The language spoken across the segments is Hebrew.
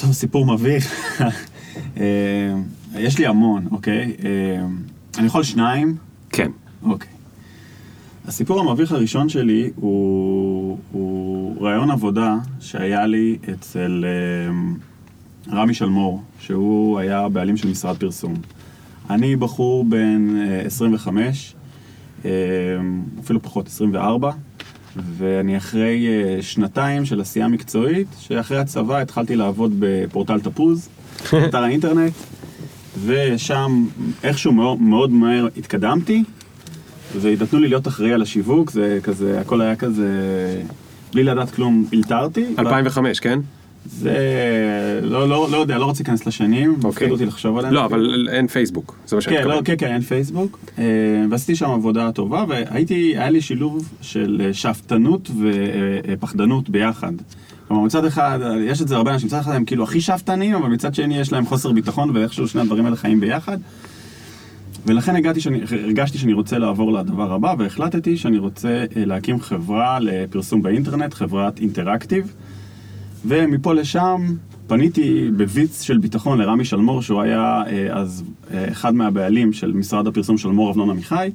טוב, סיפור מביך. יש לי המון, אוקיי? אני יכול שניים? כן. אוקיי. הסיפור המביך הראשון שלי הוא רעיון עבודה שהיה לי אצל רמי שלמור, שהוא היה בעלים של משרד פרסום. אני בחור בן 25, אפילו פחות 24, ואני אחרי שנתיים של עשייה מקצועית, שאחרי הצבא התחלתי לעבוד בפורטל תפוז, אתר האינטרנט, ושם איכשהו מאוד מהר התקדמתי, ונתנו לי להיות אחראי על השיווק, זה כזה, הכל היה כזה, בלי לדעת כלום, אלתרתי. 2005, כן? זה, לא יודע, לא רוצה להיכנס לשנים, מפחיד אותי לחשוב עליהם. לא, אבל אין פייסבוק, זה מה שאני מתכוון. כן, אין פייסבוק, ועשיתי שם עבודה טובה, היה לי שילוב של שאפתנות ופחדנות ביחד. כלומר, מצד אחד, יש את זה הרבה אנשים, מצד אחד הם כאילו הכי שאפתנים, אבל מצד שני יש להם חוסר ביטחון, ואיכשהו שני הדברים האלה חיים ביחד. ולכן הרגשתי שאני רוצה לעבור לדבר הבא, והחלטתי שאני רוצה להקים חברה לפרסום באינטרנט, חברת אינטראקטיב, ומפה לשם פניתי בוויץ של ביטחון לרמי שלמור, שהוא היה אז אחד מהבעלים של משרד הפרסום של מור אבנון עמיחי,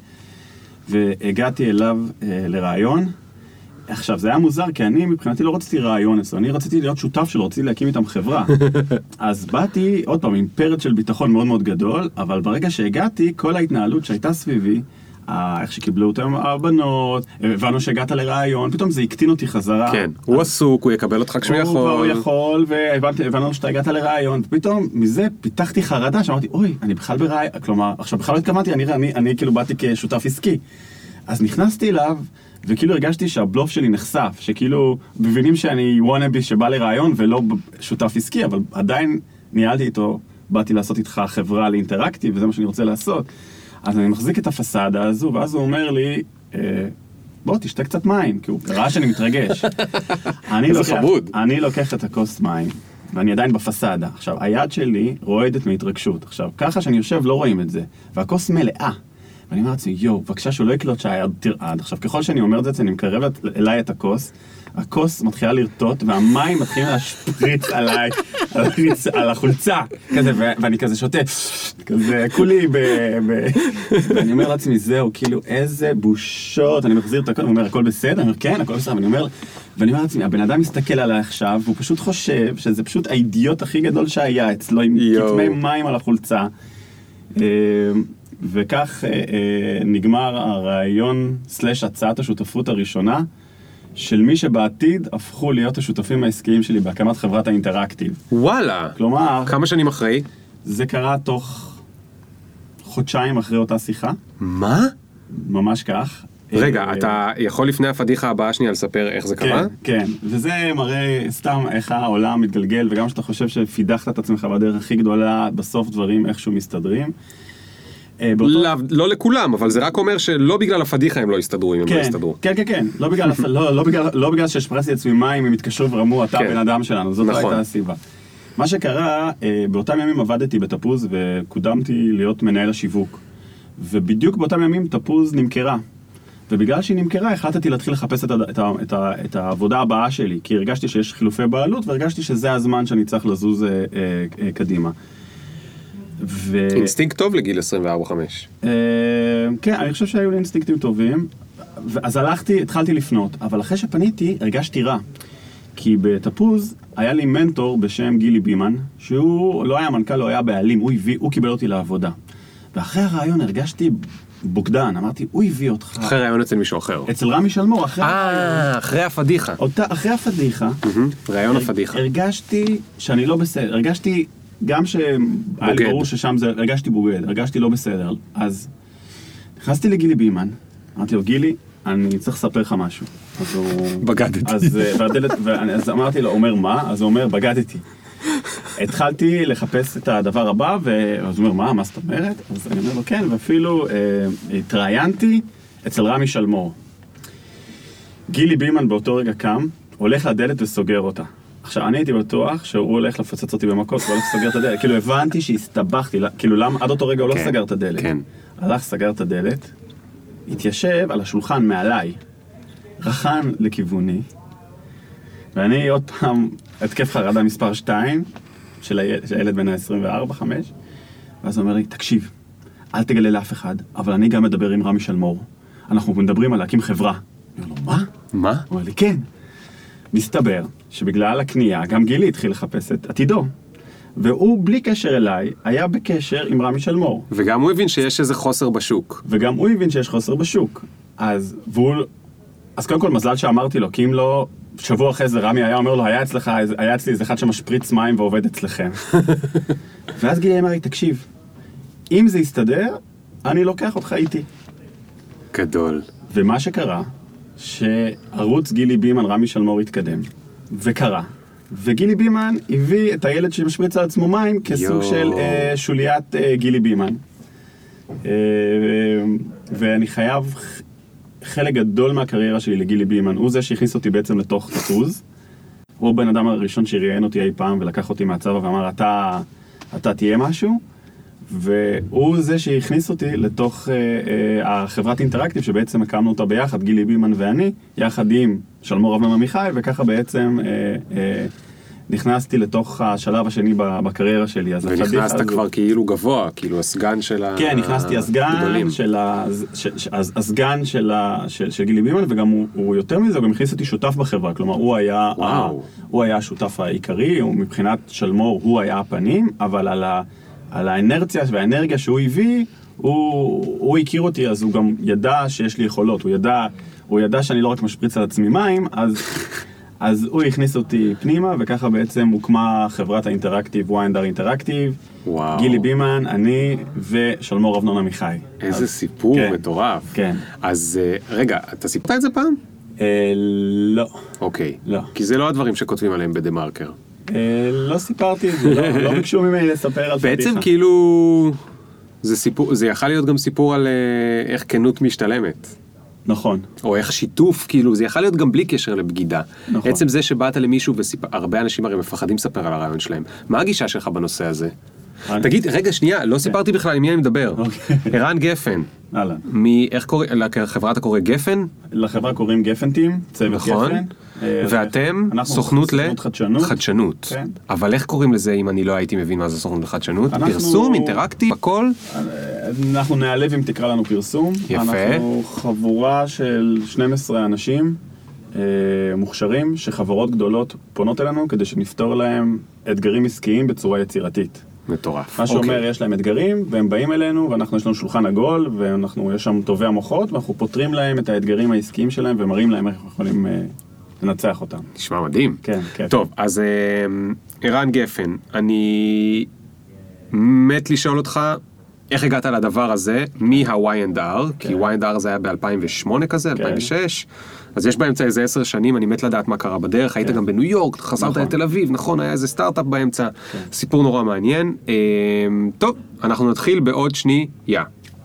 והגעתי אליו לרעיון. עכשיו, זה היה מוזר, כי אני מבחינתי לא רציתי רעיון אצלו, אני רציתי להיות שותף שלו, רציתי להקים איתם חברה. אז באתי, עוד פעם, עם פרץ של ביטחון מאוד מאוד גדול, אבל ברגע שהגעתי, כל ההתנהלות שהייתה סביבי, איך שקיבלו אותם הבנות, הבנו שהגעת לרעיון, פתאום זה הקטין אותי חזרה. כן, הוא עסוק, הוא יקבל אותך כשהוא יכול. הוא יכול, והבנו שאתה הגעת לרעיון, ופתאום מזה פיתחתי חרדה, שאמרתי, אוי, אני בכלל ברעיון, כלומר, עכשיו בכלל לא התכוונתי, אני כאילו באתי כשותף עסקי. אז נכנסתי אליו, וכאילו הרגשתי שהבלוף שלי נחשף, שכאילו מבינים שאני וואנאבי שבא לרעיון ולא שותף עסקי, אבל עדיין ניהלתי איתו, באתי לעשות איתך חברה לאינטראקטיב, וזה מה שאני רוצה לעשות. אז אני מחזיק את הפסאדה הזו, ואז הוא אומר לי, בוא תשתה קצת מים, כי הוא ראה שאני מתרגש. אני לוקח את הכוס מים, ואני עדיין בפסאדה. עכשיו, היד שלי רועדת מהתרגשות. עכשיו, ככה שאני יושב לא רואים את זה, והכוס מלאה. ואני אומר לעצמי, בבקשה שהוא לא יקלוט שהיד תרעד. עכשיו, ככל שאני אומר את זה, אני מקרב אליי את הכוס, הכוס מתחילה לרטוט, והמים מתחילים להשפריץ עליי, על החולצה, כזה, ואני כזה שותה, כזה, כולי ואני אומר לעצמי, זהו, כאילו, איזה בושות, אני מחזיר את הכל, הוא אומר, הכל בסדר? אני אומר, כן, הכל בסדר, ואני אומר לעצמי, הבן אדם מסתכל עליי עכשיו, והוא פשוט חושב שזה פשוט האידיוט הכי גדול שהיה אצלו, עם כתמי מים על החולצה, וכך נגמר הרעיון סלש הצעת השותפות הראשונה של מי שבעתיד הפכו להיות השותפים העסקיים שלי בהקמת חברת האינטראקטיב. וואלה. כלומר, כמה שנים אחרי? זה קרה תוך חודשיים אחרי אותה שיחה. מה? ממש כך. רגע, אתה יכול לפני הפדיחה הבאה שנייה לספר איך זה קרה? כן, וזה מראה סתם איך העולם מתגלגל, וגם שאתה חושב שפידחת את עצמך בדרך הכי גדולה, בסוף דברים איכשהו מסתדרים. לא לכולם, אבל זה רק אומר שלא בגלל הפדיחה הם לא יסתדרו, אם הם לא יסתדרו. כן, לא בגלל שהשפרסתי עצמי מים, הם התקשרו ורמו, אתה בן אדם שלנו, זאת הייתה הסיבה. מה שקרה, באותם ימים עבדתי בתפוז וקודמתי להיות מנהל השיווק, ובדיוק באותם ימים תפוז נמכרה, ובגלל שהיא נמכרה החלטתי להתחיל לחפש את העבודה הבאה שלי, כי הרגשתי שיש חילופי בעלות, והרגשתי שזה הזמן שאני צריך לזוז קדימה. אינסטינקט טוב לגיל 24-5. כן, אני חושב שהיו לי אינסטינקטים טובים. אז התחלתי לפנות, אבל אחרי שפניתי הרגשתי רע. כי בתפוז היה לי מנטור בשם גילי בימן, שהוא לא היה מנכ"ל, לא היה בעלים, הוא קיבל אותי לעבודה. ואחרי הרעיון הרגשתי בוקדן, אמרתי, הוא הביא אותך. אחרי הרעיון אצל מישהו אחר. אצל רמי שלמור, אחרי הפדיחה. אחרי הפדיחה. רעיון הפדיחה. הרגשתי שאני לא בסדר, הרגשתי גם שהיה לי ברור ששם זה, הרגשתי בוגד, הרגשתי לא בסדר. אז נכנסתי לגילי בימן, אמרתי לו, גילי, אני צריך לספר לך משהו. אז הוא... בגדתי. אז אמרתי לו, אומר מה? אז הוא אומר, בגדתי. התחלתי לחפש את הדבר הבא, ואז הוא אומר, מה זאת אומרת? אז אני אומר לו, כן, ואפילו התראיינתי אצל רמי שלמור. גילי בימן באותו רגע קם, הולך לדלת וסוגר אותה. עכשיו, אני הייתי בטוח שהוא הולך לפוצץ אותי במכות, הוא הולך לסגר את הדלת. כאילו, הבנתי שהסתבכתי, כאילו, למה עד אותו רגע הוא לא סגר את הדלת? כן. הלך, סגר את הדלת, התיישב על השולחן מעליי, רחן לכיווני, ואני עוד פעם התקף חרדה מספר 2, של הילד בין ה-24-5, ואז הוא אומר לי, תקשיב, אל תגלה לאף אחד, אבל אני גם מדבר עם רמי שלמור. אנחנו מדברים על להקים חברה. אני אומר לו, מה? מה? הוא אומר לי, כן. מסתבר שבגלל הקנייה, גם גילי התחיל לחפש את עתידו. והוא, בלי קשר אליי, היה בקשר עם רמי שלמור. וגם הוא הבין שיש איזה חוסר בשוק. וגם הוא הבין שיש חוסר בשוק. אז קודם כל מזל שאמרתי לו, כי אם לא, שבוע אחרי זה רמי היה אומר לו, היה אצלי איזה אחד שמשפריץ מים ועובד אצלכם. ואז גילי אמר לי, תקשיב, אם זה יסתדר, אני לוקח אותך איתי. גדול. ומה שקרה, שערוץ גילי בימן רמי שלמור התקדם, וקרה. וגילי בימן הביא את הילד שמשפריץ על עצמו מים כסוג של שוליית גילי בימן. ואני חייב חלק גדול מהקריירה שלי לגילי בימן. הוא זה שהכניס אותי בעצם לתוך תפוז. הוא בן אדם הראשון שראיין אותי אי פעם ולקח אותי מהצבא ואמר, אתה תהיה משהו. והוא זה שהכניס אותי לתוך החברת אינטראקטיב שבעצם הקמנו אותה ביחד, גילי בימן ואני, יחד עם שלמור אבנון עמיחי, וככה בעצם נכנסתי לתוך השלב השני בקריירה שלי. ונכנסת כבר כאילו גבוה, כאילו הסגן של הגדולים. כן, נכנסתי הסגן של גילי בימן, וגם הוא יותר מזה, הוא גם הכניס אותי שותף בחברה, כלומר הוא היה השותף העיקרי, מבחינת שלמור הוא היה הפנים, אבל על האנרציה והאנרגיה שהוא הביא, הוא הכיר אותי, אז הוא גם ידע שיש לי יכולות, הוא ידע שאני לא רק משפריץ על עצמי מים, אז הוא הכניס אותי פנימה, וככה בעצם הוקמה חברת האינטראקטיב, ויינדר אינטראקטיב, גילי בימן, אני ושלמור אבנון עמיחי. איזה סיפור מטורף. כן. אז רגע, אתה סיפרת את זה פעם? לא. אוקיי. לא. כי זה לא הדברים שכותבים עליהם בדה-מרקר. לא סיפרתי את זה, לא ביקשו ממני לספר על פדיחה. בעצם כאילו, זה יכול להיות גם סיפור על איך כנות משתלמת. נכון. או איך שיתוף, כאילו, זה יכול להיות גם בלי קשר לבגידה. נכון. עצם זה שבאת למישהו הרבה אנשים הרי מפחדים לספר על הרעיון שלהם. מה הגישה שלך בנושא הזה? תגיד, רגע, שנייה, לא סיפרתי בכלל עם מי אני מדבר. ערן גפן. איך קורא, לחברה אתה קורא גפן? לחברה קוראים גפנטים, צוות גפן. ואתם סוכנות לחדשנות. אבל איך קוראים לזה אם אני לא הייתי מבין מה זה סוכנות לחדשנות? פרסום, אינטראקטיב, הכל? אנחנו נעלב אם תקרא לנו פרסום. יפה. אנחנו חבורה של 12 אנשים מוכשרים שחברות גדולות פונות אלינו כדי שנפתור להם אתגרים עסקיים בצורה יצירתית. מטורף. מה שאומר, יש להם אתגרים, והם באים אלינו, יש לנו שולחן עגול, יש שם טובי המוחות, ואנחנו פותרים להם את האתגרים העסקיים שלהם, ומראים להם איך אנחנו יכולים לנצח אותם. נשמע מדהים. כן, כן. טוב, אז ערן גפן, אני מת לשאול אותך, איך הגעת לדבר הזה, מה-Y&R, כי Y&R זה היה ב-2008 כזה, 2006, אז יש באמצע איזה 10 שנים, אני מת לדעת מה קרה בדרך, היית גם בניו יורק, חזרת לתל אביב, נכון, היה איזה סטארט-אפ באמצע, סיפור נורא מעניין. טוב, אנחנו נתחיל בעוד שנייה.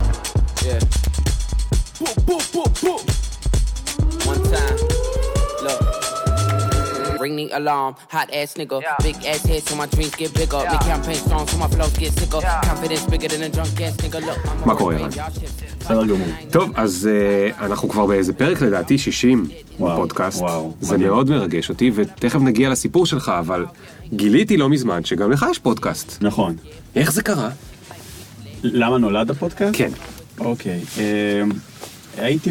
Ring the alarm, hot ass nigga, big ass head so my dreams get bigger, make campaign strong so my flows get sicker, confidence bigger than a drunk ass nigga, look. מה קורה, רן? בסדר גמור. טוב, אז אנחנו כבר באיזה פרק לדעתי 60 בפודקאסט, זה מאוד מרגש אותי, ותכף נגיע לסיפור שלך, אבל גיליתי לא מזמן שגם לך יש פודקאסט. נכון. איך זה קרה? למה נולד הפודקאסט? כן. אוקיי. הייתי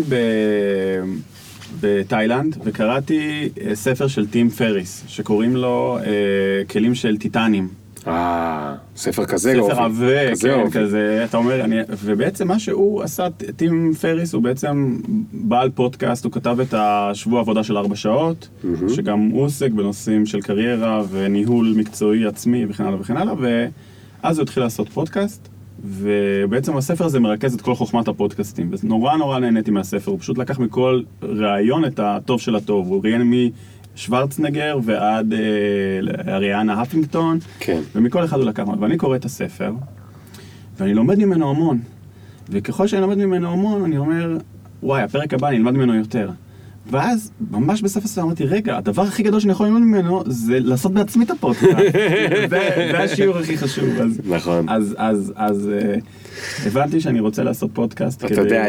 בתאילנד, וקראתי ספר של טים פריס, שקוראים לו כלים של טיטנים. ספר כזה ספר עבה, כן, כזה, אתה אומר, ובעצם מה שהוא עשה, טים פריס הוא בעצם בעל פודקאסט, הוא כתב את השבוע עבודה של 4 שעות, שגם הוא עוסק בנושאים של קריירה וניהול מקצועי עצמי וכן הלאה וכן הלאה, ואז הוא התחיל לעשות פודקאסט, ובעצם הספר הזה מרכז את כל חוכמת הפודקאסטים, ונורא נורא נהניתי מהספר, הוא פשוט לקח מכל רעיון את הטוב של הטוב, הוא ראיין משוורצנגר ועד אריאנה הפינגטון, כן. ומכל אחד הוא לקח, ואני קורא את הספר, ואני לומד ממנו המון, וככל שאני לומד ממנו המון, אני אומר, וואי, הפרק הבא אני אלמד ממנו יותר. ואז, ממש בסוף הספר אמרתי, רגע, הדבר הכי גדול שאני יכול ללמוד ממנו, זה לעשות בעצמי את הפודקאסט. זה השיעור הכי חשוב. נכון. אז הבנתי שאני רוצה לעשות פודקאסט. אתה יודע,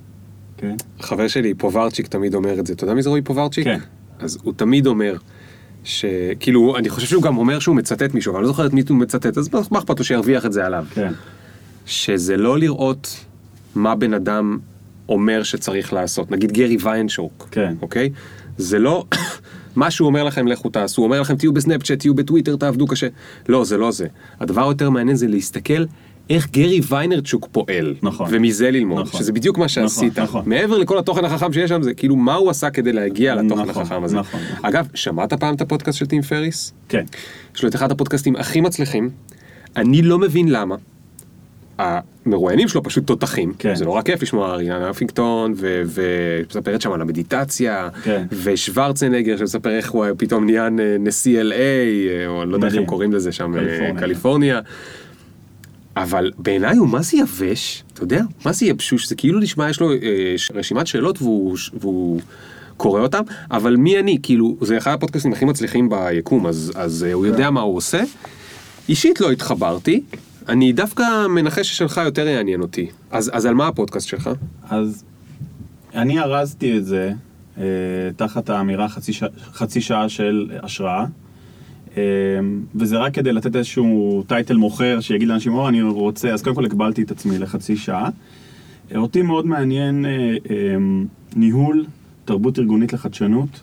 חבר שלי, פוברצ'יק, תמיד אומר את זה. אתה יודע מי זה רועי פוברצ'יק? כן. אז הוא תמיד אומר, שכאילו, אני חושב שהוא גם אומר שהוא מצטט מישהו, אבל אני לא זוכר את מי הוא מצטט, אז מה אכפת לו שירוויח את זה עליו? כן. שזה לא לראות מה בן אדם אומר שצריך לעשות. נגיד גרי ויינשורק, כן. אוקיי? זה לא מה שהוא אומר לכם, לכו תעשו. הוא אומר לכם, תהיו בסנאפצ'אט, תהיו בטוויטר, תעבדו קשה. לא, זה לא זה. הדבר יותר מעניין זה להסתכל איך גרי ויינרצ'וק פועל. נכון. ומזה ללמוד. נכון. שזה בדיוק מה שעשית. נכון. מעבר לכל התוכן החכם שיש שם, זה כאילו מה הוא עשה כדי להגיע לתוכן נכון, החכם הזה. נכון. אגב, שמעת פעם את הפודקאסט של טים פריס? כן. יש לו את אחד הפודקאסטים הכי מצליחים. אני לא מבין למה. המרואיינים שלו פשוט תותחים. כן. זה נורא כיף לשמוע ריאנה אפינגטון, ומספרת שם על המדיטציה, כן. ושוורצנגר שמספר איך הוא פתאום נהיה נשיא LA, או לא יודע איך הם קוראים לזה שם, קליפורניה. אבל בעיניי הוא מה זה יבש, אתה יודע? מה זה יבשוש? זה כאילו נשמע, יש לו רשימת שאלות והוא קורא אותם, אבל מי אני? כאילו, זה אחד הפודקאסטים הכי מצליחים ביקום, אז הוא יודע מה הוא עושה. אישית לא התחברתי, אני דווקא מנחש ששלך יותר יעניין אותי. אז על מה הפודקאסט שלך? אז אני ארזתי את זה תחת האמירה חצי שעה של השראה, וזה רק כדי לתת איזשהו טייטל מוכר שיגיד לאנשים, אני רוצה, אז קודם כל הקבלתי את עצמי לחצי שעה. אותי מאוד מעניין ניהול, תרבות ארגונית לחדשנות,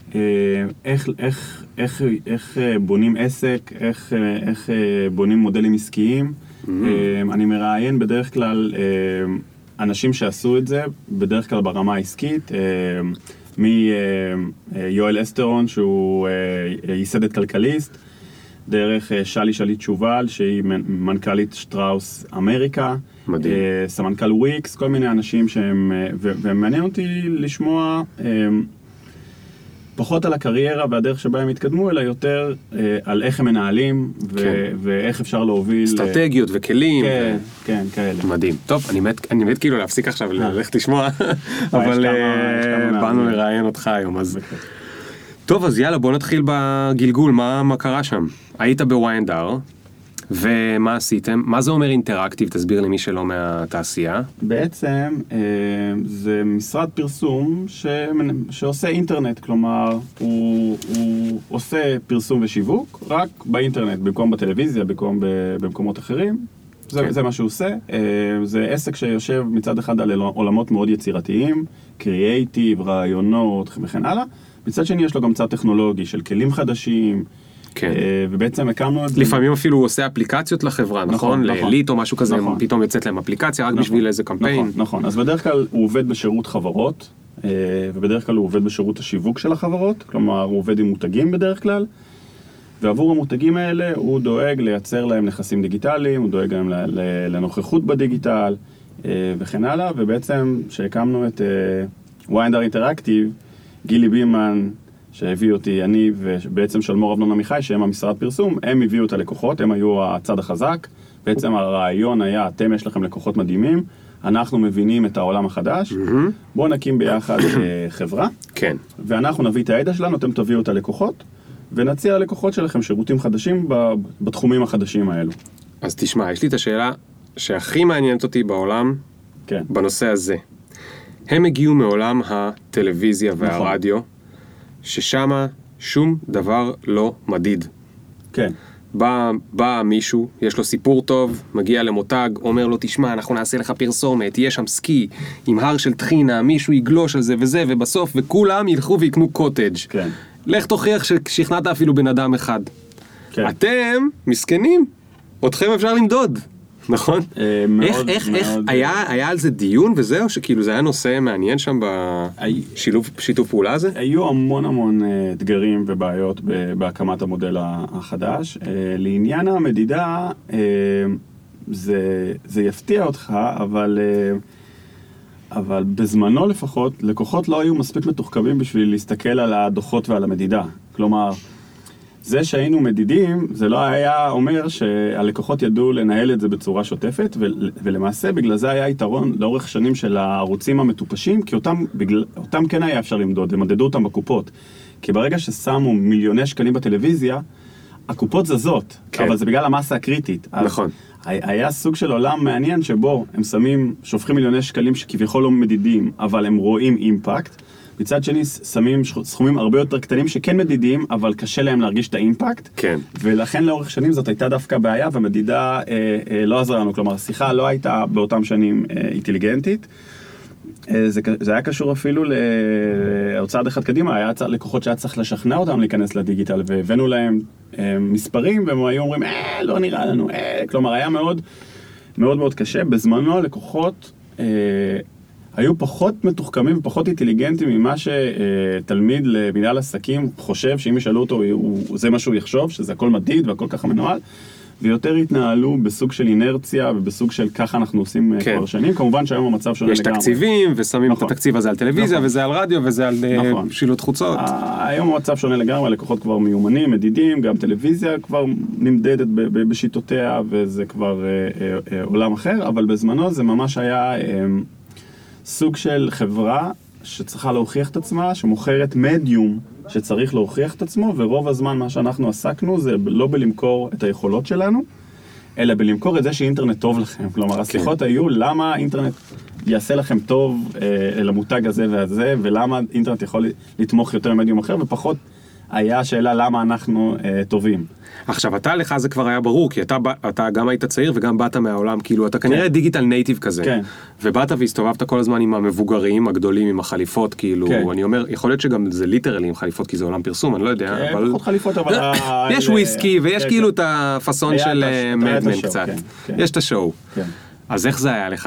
איך בונים עסק, איך בונים מודלים עסקיים. אני מראיין בדרך כלל אנשים שעשו את זה, בדרך כלל ברמה העסקית, מיואל אסטרון, שהוא ייסד את כלכליסט, דרך שלי שובל, שהיא מנכ"לית שטראוס אמריקה, מדהים. סמנכ"ל וויקס, כל מיני אנשים שהם, ומעניין אותי לשמוע פחות על הקריירה והדרך שבה הם התקדמו, אלא יותר על איך הם מנהלים, ואיך אפשר להוביל אסטרטגיות וכלים. כן, כאלה. מדהים. טוב, אני מת כאילו להפסיק עכשיו ללכת לשמוע, אבל באנו לראיין אותך היום, אז... טוב, אז יאללה, בוא נתחיל בגלגול, מה קרה שם? היית בוויינדר, ומה עשיתם? מה זה אומר אינטראקטיב? תסביר למי שלא מהתעשייה. בעצם זה משרד פרסום שעושה אינטרנט, כלומר הוא עושה פרסום ושיווק רק באינטרנט, במקום בטלוויזיה, במקומות אחרים. זה מה שהוא עושה. זה עסק שיושב מצד אחד על עולמות מאוד יצירתיים, קריאייטיב, רעיונות וכן הלאה. מצד שני יש לו גם צד טכנולוגי של כלים חדשים, כן. ובעצם הקמנו את זה. לפעמים אפילו הוא עושה אפליקציות לחברה, נכון? לאליט או משהו כזה, נכון. פתאום יוצאת להם אפליקציה רק בשביל איזה קמפיין. נכון. אז בדרך כלל הוא עובד בשירות חברות, ובדרך כלל הוא עובד בשירות השיווק של החברות, כלומר הוא עובד עם מותגים בדרך כלל, ועבור המותגים האלה הוא דואג לייצר להם נכסים דיגיטליים, הוא דואג להם לנוכחות בדיגיטל, וכן הלאה, ובעצם שהקמנו את וויינדר אינטראקטיב, גילי בימן, שהביא אותי, אני ובעצם שלמור אבנון עמיחי, שהם המשרד פרסום, הם הביאו את הלקוחות, הם היו הצד החזק. בעצם הרעיון היה, אתם יש לכם לקוחות מדהימים, אנחנו מבינים את העולם החדש, בואו נקים ביחד חברה, כן. ואנחנו נביא את הידע שלנו, אתם תביאו את הלקוחות, ונציע ללקוחות שלכם שירותים חדשים בתחומים החדשים האלו. אז תשמע, יש לי את השאלה שהכי מעניינת אותי בעולם, כן. בנושא הזה. הם הגיעו מעולם הטלוויזיה והרדיו, ששם שום דבר לא מדיד. כן. בא מישהו, יש לו סיפור טוב, מגיע למותג, אומר לו, תשמע, אנחנו נעשה לך פרסומת, יהיה שם סקי, עם הר של תחינה, מישהו יגלוש על זה וזה, ובסוף, וכולם ילכו ויקנו קוטג'. כן. לך תוכיח ששכנעת אפילו בן אדם אחד. כן. אתם מסכנים, אתכם אפשר למדוד. נכון? איך היה על זה דיון וזהו, שכאילו זה היה נושא מעניין שם בשיתוף פעולה הזה? היו המון אתגרים ובעיות בהקמת המודל החדש. לעניין המדידה, זה יפתיע אותך, אבל בזמנו לפחות, לקוחות לא היו מספיק מתוחכמים בשביל להסתכל על הדוחות ועל המדידה. כלומר, זה שהיינו מדידים, זה לא היה אומר שהלקוחות ידעו לנהל את זה בצורה שוטפת, ולמעשה בגלל זה היה יתרון לאורך שנים של הערוצים המטופשים, כי אותם כן היה אפשר למדוד, ומדדו אותם בקופות. כי ברגע ששמו מיליוני שקלים בטלוויזיה, הקופות זזות, כן. אבל זה בגלל המסה הקריטית. נכון. היה סוג של עולם מעניין שבו הם שמים, שופכים מיליוני שקלים שכביכול לא מדידים, אבל הם רואים אימפקט, מצד שני שמים סכומים הרבה יותר קטנים שכן מדידים, אבל קשה להם להרגיש את האימפקט. כן. ולכן לאורך שנים זאת הייתה דווקא בעיה, ומדידה לא עזרה לנו. כלומר, השיחה לא הייתה באותם שנים אינטליגנטית. זה היה קשור אפילו להוצאת אחד קדימה, היה לקוחות שהיה צריך לשכנע אותם להיכנס לדיגיטל, והבאנו להם מספרים, והם היו אומרים, לא נראה לנו, כלומר, היה מאוד מאוד מאוד קשה. בזמנו הלקוחות היו פחות מתוחכמים ופחות אינטליגנטים ממה שתלמיד למנהל עסקים חושב, שאם ישאלו אותו, זה מה שהוא יחשוב, שזה הכל מדיד והכל ככה מנוהל, ויותר התנהלו בסוג של אינרציה ובסוג של ככה אנחנו עושים כבר שנים. כמובן שהיום המצב שונה לגמרי. יש תקציבים ושמים את התקציב הזה על טלוויזיה וזה על רדיו וזה על שילוט חוצות. היום המצב שונה לגמרי, הלקוחות כבר מיומנים, מדידים, גם טלוויזיה כבר נמדדת בשיטותיה וזה כבר עולם אחר, אבל בזמנו זה ממש היה סוג של חברה שצריכה להוכיח את עצמה, שמוכרת מדיום שצריך להוכיח את עצמו, ורוב הזמן מה שאנחנו עסקנו זה לא בלמכור את היכולות שלנו, אלא בלמכור את זה שאינטרנט טוב לכם. כלומר, השיחות היו למה אינטרנט יעשה לכם טוב למותג הזה והזה, ולמה אינטרנט יכול לתמוך יותר במדיום אחר, ופחות היה השאלה למה אנחנו טובים. עכשיו, לך זה כבר היה ברור, כי אתה גם היית צעיר וגם באת מהעולם, כאילו, אתה כנראה דיגיטל נייטיב כזה. כן. ובאת והסתובבת כל הזמן עם המבוגרים הגדולים, עם החליפות, כאילו, אני אומר, יכול להיות שגם זה ליטרלי עם חליפות, כי זה עולם פרסום, אני לא יודע, אבל... פחות חליפות, אבל... יש וויסקי, ויש כאילו את הפסון של מדמן קצת. יש את השואו. אז איך זה היה לך?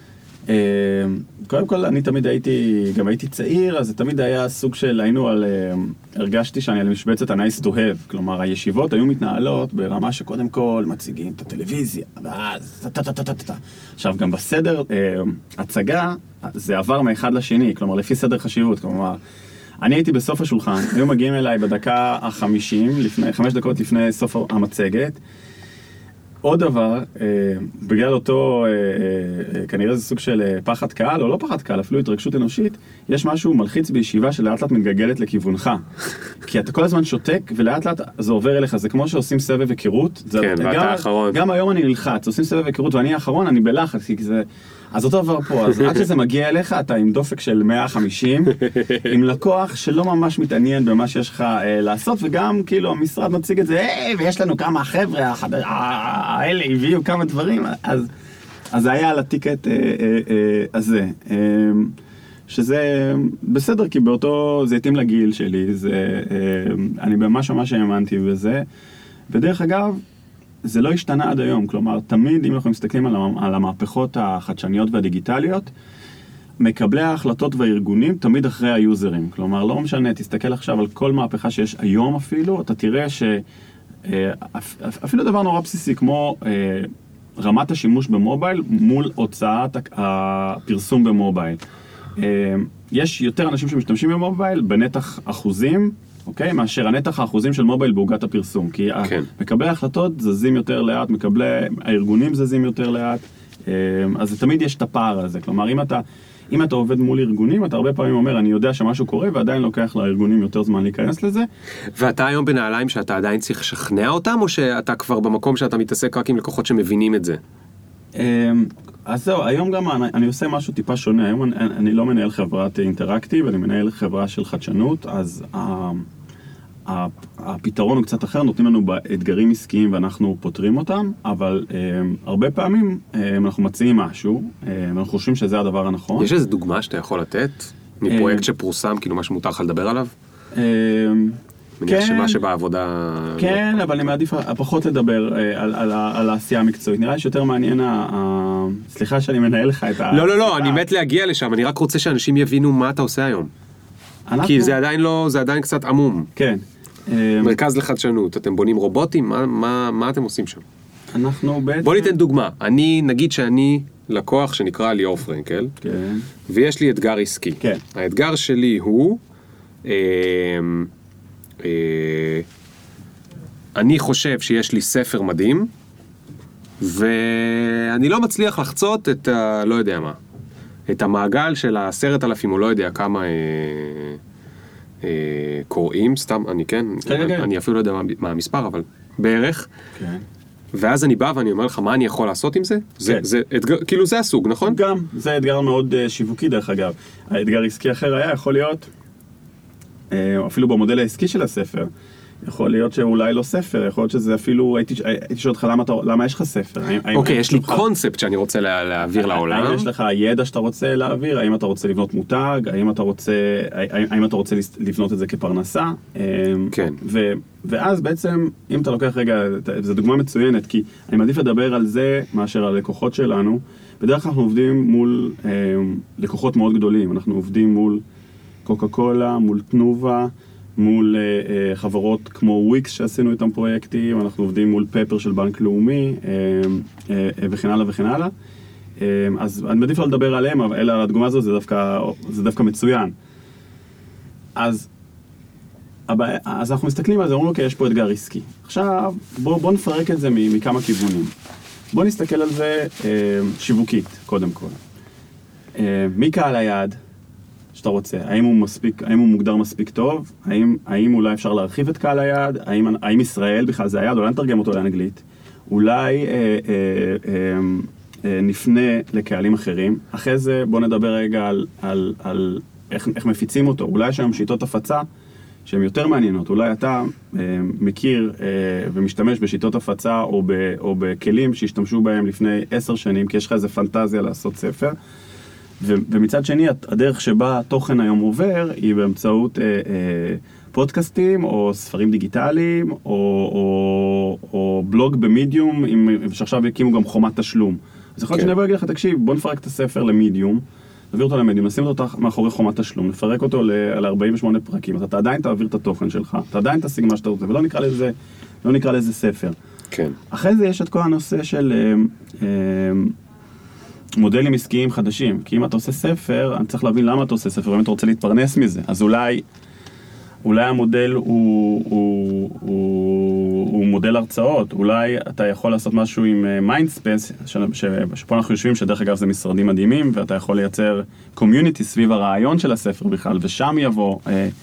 קודם כל, אני תמיד גם הייתי צעיר, אז זה תמיד היה סוג של, הרגשתי שאני על משבצת ה-nice to have, כלומר, הישיבות היו מתנהלות ברמה שקודם כל מציגים את הטלוויזיה, ואז עכשיו, גם בסדר, הצגה, זה עבר מאחד לשני, כלומר, לפי סדר חשיבות, כלומר, אני הייתי בסוף השולחן, היו מגיעים אליי בדקה ה-50, 5 דקות לפני סוף המצגת, עוד דבר, בגלל אותו, כנראה זה סוג של פחד קהל, או לא פחד קהל, אפילו התרגשות אנושית, יש משהו מלחיץ בישיבה שלאט לאט מתגלגלת לכיוונך. כי אתה כל הזמן שותק, ולאט לאט זה עובר אליך, זה כמו שעושים סבב היכרות. כן, ואתה האחרון. גם היום אני נלחץ, עושים סבב היכרות ואני האחרון, אני בלחץ, כי זה... אז אותו דבר פה, אז עד שזה מגיע אליך, אתה עם דופק של 150, עם לקוח שלא ממש מתעניין במה שיש לך לעשות, וגם כאילו המשרד מציג את זה, ויש לנו כמה חבר'ה, האלה הביאו כמה דברים, אז זה היה על הטיקט הזה. שזה בסדר, כי באותו, זה התאים לגיל שלי, אני ממש האמנתי בזה, ודרך אגב, זה לא השתנה עד היום, כלומר, תמיד, אם אנחנו מסתכלים על המהפכות החדשניות והדיגיטליות, מקבלי ההחלטות והארגונים תמיד אחרי היוזרים. כלומר, לא משנה, תסתכל עכשיו על כל מהפכה שיש היום אפילו, אתה תראה אפילו דבר נורא בסיסי, כמו רמת השימוש במובייל מול הוצאת הפרסום במובייל. יש יותר אנשים שמשתמשים במובייל בנתח אחוזים, אוקיי? מאשר הנתח האחוזים של מובייל בעוגת הפרסום, כי מקבלי ההחלטות זזים יותר לאט, הארגונים זזים יותר לאט, אז תמיד יש את הפער הזה. כלומר, אם אתה עובד מול ארגונים, אתה הרבה פעמים אומר, אני יודע שמשהו קורה, ועדיין לוקח לארגונים יותר זמן להיכנס לזה. ואתה היום בנעליים שאתה עדיין צריך לשכנע אותם, או שאתה כבר במקום שאתה מתעסק רק עם לקוחות שמבינים את זה? אז זהו, היום גם אני עושה משהו טיפה שונה. היום אני לא מנהל חברת אינטראקטיב, אני מנהל חברה של חדשנות, אז הפתרון הוא קצת אחר, נותנים לנו באתגרים עסקיים ואנחנו פותרים אותם, אבל הרבה פעמים אנחנו מציעים משהו, אנחנו חושבים שזה הדבר הנכון. יש איזו דוגמה שאתה יכול לתת מפרויקט שפורסם, כאילו מה שמותר לך לדבר עליו? מניח שמה שבעבודה... כן, אבל אני מעדיף פחות לדבר על העשייה המקצועית. נראה לי שיותר מעניין, סליחה שאני מנהל לך את ה... לא, אני מת להגיע לשם, אני רק רוצה שאנשים יבינו מה אתה עושה היום. כי זה עדיין לא, זה עדיין קצת עמום. כן. מרכז לחדשנות, אתם בונים רובוטים? מה אתם עושים שם? אנחנו בעצם... בוא ניתן דוגמה. נגיד שאני לקוח שנקרא ליאור פרנקל, כן. ויש לי אתגר עסקי. כן. האתגר שלי הוא... אני חושב שיש לי ספר מדהים, ואני לא מצליח לחצות את לא יודע מה, את המעגל של 10,000 או לא יודע כמה קוראים, סתם, אני אפילו לא יודע מה המספר, אבל בערך. כן. ואז אני בא ואני אומר לך, מה אני יכול לעשות עם זה? זה אתגר, כאילו זה הסוג, נכון? גם, זה אתגר מאוד שיווקי דרך אגב. האתגר עסקי אחר היה יכול להיות, אפילו במודל העסקי של הספר, יכול להיות שאולי לא ספר, יכול להיות שזה אפילו, הייתי שואל אותך למה יש לך ספר? אוקיי, יש לי קונספט שאני רוצה להעביר לעולם. האם יש לך ידע שאתה רוצה להעביר? האם אתה רוצה לבנות מותג? האם אתה רוצה לבנות את זה כפרנסה? כן. ואז בעצם, אם אתה לוקח רגע, זו דוגמה מצוינת, כי אני מעדיף לדבר על זה מאשר על לקוחות שלנו. בדרך כלל אנחנו עובדים מול לקוחות מאוד גדולים. אנחנו עובדים מול קוקה קולה, מול תנובה, מול חברות כמו וויקס שעשינו איתם פרויקטים, אנחנו עובדים מול פפר של בנק לאומי, וכן הלאה וכן הלאה. אז אני מעדיף לא לדבר עליהם, אלא על הדוגמה הזו זה דווקא מצוין. אז אנחנו מסתכלים על זה, אומרים, אוקיי, יש פה אתגר עסקי. עכשיו, בוא נפרק את זה מכמה כיוונים. בוא נסתכל על זה שיווקית, קודם כל. מי קהל היעד שאתה רוצה? האם הוא מוגדר מספיק טוב? האם אולי אפשר להרחיב את קהל היעד? האם ישראל בכלל זה היעד? אולי נתרגם אותו לאנגלית. אולי נפנה לקהלים אחרים. אחרי זה בוא נדבר רגע על איך מפיצים אותו. אולי יש היום שיטות הפצה שהן יותר מעניינות. אולי אתה מכיר ומשתמש בשיטות הפצה או בכלים שהשתמשו בהם לפני 10 שנים, כי יש לך איזה פנטזיה לעשות ספר. ומצד שני, הדרך שבה התוכן היום עובר היא באמצעות פודקאסטים או ספרים דיגיטליים או בלוג במדיום, שעכשיו הקימו גם חומת תשלום. אז יכול להיות שאני אבוא להגיד לך, תקשיב, בוא נפרק את הספר למדיום, נעביר אותו למדיום, נשים אותו מאחורי חומת תשלום, נפרק אותו ל-48 פרקים, אתה עדיין תעביר את התוכן שלך, אתה עדיין תשיג מה שאתה רוצה, ולא נקרא לזה ספר. כן. אחרי זה יש את כל הנושא של מודלים עסקיים חדשים, כי אם אתה עושה ספר, אני צריך להבין למה אתה עושה ספר, ואם אתה רוצה להתפרנס מזה, אז אולי המודל הוא מודל הרצאות, אולי אתה יכול לעשות משהו עם מיינדספייס, שפה אנחנו יושבים, שדרך אגב זה משרדים מדהימים, ואתה יכול לייצר קומיוניטי סביב הרעיון של הספר בכלל, ושם יבוא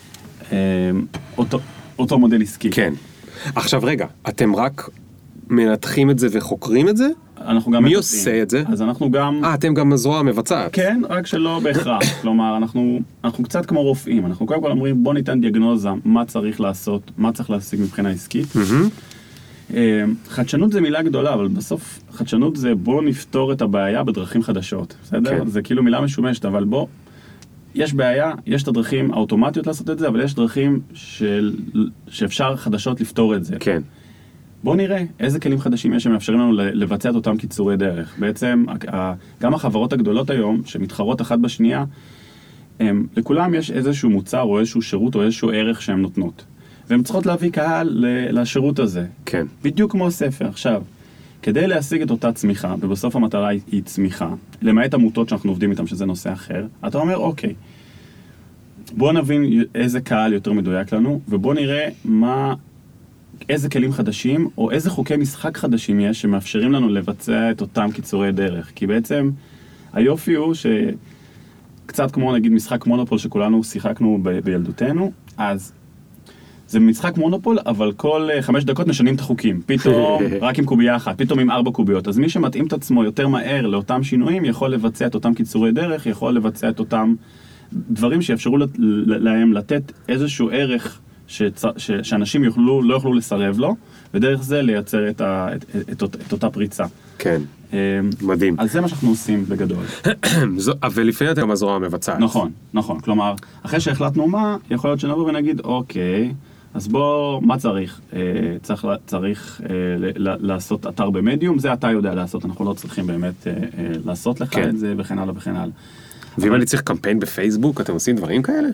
אותו מודל עסקי. כן. עכשיו רגע, אתם רק מנתחים את זה וחוקרים את זה? מי עושה את זה? אז אנחנו גם... אתם גם הזרוע המבצעת. כן, רק שלא בהכרח. כלומר, אנחנו קצת כמו רופאים. אנחנו קודם כל אומרים, בוא ניתן דיאגנוזה, מה צריך לעשות, מה צריך להשיג מבחינה עסקית. חדשנות זה מילה גדולה, אבל בסוף חדשנות זה בוא נפתור את הבעיה בדרכים חדשות. בסדר? זה כאילו מילה משומשת, אבל בוא... יש בעיה, יש את הדרכים האוטומטיות לעשות את זה, אבל יש דרכים שאפשר חדשות לפתור את זה. כן. בואו נראה איזה כלים חדשים יש שמאפשרים לנו לבצע את אותם קיצורי דרך. בעצם, גם החברות הגדולות היום, שמתחרות אחת בשנייה, לכולם יש איזשהו מוצר או איזשהו שירות או איזשהו ערך שהן נותנות. והן צריכות להביא קהל לשירות הזה. כן. בדיוק כמו הספר. עכשיו, כדי להשיג את אותה צמיחה, ובסוף המטרה היא צמיחה, למעט עמותות שאנחנו עובדים איתן, שזה נושא אחר, אתה אומר, אוקיי, בואו נבין איזה קהל יותר מדויק לנו, ובואו נראה איזה כלים חדשים, או איזה חוקי משחק חדשים יש שמאפשרים לנו לבצע את אותם קיצורי דרך. כי בעצם היופי הוא שקצת כמו נגיד משחק מונופול שכולנו שיחקנו בילדותנו, אז זה משחק מונופול, אבל כל 5 דקות משנים את החוקים. פתאום רק עם קובייה אחת, פתאום עם 4 קוביות. אז מי שמתאים את עצמו יותר מהר לאותם שינויים, יכול לבצע את אותם קיצורי דרך, יכול לבצע את אותם דברים שיאפשרו להם לתת איזשהו ערך שאנשים לא יוכלו לסרב לו, ודרך זה לייצר את אותה פריצה. כן, מדהים. אז זה מה שאנחנו עושים בגדול. ולפני אתם הזרוע המבצעת. נכון. כלומר, אחרי שהחלטנו מה, יכול להיות שנבוא ונגיד, אוקיי, אז מה צריך? צריך לעשות אתר במדיום, זה אתה יודע לעשות, אנחנו לא צריכים באמת לעשות לך את זה, וכן הלאה וכן הלאה. ואם אני צריך קמפיין בפייסבוק, אתם עושים דברים כאלה?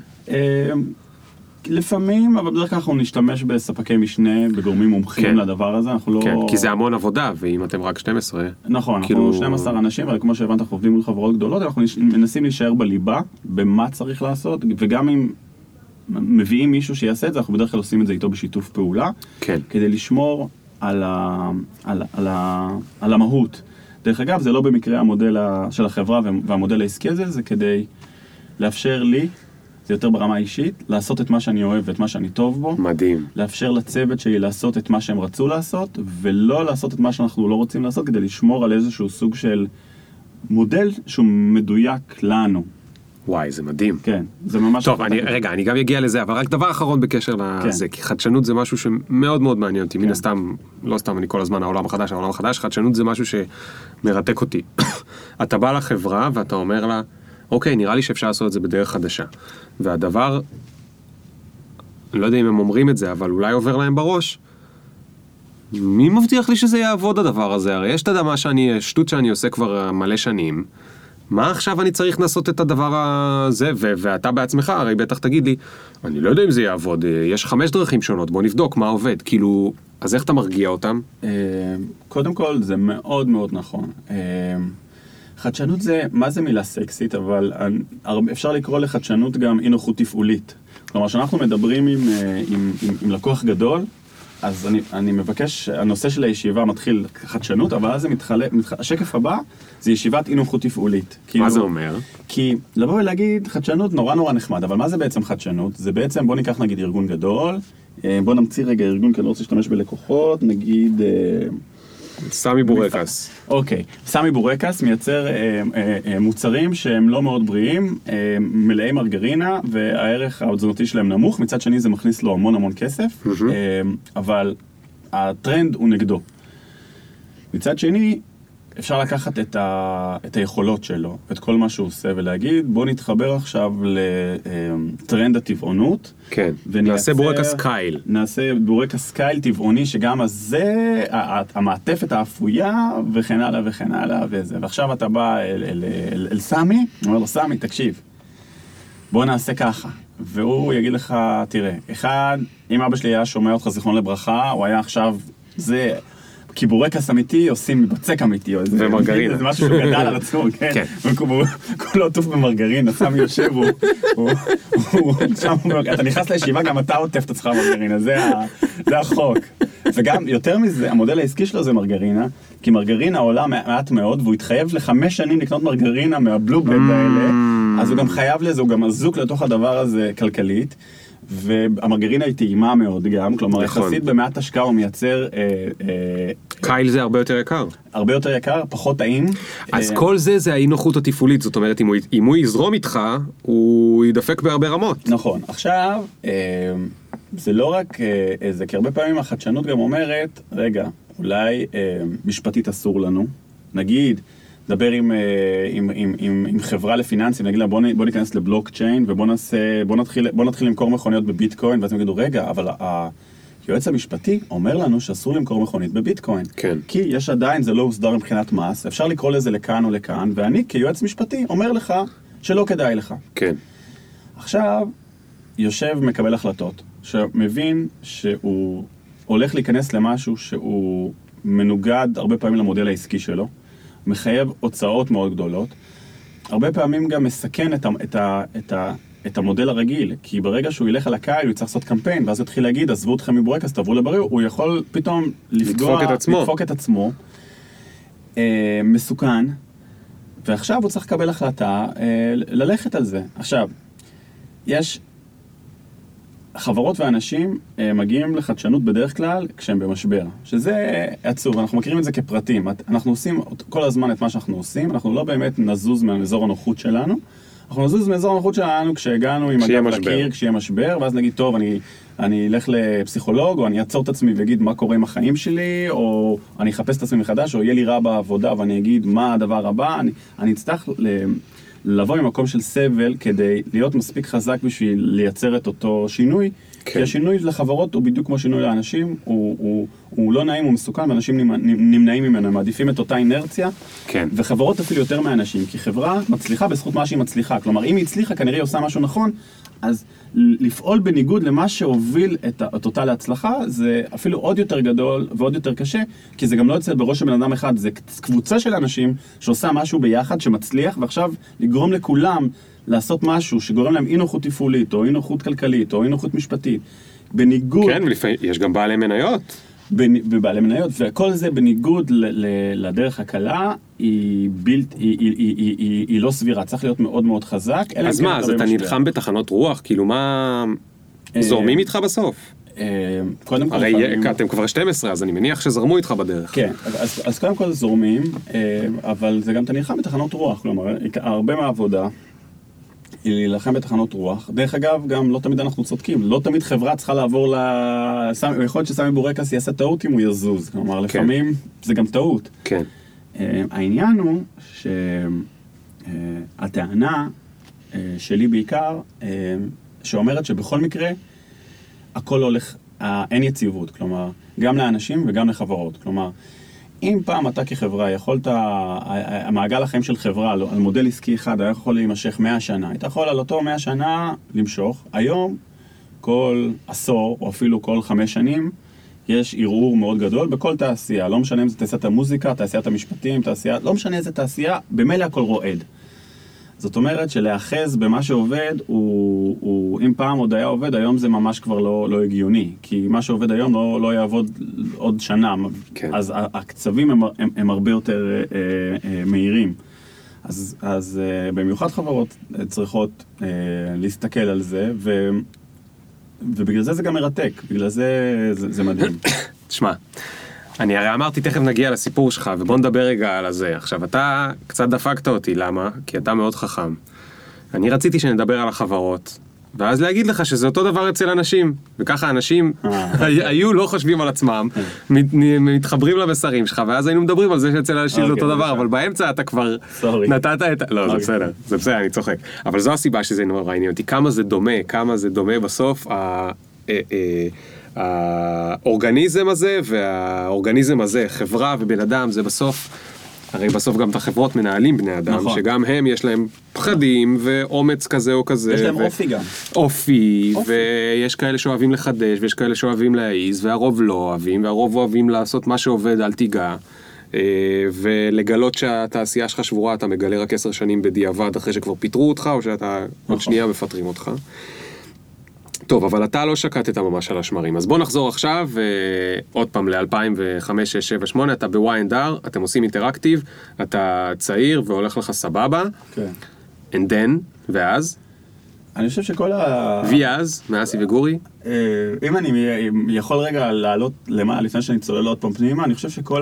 לפעמים, אבל בדרך כלל אנחנו נשתמש בספקי משנה, בגורמים מומחים לדבר הזה, אנחנו לא... כן, כי זה המון עבודה, ואם אתם רק 12... נכון, אנחנו 12 אנשים, אבל כמו שהבנת, אנחנו עובדים מול חברות גדולות, אנחנו מנסים להישאר בליבה, במה צריך לעשות, וגם אם מביאים מישהו שיעשה את זה, אנחנו בדרך כלל עושים את זה איתו בשיתוף פעולה, כדי לשמור על המהות. דרך אגב, זה לא במקרה המודל של החברה והמודל העסקי הזה, זה כדי לאפשר לי זה יותר ברמה האישית, לעשות את מה שאני אוהב ואת מה שאני טוב בו. מדהים. לאפשר לצוות שלי לעשות את מה שהם רצו לעשות, ולא לעשות את מה שאנחנו לא רוצים לעשות, כדי לשמור על איזשהו סוג של מודל שהוא מדויק לנו. וואי, זה מדהים. כן, זה ממש... טוב, אני גם אגיע לזה, אבל רק דבר אחרון בקשר לזה, כי חדשנות זה משהו שמאוד מאוד מעניין אותי, מן הסתם, לא סתם אני כל הזמן, העולם החדש, חדשנות זה משהו שמרתק אותי. אתה בא לחברה ואתה אומר לה, אוקיי, נראה לי שאפשר לעשות את זה בדרך חדשה. והדבר, אני לא יודע אם הם אומרים את זה, אבל אולי עובר להם בראש, מי מבטיח לי שזה יעבוד הדבר הזה? הרי יש את שטות שאני עושה כבר מלא שנים, מה עכשיו אני צריך לעשות את הדבר הזה? ואתה בעצמך, הרי בטח תגיד לי, אני לא יודע אם זה יעבוד, יש 5 דרכים שונות, בוא נבדוק מה עובד. כאילו, אז איך אתה מרגיע אותם? קודם כל, זה מאוד מאוד נכון. חדשנות זה, מה זה מילה סקסית, אבל אפשר לקרוא לחדשנות גם אי נוחות תפעולית. כלומר, שאנחנו מדברים עם לקוח גדול, אז אני מבקש, הנושא של הישיבה מתחיל חדשנות, אבל אז זה השקף הבא זה ישיבת אי נוחות תפעולית. מה זה אומר? כי לבוא ולהגיד חדשנות נורא נורא נחמד, אבל מה זה בעצם חדשנות? זה בעצם, בוא ניקח נגיד ארגון גדול, בוא נמציא רגע ארגון, כי אני לא רוצה להשתמש בלקוחות, נגיד... סמי בורקס. אוקיי, סמי בורקס מייצר מוצרים שהם לא מאוד בריאים, מלאי מרגרינה, והערך התזונתי שלהם נמוך, מצד שני זה מכניס לו המון המון כסף, אבל הטרנד הוא נגדו. מצד שני, אפשר לקחת את היכולות שלו, את כל מה שהוא עושה, ולהגיד, בוא נתחבר עכשיו לטרנד הטבעונות. כן, נעשה בורקס קייל. נעשה בורקס קייל טבעוני, שגם הזה, המעטפת האפויה, וכן הלאה וכן הלאה, וזה. ועכשיו אתה בא אל סמי, אומר לו, סמי, תקשיב, בוא נעשה ככה. והוא יגיד לך, תראה, אחד, אם אבא שלי היה שומע אותך זיכרון לברכה, הוא היה עכשיו, זה... כי בורקס אמיתי עושים מבצק אמיתי. ומרגרינה. זה משהו שהוא גדל על עצמו, כן. כולו עטוף במרגרינה, סמי יושב, אתה נכנס לישיבה, גם אתה עוטף את עצמך במרגרינה, זה החוק. וגם, יותר מזה, המודל העסקי שלו זה מרגרינה, כי מרגרינה עולה מעט מאוד, והוא התחייב ל5 שנים לקנות מרגרינה מהבלובלד האלה, אז הוא גם חייב לזה, הוא גם אזוק לתוך הדבר הזה כלכלית, והמרגרינה היא טעימה מאוד גם, כלומר יחסית במעט השקעה הוא מייצר... קייל זה הרבה יותר יקר. הרבה יותר יקר, פחות טעים. אז כל זה האי נוחות התפעולית, זאת אומרת אם הוא יזרום איתך, הוא ידפק בהרבה רמות. נכון, עכשיו זה לא רק זה, כי הרבה פעמים החדשנות גם אומרת, רגע, אולי משפטית אסור לנו, נגיד, דבר עם חברה לפיננסים, נגיד לה בוא ניכנס לבלוקצ'יין ובוא נתחיל למכור מכוניות בביטקוין, ואז הם יגידו רגע, אבל היועץ המשפטי אומר לנו שאסור למכור מכונית בביטקוין. כן. כי יש עדיין, זה לא הוסדר מבחינת מס, אפשר לקרוא לזה לכאן או לכאן, ואני כיועץ משפטי אומר לך שלא כדאי לך. כן. עכשיו יושב מקבל החלטות, שמבין שהוא הולך להיכנס למשהו שהוא מנוגד הרבה פעמים למודל העסקי שלו, מחייב הוצאות מאוד גדולות, הרבה פעמים גם מסכן את המודל הרגיל, כי ברגע שהוא ילך על הקהל, הוא צריך לעשות קמפיין, ואז הוא התחיל להגיד, עזבו אתכם מבורקס, תעברו לבריא, הוא יכול פתאום לדפוק את עצמו, מסוכן, ועכשיו הוא צריך לקבל החלטה ללכת על זה. עכשיו, יש חברות ואנשים מגיעים לחדשנות בדרך כלל כשהם במשבר, שזה עצוב, אנחנו מכירים את זה כפרטים, אנחנו עושים כל הזמן את מה שאנחנו עושים, אנחנו לא באמת נזוז מאזור הנוחות שלנו, אנחנו נזוז מאזור הנוחות שלנו כשהגענו עם הגב לקיר, כשיהיה משבר, ואז נגיד, טוב, אני אלך לפסיכולוג, או אני אעצור את עצמי ואגיד מה קורה עם החיים שלי, או אני אחפש את עצמי מחדש, או יהיה לי רע בעבודה ואני אגיד מה הדבר הבא, אני אצטרך לבוא ממקום של סבל כדי להיות מספיק חזק בשביל לייצר את אותו שינוי, כן. כי השינוי לחברות הוא בדיוק כמו שינוי לאנשים, הוא לא נעים, הוא מסוכן, ואנשים נמנעים ממנו, הם מעדיפים את אותה אינרציה, כן. וחברות אפילו יותר מאנשים, כי חברה מצליחה בזכות מה שהיא מצליחה, כלומר אם היא הצליחה כנראה היא עושה משהו נכון, אז לפעול בניגוד למה שהוביל את אותה להצלחה, זה אפילו עוד יותר גדול ועוד יותר קשה, כי זה גם לא יוצא בראש של בן אדם אחד, זה קבוצה של אנשים שעושה משהו ביחד, שמצליח, ועכשיו לגרום לכולם לעשות משהו שגורם להם אי נוחות תפעולית, או אי נוחות כלכלית, או אי נוחות משפטית, בניגוד... כן, ולפעמים יש גם בעלי מניות. בבעלי מניות, וכל זה בניגוד לדרך הקלה, היא לא סבירה, צריך להיות מאוד מאוד חזק. אז מה, אז אתה נלחם בתחנות רוח, כאילו מה... זורמים איתך בסוף? קודם כל... הרי אתם כבר 12, אז אני מניח שזרמו איתך בדרך. כן, אז קודם כל זורמים, אבל זה גם אתה נלחם בתחנות רוח, כלומר, הרבה מהעבודה היא להילחם בתחנות רוח. דרך אגב, גם לא תמיד אנחנו צודקים, לא תמיד חברה צריכה לעבור יכול להיות שסמי בורקס יעשה טעות אם הוא יזוז, כלומר, לפעמים זה גם טעות. כן. העניין הוא שהטענה שלי בעיקר, שאומרת שבכל מקרה, הכל הולך, אין יציבות, כלומר, גם לאנשים וגם לחברות. כלומר, אם פעם אתה כחברה יכולת, המעגל החיים של חברה על מודל עסקי אחד היה יכול להימשך 100 שנה, היית יכול על אותו 100 שנה למשוך. היום, כל עשור או אפילו כל 5 שנים, יש ערעור מאוד גדול בכל תעשייה. לא משנה אם זה תעשיית המוזיקה, תעשיית המשפטים, לא משנה איזה תעשייה, במילא הכל רועד. זאת אומרת שלאחז במה שעובד, אם פעם עוד היה עובד, היום זה ממש כבר לא הגיוני. כי מה שעובד היום לא יעבוד עוד שנה. כן. אז הקצבים הם הרבה יותר מהירים. אז במיוחד חברות צריכות להסתכל על זה, ובגלל זה גם מרתק. בגלל זה מדהים. תשמע, אני הרי אמרתי, תכף נגיע לסיפור שלך, ובוא נדבר רגע על זה. עכשיו, אתה קצת דפקת אותי, למה? כי אתה מאוד חכם. אני רציתי שנדבר על החברות, ואז להגיד לך שזה אותו דבר אצל אנשים, וככה אנשים היו לא חושבים על עצמם, מתחברים למסרים שלך, ואז היינו מדברים על זה שאצל אנשים זה אותו דבר, אבל באמצע אתה כבר נתת את... לא, זה בסדר, אני צוחק. אבל זו הסיבה שזה נורא עניין אותי, כמה זה דומה בסוף האורגניזם הזה והאורגניזם הזה, חברה ובן אדם, זה בסוף, הרי בסוף גם את החברות מנהלים בני אדם, נכון. שגם הם יש להם פחדים ואומץ כזה או כזה. יש להם אופי גם. אופי, ויש כאלה שאוהבים לחדש, ויש כאלה שאוהבים להעיז, והרוב לא אוהבים, והרוב אוהבים לעשות מה שעובד, אל תיגע. ולגלות שהתעשייה שלך שבורה, אתה מגלה רק 10 שנים בדיעבד אחרי שכבר פיטרו אותך, או שאתה עוד שנייה מפטרים אותך. טוב, אבל אתה לא שקטת ממש על השמרים, אז בוא נחזור עכשיו, עוד פעם ל-2005, 2006, 2007, 2008, אתה ב-Y&R, אתם עושים אינטראקטיב, אתה צעיר והולך לך סבבה, כן. And then, ואז? אני חושב שכל ואז, מאסי וגורי? אם אני יכול רגע לעלות למעלה, לפני שאני צולל עוד פעם פנימה, אני חושב שכל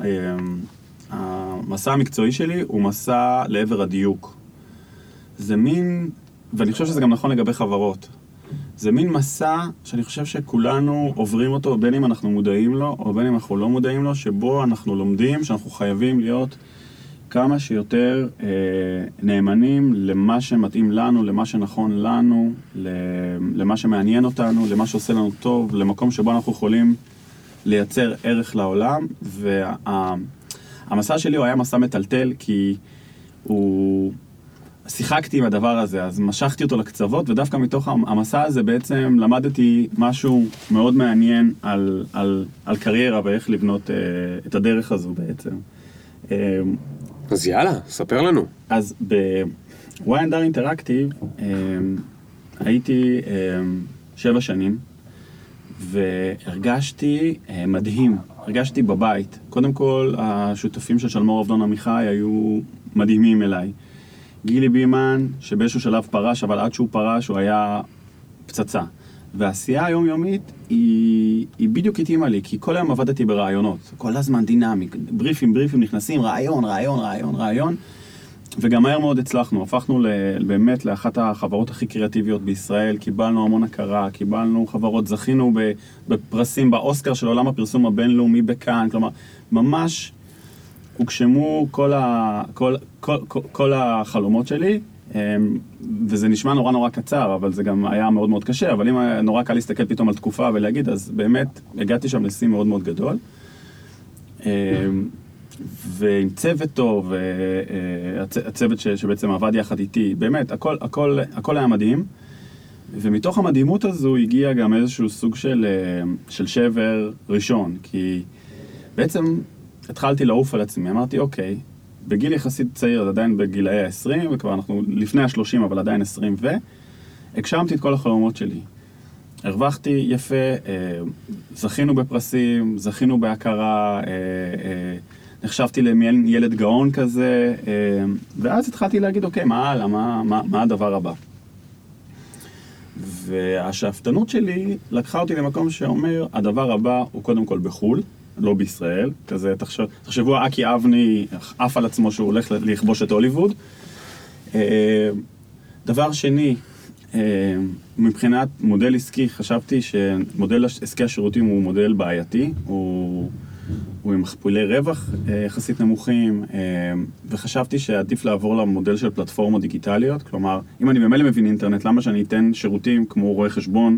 המסע המקצועי שלי הוא מסע לעבר הדיוק. זה מין, ואני חושב שזה גם נכון לגבי חברות. זה מין מסע שאני חושב שכולנו עוברים אותו, בין אם אנחנו מודעים לו, או בין אם אנחנו לא מודעים לו, שבו אנחנו לומדים שאנחנו חייבים להיות כמה שיותר נאמנים למה שמתאים לנו, למה שנכון לנו, למה שמעניין אותנו, למה שעושה לנו טוב, למקום שבו אנחנו יכולים לייצר ערך לעולם. והמסע שלי הוא היה מסע מטלטל, כי הוא... שיחקתי עם הדבר הזה, אז משכתי אותו לקצוות, ודווקא מתוך המסע הזה בעצם למדתי משהו מאוד מעניין על קריירה ואיך לבנות את הדרך הזו בעצם. אז יאללה, ספר לנו. אז ב-Y&R Interactive הייתי 7 שנים, והרגשתי מדהים, הרגשתי בבית. קודם כל, השותפים של שלמור אבדון עמיחי היו מדהימים אליי. גילי בימן, שבאיזשהו שלב פרש, אבל עד שהוא פרש הוא היה פצצה. והעשייה היומיומית היא בדיוק התאימה לי, כי כל היום עבדתי ברעיונות. כל הזמן דינמי, בריפים נכנסים, רעיון. וגם מהר מאוד הצלחנו, הפכנו באמת לאחת החברות הכי קריאטיביות בישראל, קיבלנו המון הכרה, קיבלנו חברות, זכינו בפרסים באוסקר של עולם הפרסום הבינלאומי בכאן, כלומר, ממש הוגשמו כל החלומות שלי, וזה נשמע נורא קצר, אבל זה גם היה מאוד מאוד קשה, אבל אם נורא קל להסתכל פתאום על תקופה ולהגיד, אז באמת הגעתי שם לשיא מאוד מאוד גדול. ועם צוות טוב, הצוות שבעצם עבד יחד איתי, באמת, הכל היה מדהים. ומתוך המדהימות הזו הגיע גם איזשהו סוג של שבר ראשון, כי בעצם התחלתי לעוף על עצמי, אמרתי, אוקיי, בגיל יחסית צעיר, עדיין בגילאי ה-20, וכבר אנחנו לפני ה-30, אבל עדיין 20, והגשמתי את כל החלומות שלי. הרווחתי יפה, זכינו בפרסים, זכינו בהכרה, נחשבתי למעין ילד גאון כזה, ואז התחלתי להגיד, אוקיי, מה הלאה, מה הדבר הבא? והשאפתנות שלי לקחה אותי למקום שאומר, הדבר הבא הוא קודם כל בחול, לא בישראל, כזה, תחשבו, אקי אבני עף על עצמו שהוא הולך לכבוש את הוליווד. דבר שני, מבחינת מודל עסקי, חשבתי שמודל עסקי השירותים הוא מודל בעייתי, הוא עם מכפילי רווח יחסית נמוכים, וחשבתי שעדיף לעבור למודל של פלטפורמות דיגיטליות, כלומר, אם אני במילא מבין אינטרנט, למה שאני אתן שירותים כמו רואה חשבון,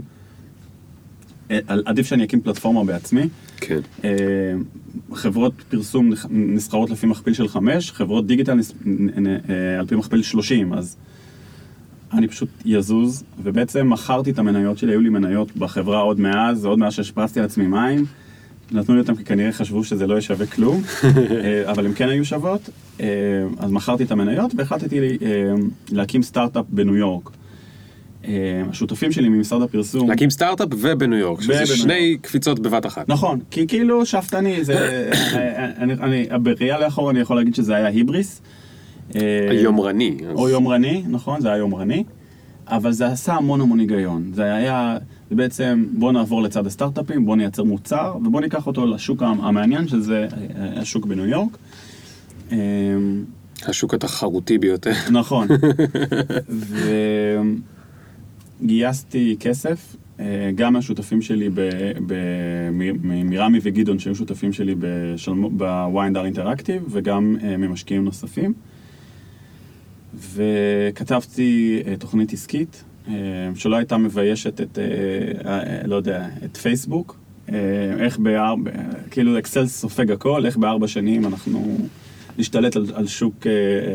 עדיף שאני אקים פלטפורמה בעצמי. כן. חברות פרסום נסחרות לפי מכפיל של 5, חברות דיגיטל על פי מכפיל 30, אז אני פשוט יזוז, ובעצם מכרתי את המניות שלי, היו לי מניות בחברה עוד מאז שהשפרצתי על עצמי מים, נתנו לי אותם כי כנראה חשבו שזה לא ישווה כלום, אבל הם כן היו שוות, אז מכרתי את המניות והחלטתי להקים סטארט-אפ בניו יורק. השותפים שלי ממשרד הפרסום... להקים סטארט-אפ ובניו יורק, שזה שני קפיצות בבת אחת. נכון, כי כאילו שאפתני, בראייה לאחור אני יכול להגיד שזה היה היבריס. יומרני. או יומרני, נכון, זה היה יומרני, אבל זה עשה המון היגיון. זה היה בעצם, בוא נעבור לצד הסטארט-אפים, בוא נייצר מוצר, ובוא ניקח אותו לשוק המעניין, שזה השוק בניו יורק. השוק התחרותי ביותר. נכון. וגייסתי כסף, גם מהשותפים שלי, מרמי וגדעון, שהיו שותפים שלי בוויינדר אינטראקטיב, וגם ממשקיעים נוספים. וכתבתי תוכנית עסקית, שלא הייתה מביישת את, לא יודע, את פייסבוק, איך כאילו אקסל סופג הכל, איך ב4 שנים אנחנו נשתלט על שוק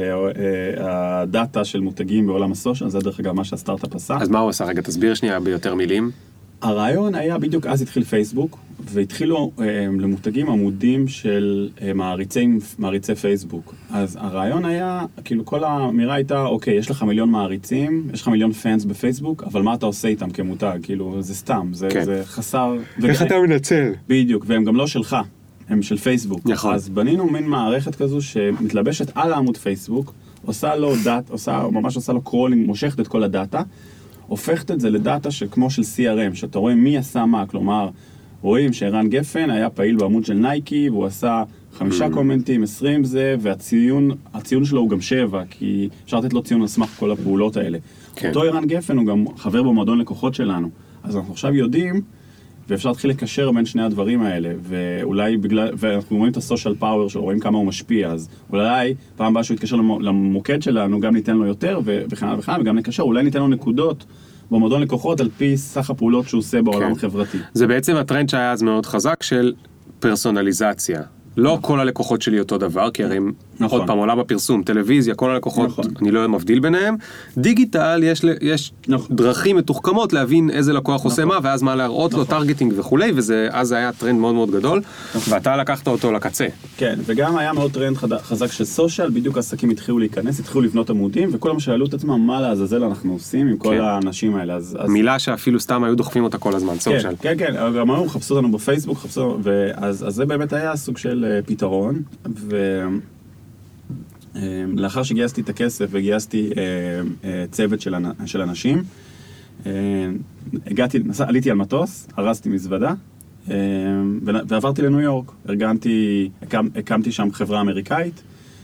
הדאטה של מותגים בעולם הסושיאל, זה דרך אגב מה שהסטארט-אפ עשה. אז מה הוא עשה? רגע, תסביר שנייה ביותר מילים. הרעיון היה, בדיוק אז התחיל פייסבוק, והתחילו למותגים עמודים של מעריצי פייסבוק. אז הרעיון היה, כאילו כל האמירה הייתה, אוקיי, יש לך 1,000,000 מעריצים, יש לך 1,000,000 פאנס בפייסבוק, אבל מה אתה עושה איתם כמותג? כאילו, זה סתם, זה חסר... איך אתה מנצל? בדיוק, והם גם לא שלך, הם של פייסבוק. נכון. אז בנינו מין מערכת כזו שמתלבשת על העמוד פייסבוק, ממש עושה לו קרולינג, מושכת את כל הדאטה, הופכת את זה לדאטה כמו של CRM, שאתה רואה מי עשה מה, כלומר, רואים שערן גפן היה פעיל בעמוד של נייקי, והוא עשה 5 קומנטים, 20 זה, והציון שלו הוא גם 7, כי אפשר לתת לו ציון על סמך כל הפעולות האלה. כן. אותו ערן גפן הוא גם חבר במועדון לקוחות שלנו, אז אנחנו עכשיו יודעים, ואפשר להתחיל לקשר בין שני הדברים האלה, ואולי ואנחנו רואים את הסושיאל פאוור שלו, רואים כמה הוא משפיע, אז אולי פעם הבאה שהוא יתקשר למוקד שלנו, גם ניתן לו יותר, וכן הלאה, וגם נקשר, אולי ניתן לו נקודות במועדון לקוחות, על פי סך הפעולות שהוא עושה בעולם החברתי. זה בעצם הטרנד שהיה אז מאוד חזק של פרסונליזציה. לא כל הלקוחות שלי אותו דבר, כי הרי עוד פעם עולה בפרסום, טלוויזיה, כל הלקוחות, אני לא מבדיל ביניהם. דיגיטל, יש דרכים מתוחכמות להבין איזה לקוח עושה מה, ואז מה להראות לו, טרגטינג וכולי, ואז היה טרנד מאוד מאוד גדול, ואתה לקחת אותו לקצה. כן, וגם היה מאוד טרנד חזק של סושיאל, בדיוק עסקים התחילו להיכנס, התחילו לבנות עמודים, וכולם שאלו את עצמם מה לעזאזל אנחנו עושים עם כל האנשים האלה. מילה שאפילו סתם היו דוחפים אותה כל הזמן, סושיאל. כן, כן, גם היו חפשו אותנו בפייסבוק, אז זה באמת היה סוג של פתרון, ולאחר שגייסתי את הכסף וגייסתי צוות של אנשים, עליתי על מטוס, הרסתי מזוודה, ועברתי לניו יורק. הקמתי שם חברה אמריקאית,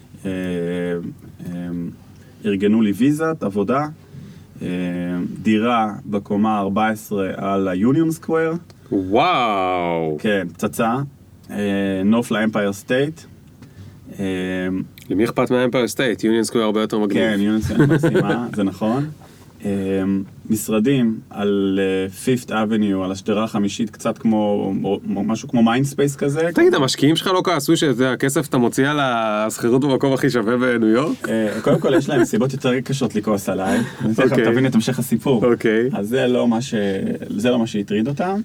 ארגנו לי ויזת, עבודה, דירה בקומה 14 על היוניון סקוואר. וואו! כן, פצצה. נוף לאמפייר סטייט. למי אכפת מהאמפייר סטייט? יוניון סקוואר הרבה יותר מגניב. כן, יוניון סקוואר מקסימה, זה נכון. משרדים על פיפט אבניו, על השדרה החמישית, קצת כמו, משהו כמו מיינדספייס כזה. תגיד, המשקיעים שלך לא כעסו שזה הכסף אתה מוציא על הסחירות במקום הכי שווה בניו יורק? קודם כל יש להם סיבות יותר קשות לכעוס עליי. תבין את המשך הסיפור. אז זה לא מה שהטריד אותם.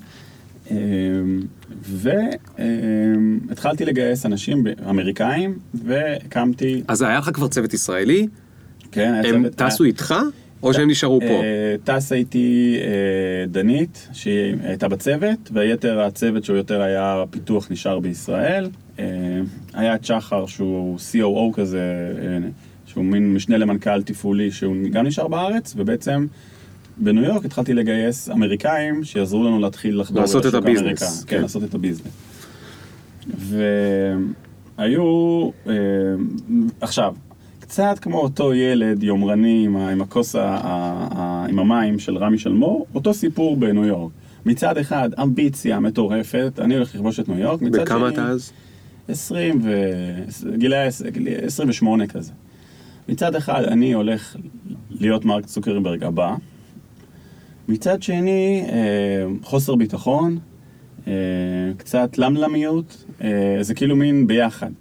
והתחלתי לגייס אנשים אמריקאים, והקמתי... אז היה לך כבר צוות ישראלי? כן, הם טסו איתך? או שהם נשארו פה? טסה איתי דנית, שהיא הייתה בצוות, והיתר הצוות שהוא יותר היה פיתוח נשאר בישראל. היה את שחר שהוא COO כזה, שהוא מין משנה למנכ"ל תפעולי, שהוא גם נשאר בארץ, ובעצם בניו יורק התחלתי לגייס אמריקאים שיעזרו לנו להתחיל לחדור לעשות את הביזנס. כן, לעשות את הביזנס. והיו, עכשיו, קצת כמו אותו ילד יומרני עם הכוס, עם המים של רמי שלמור, אותו סיפור בניו יורק. מצד אחד, אמביציה מטורפת, אני הולך לכבוש את ניו יורק. בכמה אתה אז? 28 כזה. מצד אחד, אני הולך להיות מרק צוקרברג הבא. מצד שני, חוסר ביטחון, קצת למלמיות, זה כאילו מין ביחד.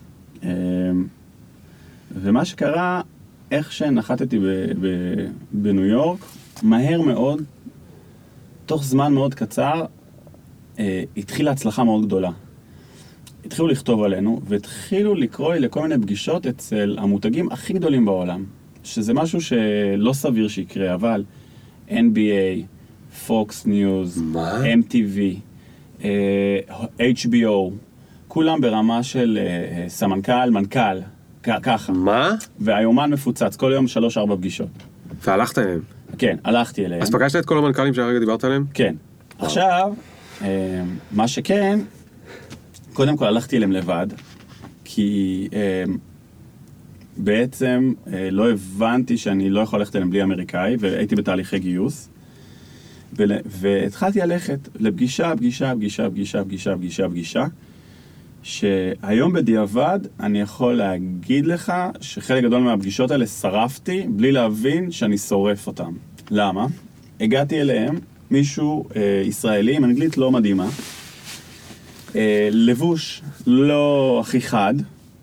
ומה שקרה, איך שנחתתי בניו יורק, מהר מאוד, תוך זמן מאוד קצר, התחילה הצלחה מאוד גדולה. התחילו לכתוב עלינו, והתחילו לקרוא לי לכל מיני פגישות אצל המותגים הכי גדולים בעולם. שזה משהו שלא סביר שיקרה, אבל NBA, Fox News, MTV, HBO, כולם ברמה של סמנכ"ל, מנכ"ל, ככה. מה? והיומן מפוצץ, כל יום 3-4 פגישות. והלכת אליהם? כן, הלכתי אליהם. אז פגשת את כל המנכ"לים שהרגע דיברת עליהם? כן. עכשיו, מה שכן, קודם כל הלכתי אליהם לבד, כי בעצם לא הבנתי שאני לא יכול ללכת אליהם בלי אמריקאי, והייתי בתהליכי גיוס, והתחלתי ללכת לפגישה, פגישה, שהיום בדיעבד אני יכול להגיד לך שחלק גדול מהפגישות האלה שרפתי בלי להבין שאני שורף אותם. למה? הגעתי אליהם, מישהו ישראלי עם אנגלית לא מדהימה, לבוש לא הכי חד,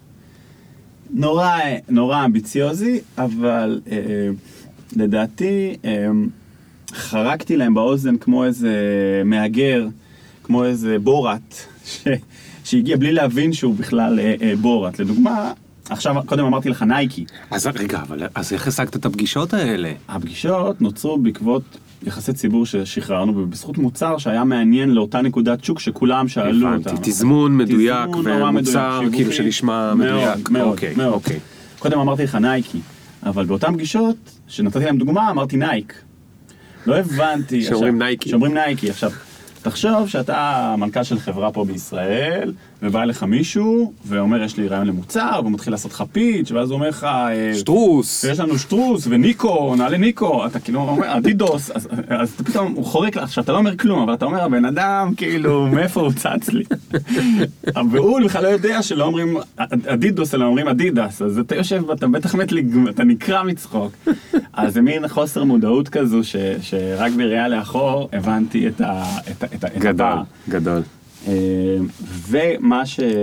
נורא אמביציוזי, אבל לדעתי חרקתי להם באוזן כמו איזה מהגר, כמו איזה בורת, שהגיע בלי להבין שהוא בכלל בורת. לדוגמה, עכשיו קודם אמרתי לך נייקי. אז רגע, אז איך השגת את הפגישות האלה? הפגישות נוצרו בעקבות יחסי ציבור ששחררנו, ובזכות מוצר שהיה מעניין לאותה נקודת שוק שכולם שאלו אותם. הבנתי, תזמון מדויק ומוצר כאילו שנשמע מדויק. מאוד. קודם אמרתי לך נייקי, אבל באותן פגישות שנתתי להם דוגמה אמרתי נייק. לא הבנתי. שאומרים נייקי. שאומרים נייקי. עכשיו, תחשוב שאתה מנכ"ל של חברה פה בישראל, ובא אליך מישהו, ואומר, יש לי רעיון למוצר, והוא מתחיל לעשות לך פיץ', ואז הוא אומר לך, שטרוס. יש לנו שטרוס, וניקו, נעלה ניקו, אתה כאילו אומר, אדידוס, אז פתאום הוא חורק לך, עכשיו אתה לא אומר כלום, אבל אתה אומר, הבן אדם, כאילו, מאיפה הוא צץ לי? והוא בכלל לא יודע שלא אומרים אדידוס, אלא אומרים אדידס, אז אתה יושב ואתה בטח מת לי, אתה נקרא מצחוק. אז זה מין חוסר מודעות כזו, שרק בראייה לאחור הבנתי את גדול. ומה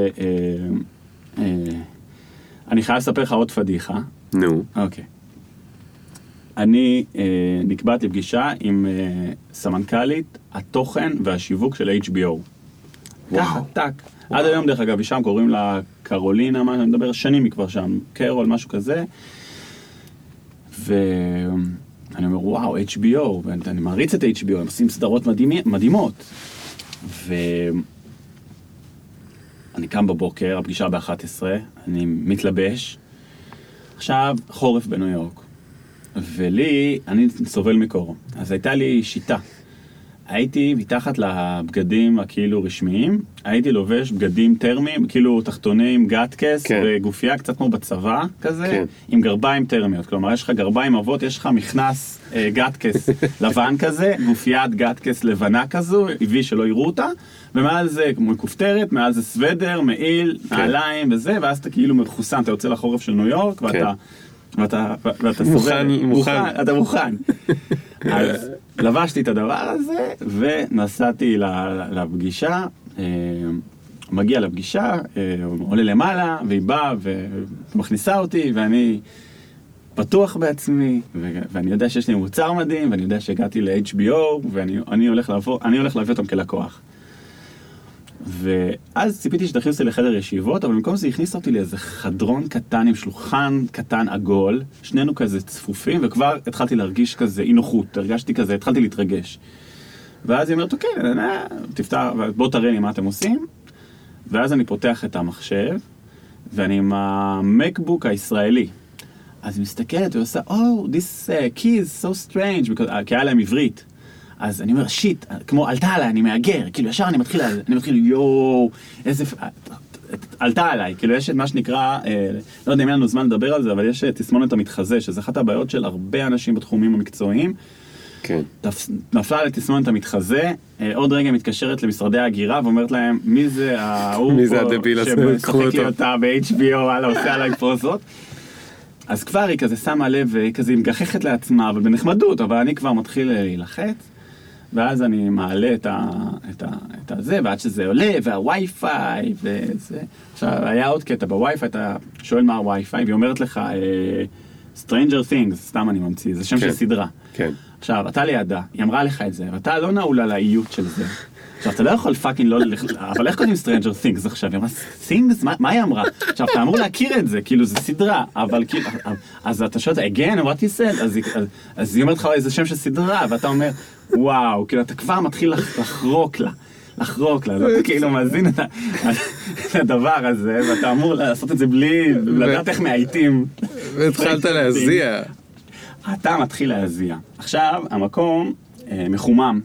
אני חייב לספר לך עוד פדיחה. נו. אוקיי. אני נקבעתי פגישה עם סמנכ"לית התוכן והשיווק של HBO. ככה, טק. עד היום דרך אגב, שם קוראים לה קרולינה, אני מדבר שנים כבר שם, קרול, משהו כזה. ואני אומר, וואו, HBO, ואני מעריץ את HBO, הם עושים סדרות מדהימות. ואני קם בבוקר, הפגישה ב-11, אני מתלבש. עכשיו, חורף בניו יורק. ולי, אני סובל מקור. אז הייתה לי שיטה. הייתי מתחת לבגדים הכאילו רשמיים, הייתי לובש בגדים טרמיים, כאילו תחתונים, גטקס, כן. וגופייה קצת כמו בצבא כזה, כן. עם גרביים טרמיות. כלומר, יש לך גרביים אבות, יש לך מכנס גטקס לבן כזה, גופיית גטקס לבנה כזו, הביא שלא יראו אותה, ומעל זה מכופתרת, מעל זה סוודר, מעיל, כן. נעליים וזה, ואז אתה כאילו מחוסן, אתה יוצא לחורף של ניו יורק, ואתה מוכן. אתה מוכן. אז לבשתי את הדבר הזה, ונסעתי לפגישה, מגיע לפגישה, עולה למעלה, והיא באה ומכניסה אותי, ואני פתוח בעצמי, ואני יודע שיש לי מוצר מדהים, ואני יודע שהגעתי ל-HBO, ואני הולך להביא אותם כלקוח. ואז ציפיתי שתכניס אותי לחדר ישיבות, אבל במקום זה הכניס אותי לאיזה חדרון קטן עם שולחן קטן עגול, שנינו כזה צפופים, וכבר התחלתי להרגיש כזה אי נוחות, הרגשתי כזה, התחלתי להתרגש. ואז היא אומרת, אוקיי, תפתח, בוא תראה לי מה אתם עושים. ואז אני פותח את המחשב, ואני עם המקבוק הישראלי. אז היא מסתכלת ועושה, this key is so strange, כי היה להם עברית. אז אני אומר, שיט, כמו עלתה עליי, אני מאגר, כאילו ישר אני מתחיל, יואו, איזה, עלתה עליי, כאילו יש את מה שנקרא, לא יודע אם אין לנו זמן לדבר על זה, אבל יש תסמונת המתחזה, שזה אחת הבעיות של הרבה אנשים בתחומים המקצועיים. כן. נפלה על תסמונת המתחזה, עוד רגע מתקשרת למשרדי ההגירה ואומרת להם, מי זה ההוא פה שמשחק לי אותה ב-HBO, הלאה, עושה עליי פרוזות. אז כבר היא כזה שמה לב, והיא כזה מגחכת לעצמה, אבל בנחמדות, אבל אני כבר מתחיל להילחץ, ואז אני מעלה את זה, ועד שזה עולה, והווי-פיי, וזה. עכשיו, היה עוד קטע, בווי-פיי אתה שואל מה הווי-פיי, והיא אומרת לך, Stranger Things, סתם אני ממציא, זה שם של סדרה. כן. עכשיו, אתה לידה, היא אמרה לך את זה, ואתה לא נעול על האיות של זה. עכשיו, אתה לא יכול פאקינג לא... אבל איך קוראים Stranger Things עכשיו? היא אמרה, Things? מה היא אמרה? עכשיו, אתה אמור להכיר את זה, כאילו, זה סדרה, אבל כאילו... אז אתה שואל, again, what he said? אז היא אומרת לך איזה שם של סדרה, ואתה אומר, וואו, כאילו, אתה כבר מתחיל לחרוק לה. אתה כאילו מאזין את הדבר הזה, ואתה אמור לעשות את זה בלי לדעת איך מעייתים. והתחלת להזיע. אתה מתחיל להזיע. עכשיו, המקום מחומם.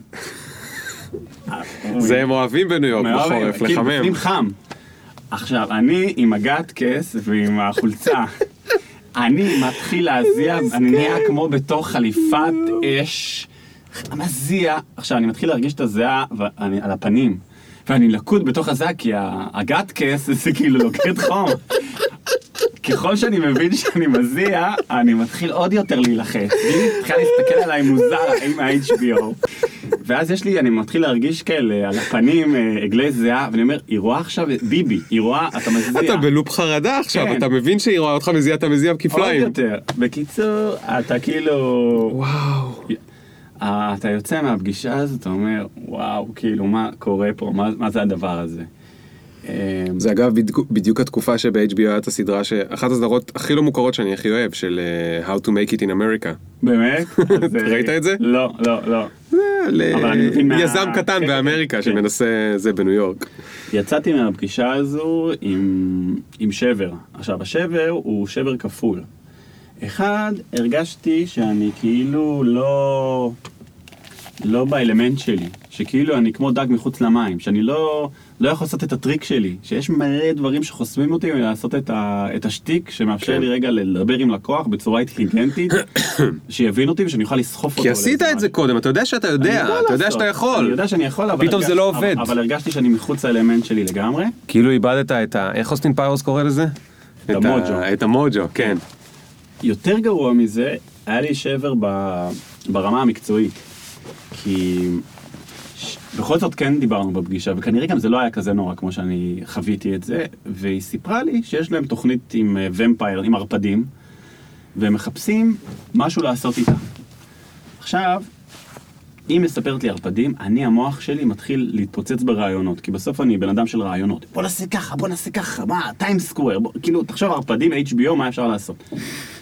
זה הם אוהבים בניו יורק בחורף, לחמם. בפנים חם. עכשיו, אני עם הגת כס ועם החולצה, אני מתחיל להזיע, אני נהיה כמו בתור חליפת אש, מזיע. עכשיו, אני מתחיל להרגיש את הזיעה על הפנים, ואני לקוד בתוך הזיעה, כי הגת כס זה כאילו לוקד חום. ככל שאני מבין שאני מזיע, אני מתחיל עוד יותר להילחץ. היא מתחילה להסתכל עליי מוזר עם ה-HBO. ואז אני מתחיל להרגיש כאלה על הפנים, עגלי זיעה, ואני אומר, היא רואה עכשיו ביבי, היא רואה, אתה מזיע. אתה בלופ חרדה עכשיו, אתה מבין שהיא רואה אותך מזיע, אתה מזיע בכפליים. עוד יותר. בקיצור, אתה כאילו... וואו. אתה יוצא מהפגישה הזאת, אתה אומר, וואו, כאילו, מה קורה פה? מה זה הדבר הזה? זה אגב בדיוק התקופה שב-HBO הייתה הסדרה שאחת הסדרות הכי לא מוכרות שאני הכי אוהב, של How to Make It in America. באמת? ראית את זה? לא. יזם קטן באמריקה שמנסה זה בניו יורק. יצאתי מהפגישה הזו עם שבר. עכשיו, השבר הוא שבר כפול. אחד, הרגשתי שאני כאילו לא באלמנט שלי, שכאילו אני כמו דג מחוץ למים, שאני לא יכול לעשות את הטריק שלי, שיש מלא דברים שחוסמים אותי מלעשות את השטיק, שמאפשר לי רגע לדבר עם לקוח בצורה אינטליגנטית, שיבין אותי ושאני אוכל לסחוף אותו. כי עשית את זה קודם, אתה יודע שאתה יודע, אתה יודע שאתה יכול. אני יודע שאני יכול, פתאום זה לא עובד. אבל הרגשתי שאני מחוץ לאלמנט שלי לגמרי. כאילו איבדת את איך אוסטין פאוורס קורא לזה? את המוג'ו, כן. יותר גרוע מזה, היה לי שבר ברמה המקצועית. כי בכל זאת כן דיברנו בפגישה, וכנראה גם זה לא היה כזה נורא כמו שאני חוויתי את זה, והיא סיפרה לי שיש להם תוכנית עם ומפייר, עם ערפדים, והם מחפשים משהו לעשות איתה. עכשיו, היא מספרת לי ערפדים, המוח שלי מתחיל להתפוצץ ברעיונות, כי בסוף אני בן אדם של רעיונות. בוא נעשה ככה, מה, טיים סקוואר, כאילו, תחשוב ערפדים, HBO, מה אפשר לעשות?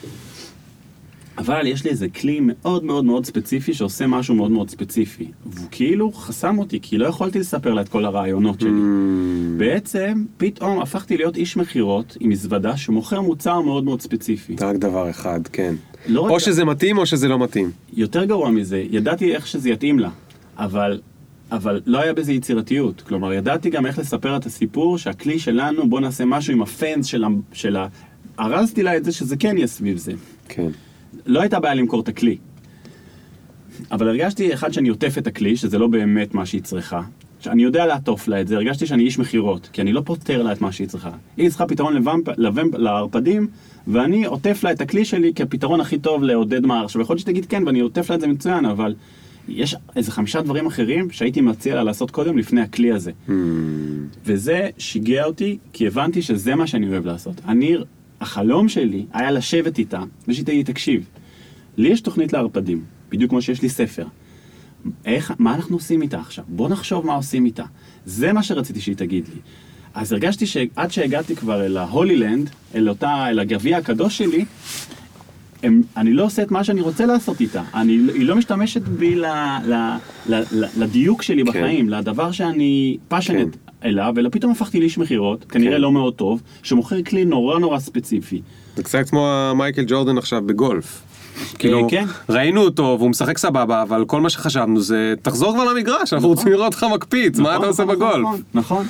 אבל יש לי איזה כלי מאוד מאוד מאוד ספציפי שעושה משהו מאוד מאוד ספציפי. והוא כאילו חסם אותי, כי לא יכולתי לספר לה את כל הרעיונות שלי. בעצם, פתאום הפכתי להיות איש מחירות עם מזוודה שמוכר מוצר מאוד מאוד ספציפי. רק דבר אחד, כן. או שזה מתאים או שזה לא מתאים. יותר גרוע מזה, ידעתי איך שזה יתאים לה, אבל לא היה בזה יצירתיות. כלומר, ידעתי גם איך לספר את הסיפור שהכלי שלנו, בוא נעשה משהו עם הפנס שלה. הרזתי לה את זה שזה כן יהיה סביב זה. כן. לא הייתה בעיה למכור את הכלי. אבל הרגשתי אחד שאני עוטף את הכלי, שזה לא באמת מה שהיא צריכה. שאני יודע לעטוף לה את זה, הרגשתי שאני איש מחירות, כי אני לא פותר לה את מה שהיא צריכה. היא צריכה פתרון לערפדים, ואני עוטף לה את הכלי שלי כפתרון הכי טוב לעודד מהר. עכשיו, יכול להיות שתגיד כן, ואני עוטף לה את זה מצוין, אבל יש איזה 5 דברים אחרים שהייתי מציע לה לעשות קודם לפני הכלי הזה. וזה שיגע אותי, כי הבנתי שזה מה שאני אוהב לעשות. החלום שלי היה לשבת איתה, ושהיא תגיד, תקשיב, לי יש תוכנית לערפדים, בדיוק כמו שיש לי ספר, מה אנחנו עושים איתה עכשיו? בוא נחשוב מה עושים איתה. זה מה שרציתי שהיא תגיד לי. אז הרגשתי שעד שהגעתי כבר אל ההולילנד, אל הגביע הקדוש שלי, אני לא עושה את מה שאני רוצה לעשות איתה. היא לא משתמשת בי לדיוק שלי בחיים, לדבר שאני פשנט אליו, אלא פתאום הפכתי לאיש מחירות, כנראה לא מאוד טוב, שמוכר כלי נורא נורא ספציפי. זה קצת כמו מייקל ג'ורדן עכשיו בגולף. כאילו, ראינו אותו והוא משחק סבבה, אבל כל מה שחשבנו זה, תחזור כבר למגרש, אנחנו רוצים לראות אותך מקפיץ, מה אתה עושה בגולף? נכון.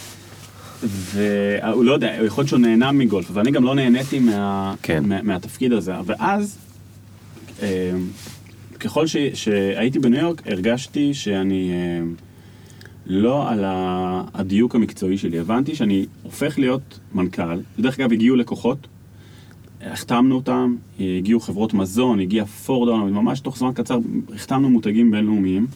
והוא לא יודע, יכול להיות שהוא נהנה מגולף, ואני גם לא נהניתי מהתפקיד הזה. ואז, ככל שהייתי בניו יורק, הרגשתי שאני לא על הדיוק המקצועי שלי. הבנתי שאני הופך להיות מנכ"ל. בדרך אגב, הגיעו לקוחות, החתמנו אותם, הגיעו חברות מזון, הגיע פורד, ממש תוך זמן קצר, החתמנו מותגים בינלאומיים.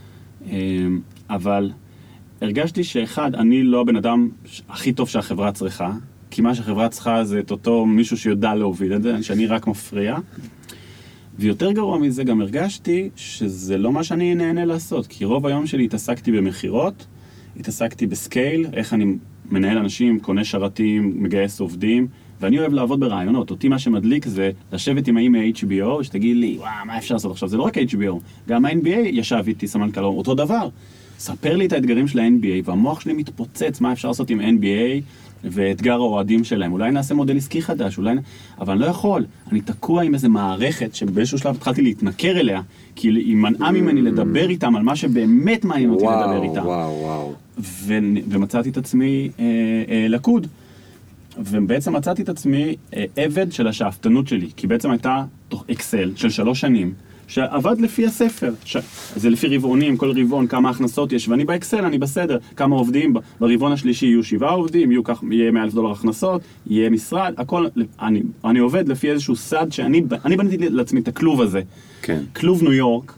אבל הרגשתי שאחד, אני לא הבן אדם הכי טוב שהחברה צריכה, כי מה שהחברה צריכה זה את אותו מישהו שיודע להוביל את זה, שאני רק מפריע. ויותר גרוע מזה גם הרגשתי שזה לא מה שאני נהנה לעשות, כי רוב היום שלי התעסקתי במחירות, התעסקתי בסקייל, איך אני מנהל אנשים, קונה שרתים, מגייס עובדים, ואני אוהב לעבוד ברעיונות. אותי מה שמדליק זה לשבת עם האם מ-HBO, שתגיד לי, וואו, מה אפשר לעשות עכשיו? זה לא רק HBO, גם ה-NBA ישב איתי סמנכ"ל, אותו דבר. ספר לי את האתגרים של ה-NBA, והמוח שלי מתפוצץ מה אפשר לעשות עם NBA ואתגר האוהדים שלהם. אולי נעשה מודל עסקי חדש, אבל אני לא יכול. אני תקוע עם איזו מערכת שבאיזשהו שלב התחלתי להתנכר אליה, כי היא מנעה ממני לדבר איתם על מה שבאמת מעניין אותי לדבר איתם. ומצאתי את עצמי לקוד. ובעצם מצאתי את עצמי עבד של השאפתנות שלי, כי בעצם הייתה תוך אקסל של 3 שנים, שעבד לפי הספר, זה לפי רבעונים, כל רבעון, כמה הכנסות יש, ואני באקסל, אני בסדר, כמה עובדים, ברבעון השלישי יהיו 7 עובדים, יהיה $100,000 הכנסות, יהיה משרד, הכל, אני עובד לפי איזשהו סד שאני בניתי לעצמי את הכלוב הזה, כן. כלוב ניו יורק,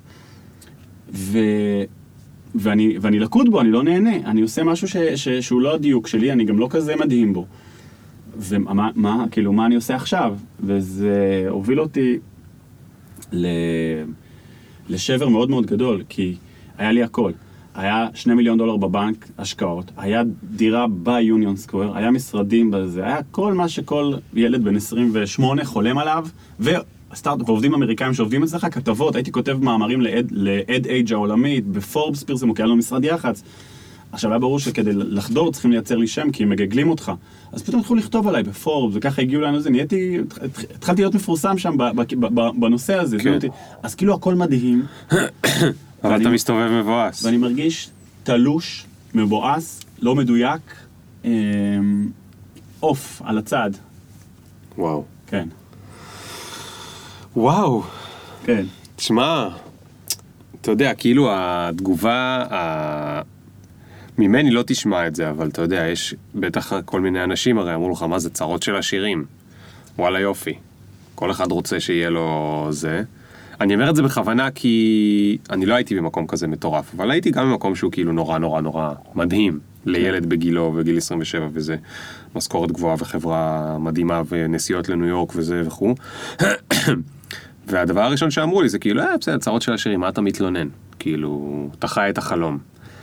ואני לקוד בו, אני לא נהנה, אני עושה משהו שהוא לא הדיוק שלי, אני גם לא כזה מדהים בו, ומה, כאילו, מה אני עושה עכשיו? וזה הוביל אותי לשבר מאוד מאוד גדול, כי היה לי הכל. היה $2 מיליון בבנק השקעות, היה דירה ביוניון סקוואר, היה משרדים בזה, היה כל מה שכל ילד בן 28 חולם עליו, ועובדים אמריקאים שעובדים אצלך, כתבות, הייתי כותב מאמרים ל-Ad Age העולמית, בפורבס פרסמו, כי היה לנו משרד יח"צ. עכשיו היה ברור שכדי לחדור צריכים לייצר לי שם, כי הם מגגלים אותך. אז פתאום התחילו לכתוב עליי בפורבס, וככה הגיעו לנו זה, התחלתי להיות מפורסם שם בנושא הזה. כן. אז כאילו הכל מדהים. אבל אתה מסתובב מבואס. ואני מרגיש תלוש, מבואס, לא מדויק, אוף על הצד. וואו. כן. וואו. כן. תשמע, אתה יודע, כאילו התגובה, ממני לא תשמע את זה, אבל אתה יודע, יש בטח כל מיני אנשים הרי אמרו לך, מה זה צרות של עשירים? וואלה יופי. כל אחד רוצה שיהיה לו זה. אני אומר את זה בכוונה כי אני לא הייתי במקום כזה מטורף, אבל הייתי גם במקום שהוא כאילו נורא נורא נורא מדהים לילד בגילו, בגיל 27 וזה. משכורת גבוהה וחברה מדהימה ונסיעות לניו יורק וזה וכו'. והדבר הראשון שאמרו לי זה כאילו, בסדר, צרות של עשירים, מה אתה מתלונן? כאילו, אתה חי את החלום.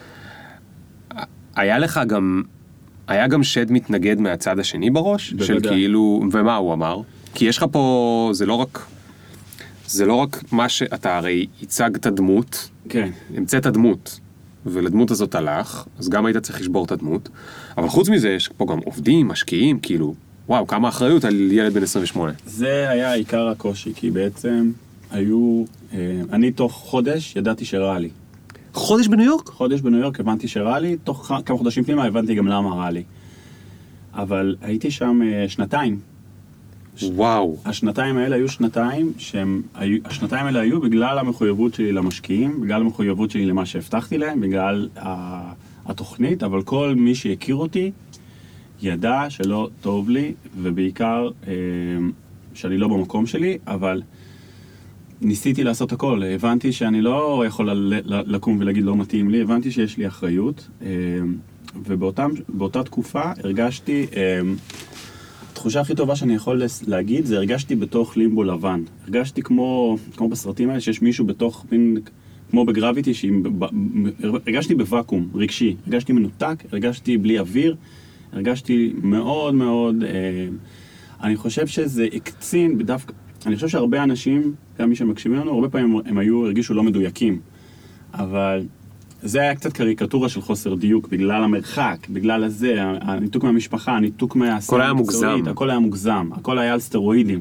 היה גם שד מתנגד מהצד השני בראש? בוודאי. של כאילו, ומה הוא אמר? כי יש לך פה, זה לא רק מה שאתה הרי הצגת דמות, כן. המצאת דמות, ולדמות הזאת הלך, אז גם היית צריך לשבור את הדמות, אבל חוץ מזה יש פה גם עובדים, משקיעים, כאילו, וואו, כמה אחריות על ילד בן 28. זה היה עיקר הקושי, כי בעצם אני תוך חודש ידעתי שרע לי. חודש בניו יורק? חודש בניו יורק הבנתי שרע לי, תוך כמה חודשים פנימה הבנתי גם למה רע לי. אבל הייתי שם 2 וואו. השנתיים האלה היו השנתיים האלה היו בגלל המחויבות שלי למשקיעים, בגלל המחויבות שלי למה שהבטחתי להם, בגלל התוכנית, אבל כל מי שהכיר אותי ידע שלא טוב לי, ובעיקר שאני לא במקום שלי, אבל ניסיתי לעשות הכל. הבנתי שאני לא יכול לקום ולהגיד לא מתאים לי, הבנתי שיש לי אחריות, ובאותה תקופה הרגשתי, התחושה הכי טובה שאני יכול להגיד, זה הרגשתי בתוך לימבו לבן. הרגשתי כמו בסרטים האלה שיש מישהו בתוך כמו בגרביטי, הרגשתי בוואקום רגשי, הרגשתי מנותק, הרגשתי בלי אוויר, הרגשתי מאוד מאוד, אני חושב שזה הקצין בדווקא, אני חושב שהרבה אנשים, גם מי שמקשיבים לנו, הרבה פעמים הם הרגישו לא מדויקים, אבל זה היה קצת קריקטורה של חוסר דיוק, בגלל המרחק, בגלל הזה, הניתוק מהמשפחה, הניתוק הכל היה מוגזם. הכל היה מוגזם, הכל היה על סטרואידים.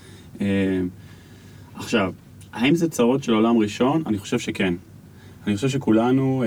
עכשיו, האם זה צרות של עולם ראשון? אני חושב שכן. אני חושב שכולנו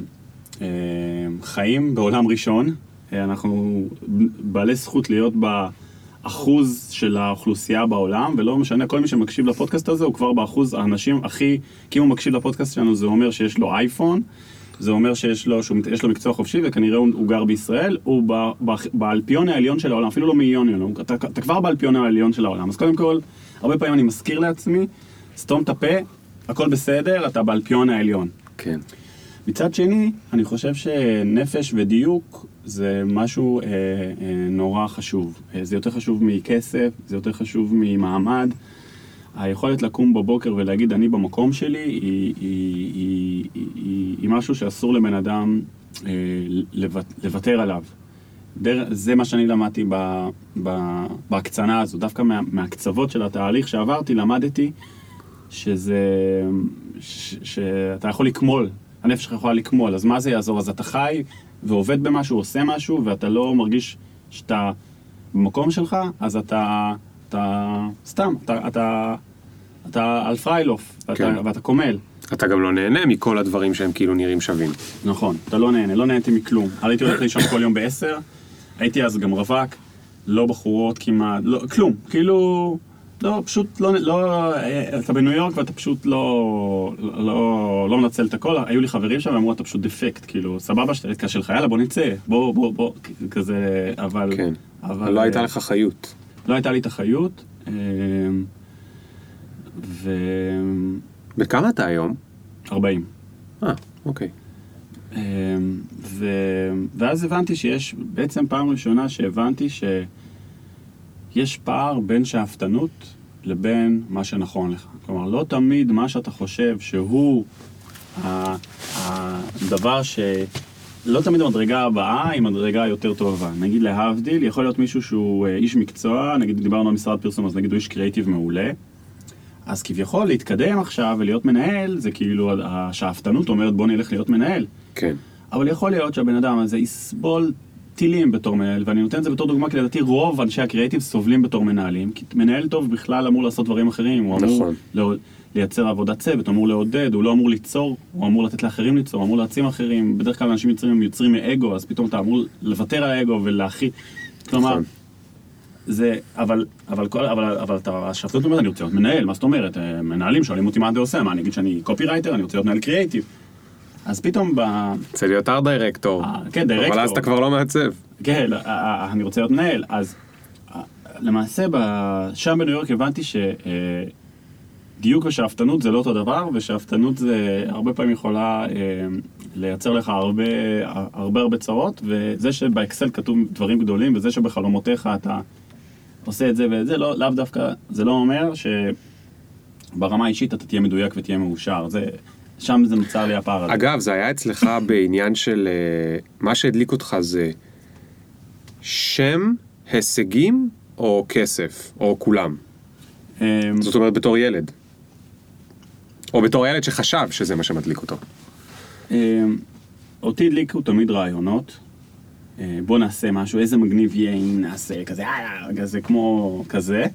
חיים בעולם ראשון, אנחנו בעלי זכות להיות באחוז של האוכלוסייה בעולם, ולא משנה, כל מי שמקשיב לפודקאסט הזה הוא כבר באחוז האנשים הכי, כי אם הוא מקשיב לפודקאסט שלנו זה אומר שיש לו אייפון, זה אומר שיש לו מקצוע חופשי וכנראה הוא גר בישראל, הוא באלפיון העליון של העולם, אפילו לא מיליון, אתה כבר באלפיון העליון של העולם. אז קודם כל, הרבה פעמים אני מזכיר לעצמי, סתום את הפה, הכל בסדר, אתה באלפיון העליון. כן. מצד שני, אני חושב שנפש ודיוק זה משהו נורא חשוב. זה יותר חשוב מכסף, זה יותר חשוב ממעמד. היכולת לקום בבוקר ולהגיד אני במקום שלי היא משהו שאסור לבן אדם לוותר עליו. זה מה שאני למדתי בהקצנה הזו. דווקא מהקצוות של התהליך שעברתי, למדתי שאתה יכול לקמול. הנפש שלך יכולה לקמול, אז מה זה יעזור? אז אתה חי ועובד במשהו, עושה משהו, ואתה לא מרגיש שאתה במקום שלך, אז אתה סתם, אתה על פריילוף, ואתה קומל. אתה גם לא נהנה מכל הדברים שהם כאילו נראים שווים. נכון, אתה לא נהנה, לא נהנתי מכלום. הייתי הולך לישון כל יום ב10, הייתי אז גם רווק, לא בחורות כמעט, כלום, כאילו... לא, פשוט לא, אתה בניו יורק ואתה פשוט לא מנצל את הכל. היו לי חברים שם ואמרו, אתה פשוט דפקט, כאילו, סבבה שאתה להתקשר לך, יאללה, בוא נצא, בוא, כזה, אבל... כן, אבל לא הייתה לך חיות. לא הייתה לי את החיות, בכמה אתה היום? 40. אוקיי. ואז הבנתי שיש, בעצם פעם ראשונה שהבנתי יש פער בין שאפתנות לבין מה שנכון לך. כלומר, לא תמיד מה שאתה חושב שהוא הדבר לא תמיד המדרגה הבאה היא מדרגה יותר טובה. נגיד להבדיל, יכול להיות מישהו שהוא איש מקצוע, נגיד דיברנו על משרד פרסום, אז נגיד הוא איש קריאיטיב מעולה. אז כביכול להתקדם עכשיו ולהיות מנהל, זה כאילו השאפתנות אומרת בוא נלך להיות מנהל. כן. אבל יכול להיות שהבן אדם הזה יסבול טילים בתור מנהל, ואני נותן את זה בתור דוגמה, כי לדעתי רוב אנשי הקריאיטיב סובלים בתור מנהלים, כי מנהל טוב בכלל אמור לעשות דברים אחרים, הוא אמור לייצר עבודת צוות, הוא אמור לעודד, הוא לא אמור ליצור, הוא אמור לתת לאחרים ליצור, הוא אמור להעצים אחרים, בדרך כלל אנשים יוצרים מאגו, אז פתאום אתה אמור לוותר על האגו ולהכי, כלומר, זה, אבל אתה, השאפתנות אומרת, אני רוצה להיות מנהל, מה זאת אומרת? מנהלים שואלים אותי מה אתה עושה, מה אני אגיד שאני קופירייטר, אני רוצה להיות מנהל קריאיטיב. אז פתאום רוצה להיות ארט דירקטור. כן, דירקטור. אבל אז אתה כבר לא מעצב. כן, אני רוצה להיות מנהל. אז למעשה, שם בניו יורק הבנתי שדיוק ושאפתנות זה לא אותו דבר, ושאפתנות זה הרבה פעמים יכולה לייצר לך הרבה צרות, וזה שבאקסל כתוב דברים גדולים, וזה שבחלומותיך אתה עושה את זה ואת זה, לאו דווקא, זה לא אומר שברמה האישית אתה תהיה מדויק ותהיה מאושר. שם זה נוצר לי הפער הזה. אגב, זה היה אצלך בעניין של מה שהדליק אותך זה שם, הישגים או כסף, או כולם. זאת אומרת בתור ילד. או בתור ילד שחשב שזה מה שמדליק אותו. אותי הדליקו תמיד רעיונות. בוא נעשה משהו, איזה מגניב יהיה אם נעשה כזה, כזה כמו כזה.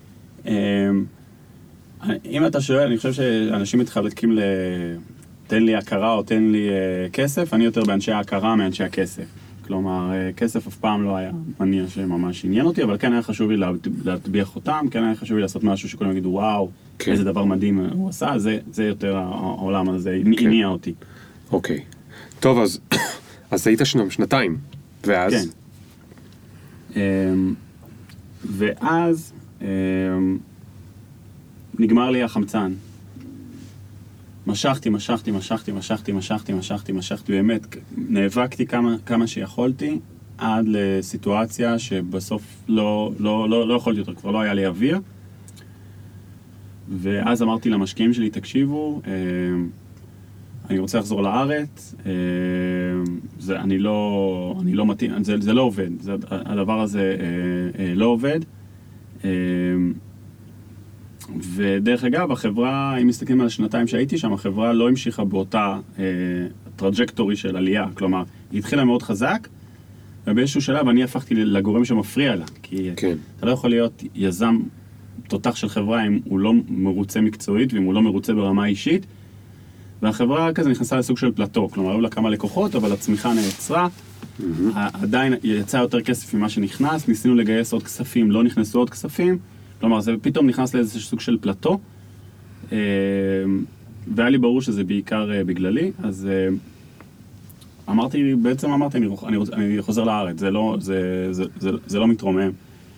אם אתה שואל, אני חושב שאנשים מתחלקים תן לי הכרה או תן לי כסף, אני יותר באנשי ההכרה מאנשי הכסף. כלומר, כסף אף פעם לא היה מניע שממש עניין אותי, אבל כן היה חשוב לי להטביח אותם, כן היה חשוב לי לעשות משהו שכולם יגידו, וואו, איזה דבר מדהים הוא עשה, זה יותר העולם הזה, עניין אותי. אוקיי. טוב, אז היית שנתיים, ואז? כן. ואז נגמר לי החמצן. משכתי, באמת, נאבקתי כמה שיכולתי, עד לסיטואציה שבסוף לא יכולתי יותר, כבר לא היה לי אוויר. ואז אמרתי למשקיעים שלי, תקשיבו, אני רוצה לחזור לארץ, אני לא מתאים, זה לא עובד, הדבר הזה לא עובד. ודרך אגב, החברה, אם מסתכלים על השנתיים שהייתי שם, החברה לא המשיכה באותה טראג'קטורי של עלייה, כלומר, היא התחילה מאוד חזק, ובאיזשהו שלב אני הפכתי לגורם שמפריע לה, כי אתה לא יכול להיות יזם תותח של חברה אם הוא לא מרוצה מקצועית, ואם הוא לא מרוצה ברמה אישית, והחברה כזה נכנסה לסוג של פלטו, כלומר, היו לה כמה לקוחות, אבל הצמיחה נעצרה, עדיין יצא יותר כסף ממה שנכנס, ניסינו לגייס עוד כספים, לא נכנסו עוד כספים, כלומר, זה פתאום נכנס לאיזה סוג של פלטו, והיה לי ברור שזה בעיקר בגללי, אז אמרתי, אני חוזר לארץ, זה לא מתרומם.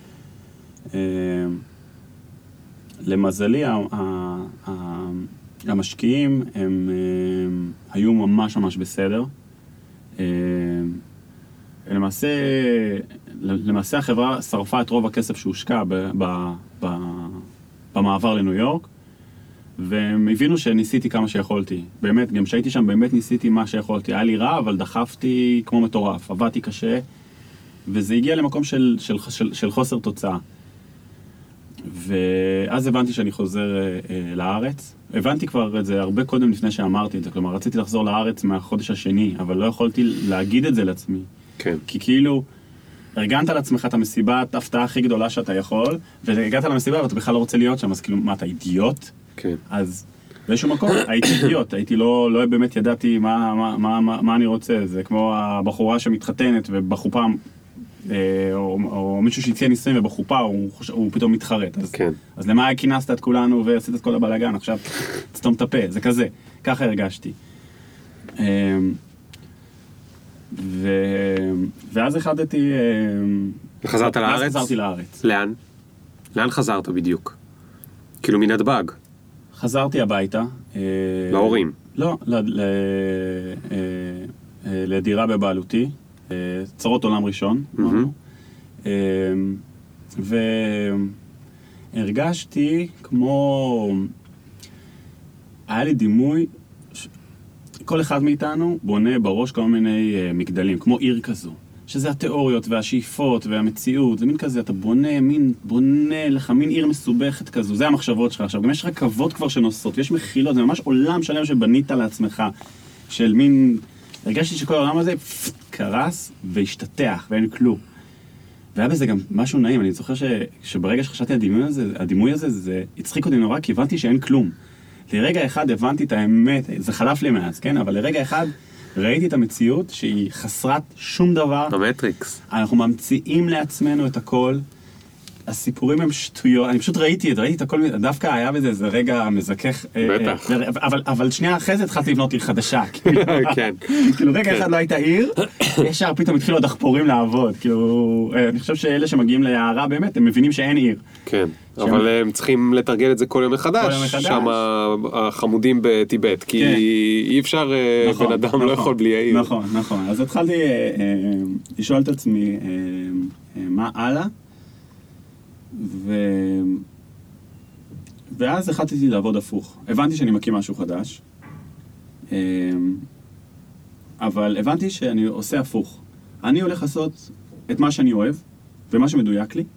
למזלי, המשקיעים הם היו ממש ממש בסדר. למעשה החברה שרפה את רוב הכסף שהושקע במעבר לניו יורק, והם הבינו שניסיתי כמה שיכולתי. באמת, גם שהייתי שם באמת ניסיתי מה שיכולתי. היה לי רע, אבל דחפתי כמו מטורף, עבדתי קשה, וזה הגיע למקום של חוסר תוצאה. ואז הבנתי שאני חוזר לארץ. הבנתי כבר את זה הרבה קודם לפני שאמרתי את זה, כלומר רציתי לחזור לארץ מהחודש השני, אבל לא יכולתי להגיד את זה לעצמי. כן. כי כאילו, ארגנת לעצמך את המסיבת ההפתעה הכי גדולה שאתה יכול, והגעת למסיבה ואתה בכלל לא רוצה להיות שם, אז כאילו, מה, אתה אידיוט? כן. אז באיזשהו מקום, הייתי אידיוט, הייתי לא באמת ידעתי מה אני רוצה, זה כמו הבחורה שמתחתנת ובחופה, או מישהו שהציע נישואים ובחופה הוא פתאום מתחרט. כן. אז למה כינסת את כולנו ועשית את כל הבלגן, עכשיו תסתום את הפה, זה כזה, ככה הרגשתי. ואז החלטתי... וחזרת לארץ? אז חזרתי לארץ. לאן? לאן חזרת בדיוק? כאילו מנתב"ג? חזרתי הביתה. להורים? לא, לדירה בבעלותי. צרות עולם ראשון. והרגשתי כמו... היה לי דימוי... כל אחד מאיתנו בונה בראש כל מיני מגדלים, כמו עיר כזו, שזה התיאוריות והשאיפות והמציאות, זה מין כזה, אתה בונה לך מין עיר מסובכת כזו, זה המחשבות שלך. עכשיו, גם יש רכבות כבר שנוסעות, ויש מחילות, זה ממש עולם שלם שבנית לעצמך, של מין... הרגשתי שכל העולם הזה קרס והשתתח, ואין כלום. והיה בזה גם משהו נעים, אני זוכר שברגע שחשבתי על הדימוי הזה, זה הצחיק אותי נורא, כי הבנתי שאין כלום. לרגע אחד הבנתי את האמת, זה חלף לי מאז, כן? אבל לרגע אחד ראיתי את המציאות שהיא חסרת שום דבר. המטריקס. אנחנו ממציאים לעצמנו את הכל. הסיפורים הם שטויות, אני פשוט ראיתי את הכל, דווקא היה בזה איזה רגע מזכך. בטח. אבל שנייה אחרי זה התחלתי לבנות עיר חדשה. כן. כאילו רגע אחד לא הייתה עיר, ישר פתאום התחילו הדחפורים לעבוד. כאילו, אני חושב שאלה שמגיעים להערה באמת, הם מבינים שאין עיר. כן, אבל הם צריכים לתרגל את זה כל יום מחדש. שם החמודים בטיבט, כי אי אפשר, בן אדם לא יכול בלי העיר. נכון. אז התחלתי לשאול את עצמי, מה הלאה? ואז החלטתי לעבוד הפוך. הבנתי שאני מקים משהו חדש, אבל הבנתי שאני עושה הפוך. אני הולך לעשות את מה שאני אוהב, ומה שמדויק לי,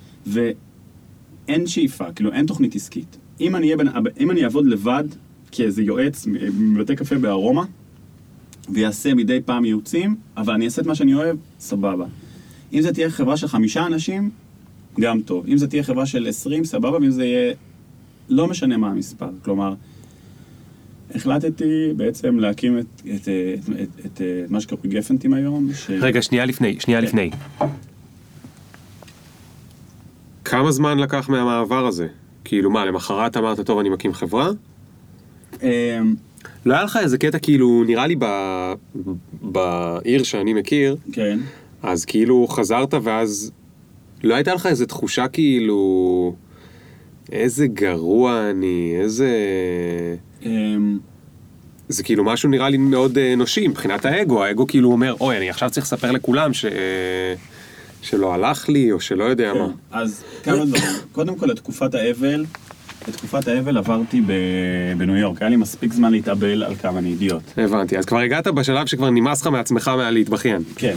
ואין שאיפה, כאילו אין תוכנית עסקית. אם אני אעבוד לבד, כאיזה יועץ מבתי קפה בארומה, ויעשה מדי פעם ייעוצים, אבל אני אעשה את מה שאני אוהב, סבבה. אם זה תהיה חברה של 5 אנשים, גם טוב. אם זה תהיה חברה של 20, סבבה, ואם זה יהיה... לא משנה מה המספר. כלומר, החלטתי בעצם להקים את מה שקוראים גפנטים היום. רגע, שנייה לפני. כמה זמן לקח מהמעבר הזה? כאילו מה, למחרת אמרת, טוב, אני מקים חברה? לא היה לך איזה קטע, כאילו, נראה לי בעיר שאני מכיר, כן. אז כאילו חזרת ואז... לא הייתה לך איזו תחושה כאילו, איזה גרוע אני, איזה... זה כאילו משהו נראה לי מאוד אנושי, מבחינת האגו. האגו כאילו אומר, אוי, אני עכשיו צריך לספר לכולם שלא הלך לי, או שלא יודע מה. אז כמה דברים. קודם כל, לתקופת האבל, את תקופת האבל עברתי בניו יורק, היה לי מספיק זמן להתאבל על כמה אני אידיוט. הבנתי, אז כבר הגעת בשלב שכבר נמאס לך מעצמך להתבכיין. כן.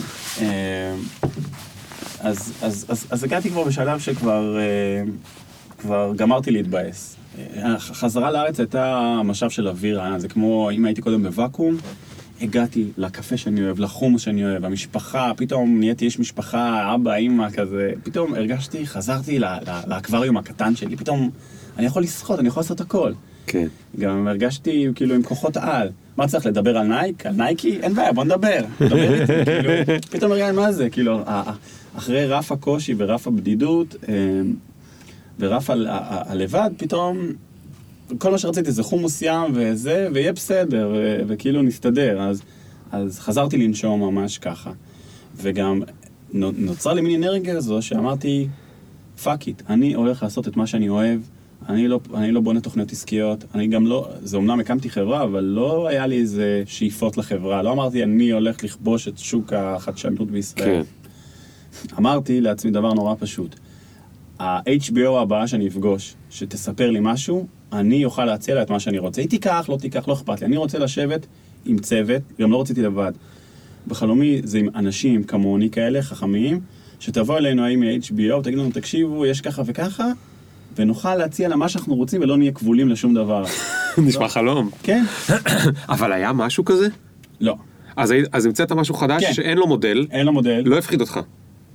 אז הגעתי כבר בשלב שכבר גמרתי להתבאס. החזרה לארץ הייתה משאב של אוויר, זה כמו אם הייתי קודם בוואקום, הגעתי לקפה שאני אוהב, לחומוס שאני אוהב, המשפחה, פתאום נהייתי איש משפחה, אבא, אמא, כזה, פתאום הרגשתי, חזרתי לאקווריום הקטן שלי, פתאום אני יכול לשחות, אני יכול לעשות הכל. כן. גם הרגשתי כאילו עם כוחות על. מה צריך לדבר על נייק? על נייקי? אין בעיה, בוא נדבר. דבר איתי, כאילו, פתאום הרגע מה זה, כאילו, אחרי רף הקושי ורף הבדידות, ורף הלבד, פתאום, כל מה שרציתי זה חומוס ים וזה, ויהיה בסדר, וכאילו נסתדר. אז חזרתי לנשום ממש ככה. וגם נוצרה לי מין אנרגיה הזו שאמרתי, פאק איט, אני הולך לעשות את מה שאני אוהב, אני לא בונה תוכניות עסקיות, אני גם לא, זה אומנם הקמתי חברה, אבל לא היה לי איזה שאיפות לחברה, לא אמרתי אני הולך לכבוש את שוק החדשנות בישראל. כן. אמרתי לעצמי דבר נורא פשוט, ה-HBO הבאה שאני אפגוש, שתספר לי משהו, אני אוכל להציע לה את מה שאני רוצה. היא תיקח, לא תיקח, לא אכפת לי. אני רוצה לשבת עם צוות, גם לא רציתי לבד. בחלומי זה עם אנשים כמוני כאלה, חכמים, שתבוא אלינו עם ה-HBO, תגיד לנו, תקשיבו, יש ככה וככה, ונוכל להציע לה מה שאנחנו רוצים, ולא נהיה כבולים לשום דבר. נשמע חלום. כן. אבל היה משהו כזה? לא. אז המצאת משהו חדש שאין לו מודל. אין לו מודל. לא הפחיד אותך.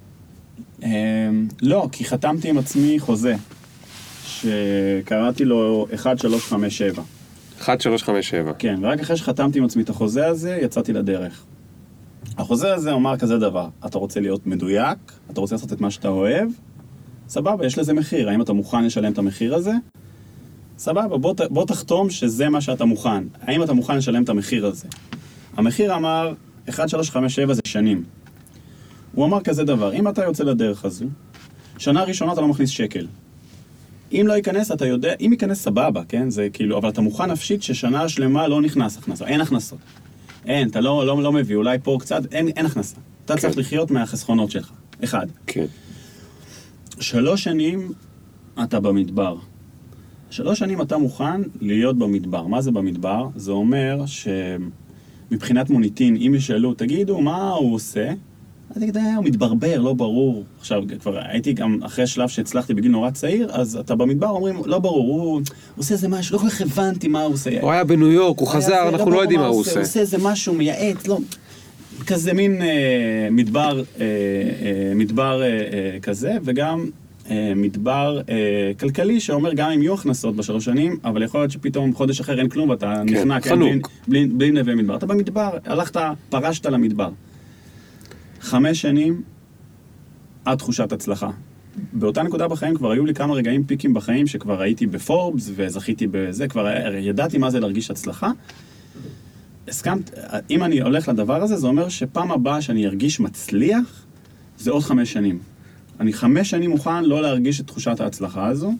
לא, כי חתמתי עם עצמי חוזה, שקראתי לו 1357. 1357. כן, ורק אחרי שחתמתי עם עצמי את החוזה הזה, יצאתי לדרך. החוזה הזה אומר כזה דבר, אתה רוצה להיות מדויק, אתה רוצה לעשות את מה שאתה אוהב, סבבה, יש לזה מחיר, האם אתה מוכן לשלם את המחיר הזה? סבבה, בוא תחתום שזה מה שאתה מוכן, האם אתה מוכן לשלם את המחיר הזה? המחיר אמר, 1357 זה שנים. הוא אמר כזה דבר, אם אתה יוצא לדרך הזו, שנה ראשונה אתה לא מכניס שקל. אם לא ייכנס, אתה יודע, אם ייכנס סבבה, כן? זה כאילו, אבל אתה מוכן נפשית ששנה שלמה לא נכנס הכנסה, אין הכנסות. אין, אתה לא מביא, אולי פה קצת, אין הכנסה. אתה צריך לחיות מהחסכונות שלך. אחד. כן. 3 שנים אתה במדבר. 3 שנים אתה מוכן להיות במדבר. מה זה במדבר? זה אומר שמבחינת מוניטין, אם ישאלו, תגידו, מה הוא עושה? אז תגיד, הוא מתברבר, לא ברור. עכשיו, כבר הייתי גם אחרי שלב שהצלחתי בגיל נורא צעיר, אז אתה במדבר אומרים, לא ברור, הוא עושה איזה משהו, לא כל כך הבנתי מה הוא עושה. הוא היה בניו יורק, הוא חזר, אנחנו לא יודעים מה הוא עושה. הוא עושה איזה משהו מייעץ, לא... כזה מין מדבר כזה, וגם מדבר כלכלי שאומר גם אם יהיו הכנסות ב3 שנים, אבל יכול להיות שפתאום חודש אחר אין כלום ואתה נחנק בלי נווה מדבר. אתה במדבר, הלכת, פרשת למדבר. 5 שנים עד תחושת הצלחה. באותה נקודה בחיים כבר היו לי כמה רגעים פיקים בחיים שכבר הייתי בפורבס וזכיתי בזה, כבר ידעתי מה זה להרגיש הצלחה. הסכמת, אם אני הולך לדבר הזה, זה אומר שפעם הבאה שאני ארגיש מצליח, זה עוד 5 שנים. אני 5 שנים מוכן לא להרגיש את תחושת ההצלחה הזו,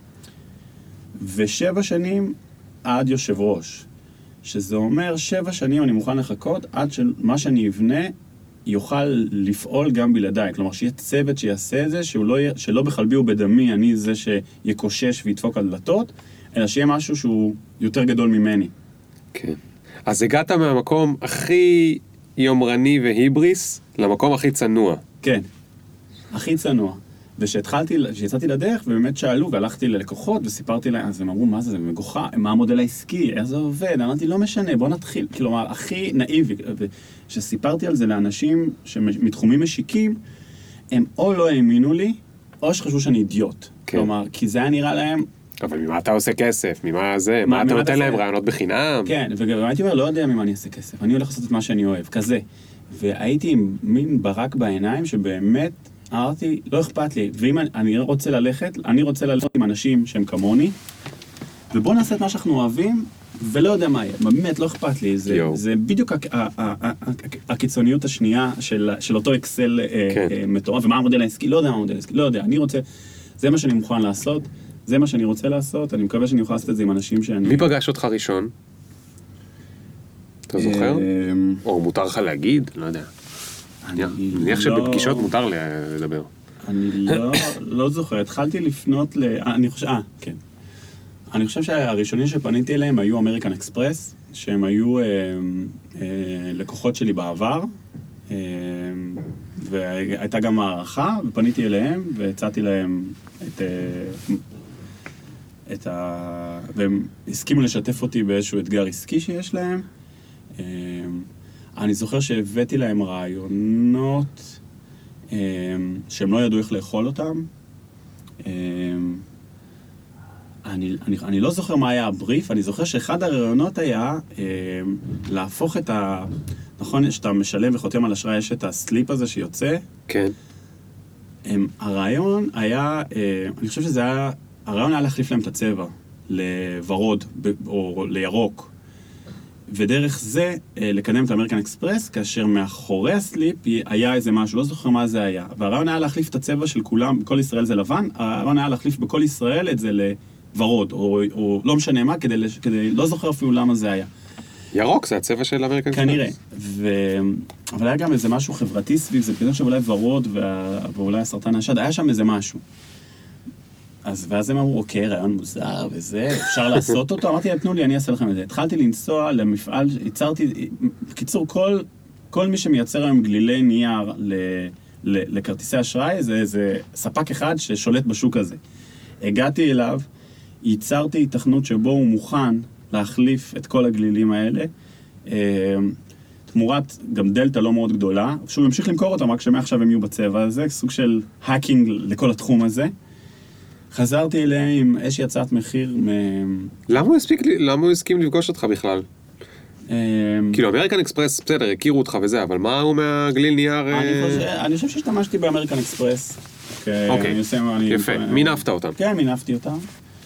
ו7 שנים עד יושב ראש. שזה אומר 7 שנים אני מוכן לחכות עד שמה שאני אבנה יוכל לפעול גם בלעדיי. כלומר, שיהיה צוות שיעשה את זה, שלא בחלבי ובדמי אני זה שיקושש וידפוק על דלתות, אלא שיהיה משהו שהוא יותר גדול ממני. כן. אז הגעת מהמקום הכי יומרני והיבריס למקום הכי צנוע. כן, הכי צנוע. כשיצאתי לדרך, ובאמת שאלו, והלכתי ללקוחות, וסיפרתי להם, אז הם אמרו, מה זה, זה מגוחה, מה המודל העסקי, איך זה עובד? אמרתי, לא משנה, בוא נתחיל. כלומר, הכי נאיבי. וכשסיפרתי על זה לאנשים שמתחומים משיקים, הם או לא האמינו לי, או שחשבו שאני אידיוט. כן. כלומר, כי זה היה נראה להם... אבל ממה אתה עושה כסף? ממה זה? מה אתה נותן להם רעיונות בחינם? כן, וגם הייתי אומר, לא יודע ממה אני אעשה כסף. אני הולך לעשות את מה שאני אוהב, כזה. והייתי עם מין ברק בעיניים שבאמת אמרתי, לא אכפת לי. ואם אני רוצה ללכת עם אנשים שהם כמוני, ובוא נעשה את מה שאנחנו אוהבים, ולא יודע מה יהיה. באמת לא אכפת לי. זה בדיוק הקיצוניות השנייה של אותו אקסל מטורף. ומה המודל העסקי? לא יודע מה המודל העסקי. לא יודע. אני רוצה, זה מה שאני מוכן לעשות. זה מה שאני רוצה לעשות, אני מקווה שאני אוכל לעשות את זה עם אנשים שאני... מי פגש אותך ראשון? אתה זוכר? או מותר לך להגיד? לא יודע. אני מניח שבפגישות מותר לדבר. אני לא זוכר. התחלתי לפנות אני חושב... כן. אני חושב שהראשונים שפניתי אליהם היו אמריקן אקספרס, שהם היו לקוחות שלי בעבר, והייתה גם הערכה, ופניתי אליהם, והצעתי להם והם הסכימו לשתף אותי באיזשהו אתגר עסקי שיש להם. אני זוכר שהבאתי להם רעיונות שהם לא ידעו איך לאכול אותם. אני לא זוכר מה היה הבריף, אני זוכר שאחד הרעיונות היה להפוך את נכון, שאתה משלם וחותם על אשראי, יש את הסליפ הזה שיוצא. כן. הרעיון היה, אני חושב שזה היה, הרעיון היה להחליף להם את הצבע לוורוד או לירוק. ודרך זה לקדם את האמריקן אקספרס, כאשר מאחורי הסליפ היה איזה משהו, לא זוכר מה זה היה. והרעיון היה להחליף את הצבע של כולם, בכל ישראל זה לבן, הרעיון היה להחליף בכל ישראל את זה לוורוד, או לא משנה מה, כדי לא זוכר אפילו למה זה היה. ירוק זה הצבע של אמריקן אקספרס. כנראה. אבל היה גם איזה משהו חברתי סביב זה, פתאום שאולי ורוד ואולי הסרטן השד, היה שם איזה משהו. ואז הם אמרו, אוקיי, רעיון מוזר וזה, אפשר לעשות אותו? אמרתי, תנו לי, אני אעשה לכם את זה. התחלתי לנסוע למפעל, ייצרתי, בקיצור, כל מי שמייצר היום גלילי נייר לכרטיסי אשראי, זה ספק אחד ששולט בשוק הזה. הגעתי אליו, ייצרתי התכנות שבו הוא מוכן להחליף את כל הגלילים האלה, תמורת גם דלטה לא מאוד גדולה, שהוא ימשיך למכור אותם, רק שמעכשיו הם יהיו בצבע הזה, סוג של האקינג לכל התחום הזה. חזרתי אליהם עם איזושהי הצעת מחיר למה הוא הסכים לפגוש אותך בכלל? כאילו, אמריקן אקספרס, בסדר, הכירו אותך וזה, אבל מה הוא מהגליל נייר? אני חושב שהשתמשתי באמריקן אקספרס. אוקיי, יפה. מינפת אותם. כן, מינפתי אותם.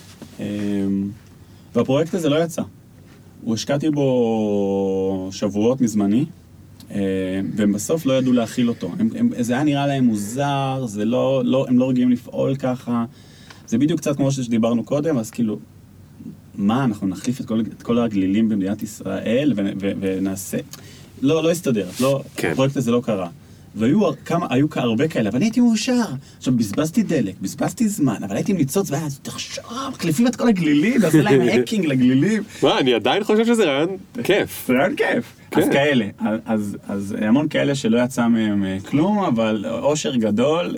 והפרויקט הזה לא יצא. הוא השקעתי בו שבועות מזמני, והם בסוף לא ידעו להכיל אותו. זה היה נראה להם מוזר, הם לא רגילים לפעול ככה. זה בדיוק קצת כמו שדיברנו קודם, אז כאילו, מה, אנחנו נחליף את כל הגלילים במדינת ישראל ונעשה... לא הסתדר, הפרויקט הזה לא קרה. והיו הרבה כאלה, אבל אני הייתי מאושר. עכשיו, בזבזתי דלק, בזבזתי זמן, אבל הייתי ניצוץ, תחשוב, מחליפים את כל הגלילים, נעשה להם האקינג לגלילים. מה, אני עדיין חושב שזה רעיון כיף. זה רעיון כיף. אז כאלה, אז המון כאלה שלא יצא מהם כלום, אבל אושר גדול,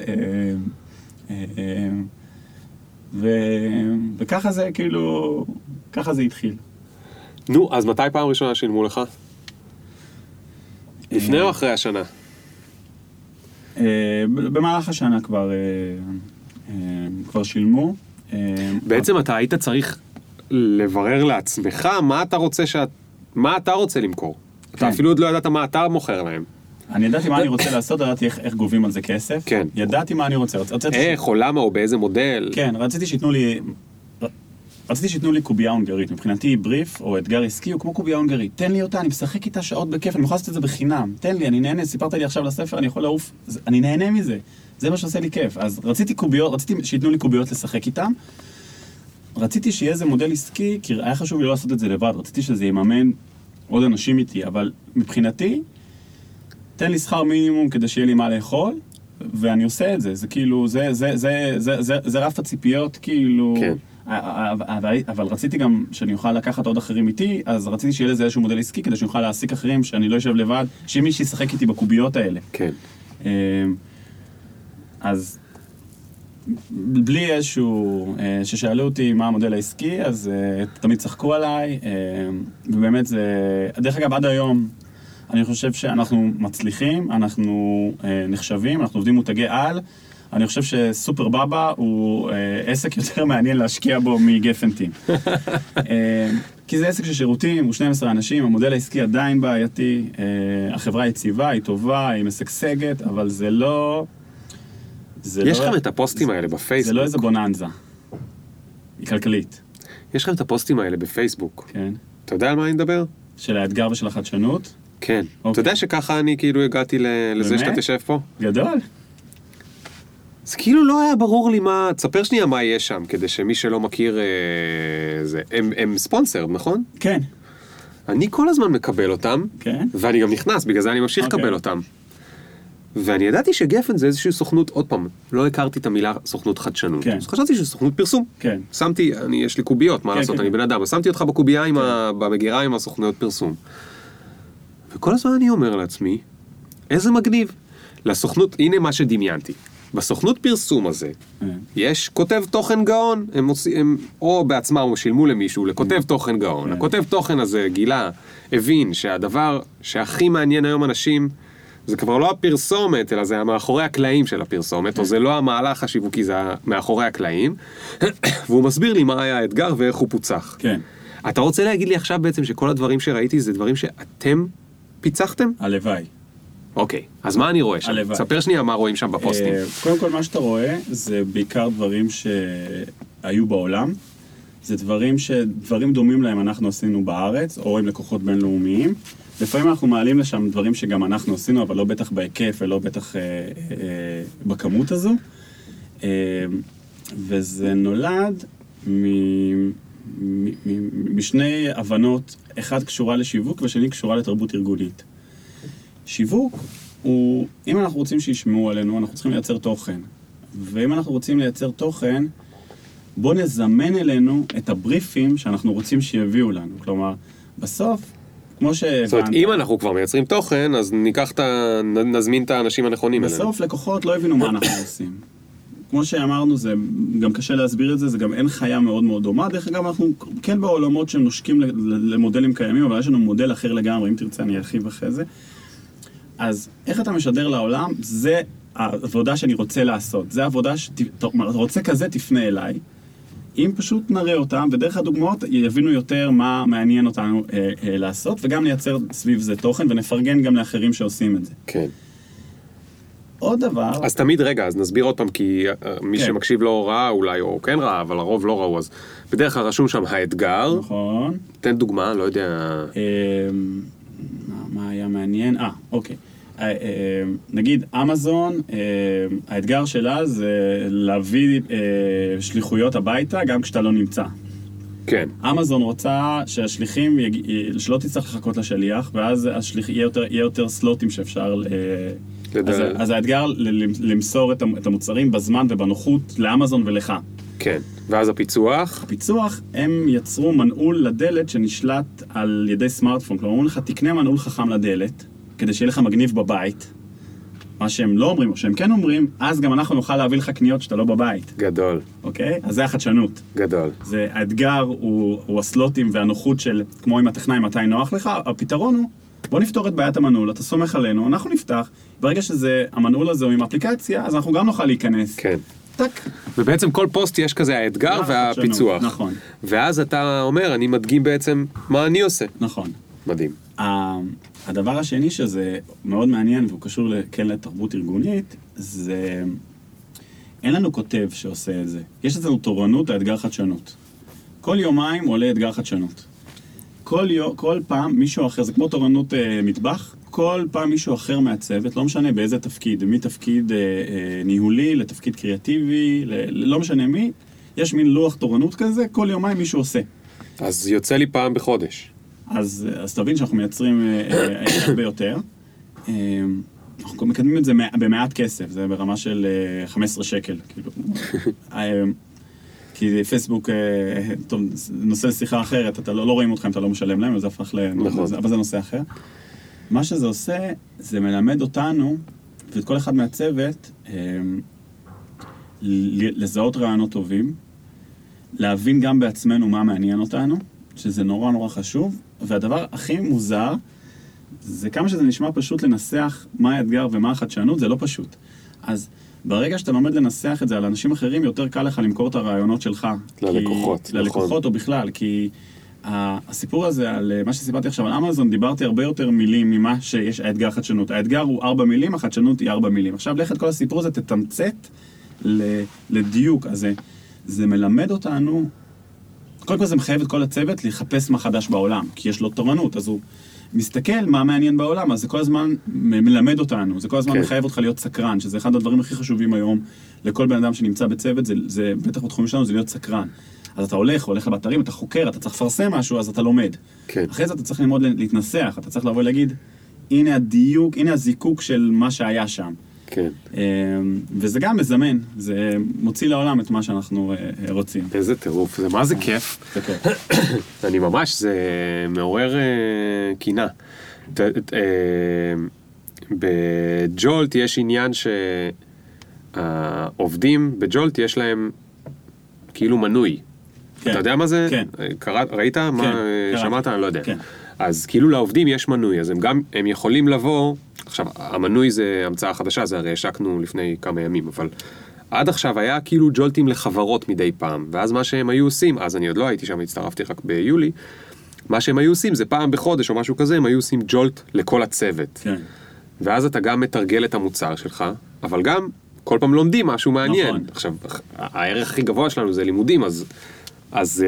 וככה זה כאילו, ככה זה התחיל. נו, אז מתי פעם ראשונה שילמו לך? לפני או אחרי השנה? במהלך השנה כבר שילמו. בעצם אתה היית צריך לברר לעצמך מה אתה רוצה למכור. אתה אפילו עוד לא ידעת מה אתה מוכר להם. אני ידעתי מה אני רוצה לעשות, ידעתי איך גובים על זה כסף. כן. ידעתי מה אני רוצה. איך, או למה, או באיזה מודל. כן, רציתי שיתנו לי קובייה הונגרית. מבחינתי בריף או אתגר עסקי הוא כמו קובייה הונגרית. תן לי אותה, אני משחק איתה שעות בכיף, אני מוכן לעשות את זה בחינם. תן לי, אני נהנה, סיפרת לי עכשיו לספר, אני יכול לעוף, אני נהנה מזה. זה מה שעושה לי כיף. אז רציתי שיתנו לי קוביות לשחק איתם. רציתי שיהיה איזה מודל עסקי, כי היה חשוב לי לא לעשות את זה לבד. רציתי שזה יממן עוד אנשים איתי, אבל מבחינתי, תן לי שכר מינימום כדי שיהיה לי מה לאכול, ואני עושה את זה. זה כאילו, זה רף הציפיות, כאילו... כן. אבל רציתי גם שאני אוכל לקחת עוד אחרים איתי, אז רציתי שיהיה לזה איזשהו מודל עסקי, כדי שאני אוכל להעסיק אחרים, שאני לא יושב לבד, שמי שישחק איתי בקוביות האלה. כן. אז בלי איזשהו, ששאלו אותי מה המודל העסקי, אז תמיד צחקו עליי, ובאמת זה, דרך אגב עד היום, אני חושב שאנחנו מצליחים, אנחנו נחשבים, אנחנו עובדים מותגי על, אני חושב שסופר בבא הוא עסק יותר מעניין להשקיע בו מגפנטים. כי זה עסק של שירותים, הוא 12 אנשים, המודל העסקי עדיין בעייתי, החברה יציבה, היא טובה, היא משגשגת, אבל זה לא... יש לכם את הפוסטים האלה בפייסבוק. זה לא איזה בוננזה. היא כלכלית. יש לכם את הפוסטים האלה בפייסבוק. כן. אתה יודע על מה אני מדבר? של האתגר ושל החדשנות? כן. אתה יודע שככה אני כאילו הגעתי לזה שאתה תשב פה? גדול. זה כאילו לא היה ברור לי מה... תספר שנייה מה יש שם, כדי שמי שלא מכיר זה... הם ספונסר, נכון? כן. אני כל הזמן מקבל אותם, כן. ואני גם נכנס, בגלל זה אני ממשיך לקבל אותם. ואני ידעתי שגפן זה איזושהי סוכנות, עוד פעם, לא הכרתי את המילה סוכנות חדשנות. כן. אז חשבתי שזה סוכנות פרסום. כן. שמתי, יש לי קוביות, מה לעשות, כן. אני בן אדם, אז שמתי אותך בקובייה במגירה עם הסוכנויות פרסום. וכל הזמן אני אומר לעצמי, איזה מגניב. לסוכנות, הנה מה שדמיינתי. בסוכנות פרסום הזה, יש כותב תוכן גאון, הם או בעצמם או שילמו למישהו לכותב תוכן גאון. הכותב תוכן הזה גילה, הבין שהדבר שהכי מעניין היום אנשים, זה כבר לא הפרסומת, אלא זה המאחורי הקלעים של הפרסומת, או זה לא המהלך השיווקי, זה מאחורי הקלעים, והוא מסביר לי מה היה האתגר ואיך הוא פוצח. כן. אתה רוצה להגיד לי עכשיו בעצם שכל הדברים שראיתי זה דברים שאתם פיצחתם? הלוואי. אוקיי, אז מה אני רואה שם? הלוואי. ספר שנייה מה רואים שם בפוסטים. קודם כל מה שאתה רואה זה בעיקר דברים שהיו בעולם, זה דברים דומים להם אנחנו עשינו בארץ, או עם לקוחות בינלאומיים. לפעמים אנחנו מעלים לשם דברים שגם אנחנו עשינו, אבל לא בטח בהיקף ולא בטח בכמות הזו. וזה נולד משני הבנות, אחד קשורה לשיווק ושני קשורה לתרבות ארגונית. שיווק הוא, אם אנחנו רוצים שישמעו עלינו, אנחנו צריכים לייצר תוכן. ואם אנחנו רוצים לייצר תוכן, בוא נזמן אלינו את הבריפים שאנחנו רוצים שיביאו לנו. כלומר, בסוף, כמו שהבנת... זאת אומרת, אם אנחנו כבר מייצרים תוכן, אז נזמין את האנשים הנכונים אלינו. בסוף לקוחות לא הבינו מה אנחנו עושים. כמו שאמרנו, זה גם קשה להסביר את זה, זה גם אין חיה מאוד מאוד דומה. דרך אגב, אנחנו כן בעולמות שנושקים למודלים קיימים, אבל יש לנו מודל אחר לגמרי, אם תרצה אני ארחיב אחרי זה. אז איך אתה משדר לעולם? זה העבודה שאני רוצה לעשות. זה העבודה אתה רוצה כזה, תפנה אליי. אם פשוט נראה אותם, ודרך הדוגמאות יבינו יותר מה מעניין אותנו לעשות, וגם נייצר סביב זה תוכן, ונפרגן גם לאחרים שעושים את זה. כן. עוד דבר... אז תמיד רגע, אז נסביר עוד פעם, כי מי כן. שמקשיב לא ראה אולי, או כן ראה, אבל הרוב לא ראו, אז בדרך כלל רשום שם האתגר. נכון. תן דוגמה, לא יודע... מה היה מעניין? אוקיי. נגיד אמזון, האתגר שלה זה להביא שליחויות הביתה גם כשאתה לא נמצא. כן. אמזון רוצה שהשליחים, שלא תצטרך לחכות לשליח, ואז יהיה יותר סלוטים שאפשר... אז האתגר למסור את המוצרים בזמן ובנוחות לאמזון ולך. כן. ואז הפיצוח? הפיצוח, הם יצרו מנעול לדלת שנשלט על ידי סמארטפון. כלומר, אומרים לך, תקנה מנעול חכם לדלת, כדי שיהיה לך מגניב בבית. מה שהם לא אומרים, או שהם כן אומרים, אז גם אנחנו נוכל להביא לך קניות שאתה לא בבית. גדול. אוקיי? אז זה החדשנות. גדול. זה האתגר, הוא הסלוטים והנוחות של, כמו עם הטכנאי, מתי נוח לך. הפתרון הוא, בוא נפתור את בעיית המנעול, אתה סומך עלינו, אנחנו נפתח. ברגע שזה, המנעול הזה הוא עם אפליקציה, אז אנחנו גם נוכל להיכנס. כן. טק. ובעצם כל פוסט יש כזה האתגר והפיצוח. נכון. ואז אתה אומר, אני מדגים בעצם מה אני עושה. נכון. מדהים. הדבר השני שזה מאוד מעניין, והוא קשור כן לתרבות ארגונית, זה... אין לנו כותב שעושה את זה. יש אצלנו תורנות לאתגר חדשנות. כל יומיים עולה אתגר חדשנות. כל פעם מישהו אחר, זה כמו תורנות מטבח, כל פעם מישהו אחר מהצוות, לא משנה באיזה תפקיד, מתפקיד ניהולי לתפקיד קריאטיבי, לא משנה מי, יש מין לוח תורנות כזה, כל יומיים מישהו עושה. אז יוצא לי פעם בחודש. אז תבין שאנחנו מייצרים הרבה יותר. אנחנו מקדמים את זה במעט כסף, זה ברמה של 15 שקל. כי פייסבוק, טוב, נושא שיחה אחרת, אתה לא רואים אותך אם אתה לא משלם להם, וזה הפך אבל זה נושא אחר. מה שזה עושה, זה מלמד אותנו, ואת כל אחד מהצוות, לזהות רעיונות טובים, להבין גם בעצמנו מה מעניין אותנו, שזה נורא נורא חשוב, והדבר הכי מוזר, זה כמה שזה נשמע פשוט לנסח מה האתגר ומה החדשנות, זה לא פשוט. אז ברגע שאתה לומד לנסח את זה על אנשים אחרים, יותר קל לך למכור את הרעיונות שלך. ללקוחות. ללקוחות או בכלל, כי הסיפור הזה על מה שסיפרתי עכשיו על אמזון, דיברתי הרבה יותר מילים ממה שיש האתגר חדשנות. האתגר הוא 4 מילים, החדשנות היא 4 מילים. עכשיו לך את כל הסיפור הזה, תתמצת לדיוק. אז זה מלמד אותנו, קודם כל זה מחייב את כל הצוות לחפש מה חדש בעולם, כי יש לו תורנות, אז הוא מסתכל מה מעניין בעולם, אז זה כל הזמן מלמד אותנו, זה כל הזמן מחייב אותך להיות סקרן, שזה אחד הדברים הכי חשובים היום לכל בן אדם שנמצא בצוות, זה בטח בתחום שלנו, זה להיות סקרן. אז אתה הולך לבאתרים, אתה חוקר, אתה צריך לפרסם משהו, אז אתה לומד. כן. אחרי זה אתה צריך ללמוד להתנסח, אתה צריך לבוא להגיד, הנה הדיוק, הנה הזיקוק של מה שהיה שם. כן. וזה גם מזמן, זה מוציא לעולם את מה שאנחנו רוצים. איזה טירוף, זה מה זה כיף. זה כיף. אני ממש, זה מעורר קינה. בג'ולט יש עניין שהעובדים בג'ולט יש להם כאילו מנוי. אתה יודע מה זה? כן. ראית? מה שמעת? אני לא יודע. כן. אז כאילו לעובדים יש מנוי, אז הם יכולים לבוא, עכשיו, המנוי זה המצאה חדשה, זה הרי השקנו לפני כמה ימים, אבל עד עכשיו היה כאילו ג'ולטים לחברות מדי פעם, ואז מה שהם היו עושים, אז אני עוד לא הייתי שם, הצטרפתי רק ביולי, מה שהם היו עושים זה פעם בחודש או משהו כזה, הם היו עושים ג'ולט לכל הצוות. כן. ואז אתה גם מתרגל את המוצר שלך, אבל גם כל פעם לומדים משהו מעניין. נכון. עכשיו, הערך הכי גבוה שלנו זה לימודים, אז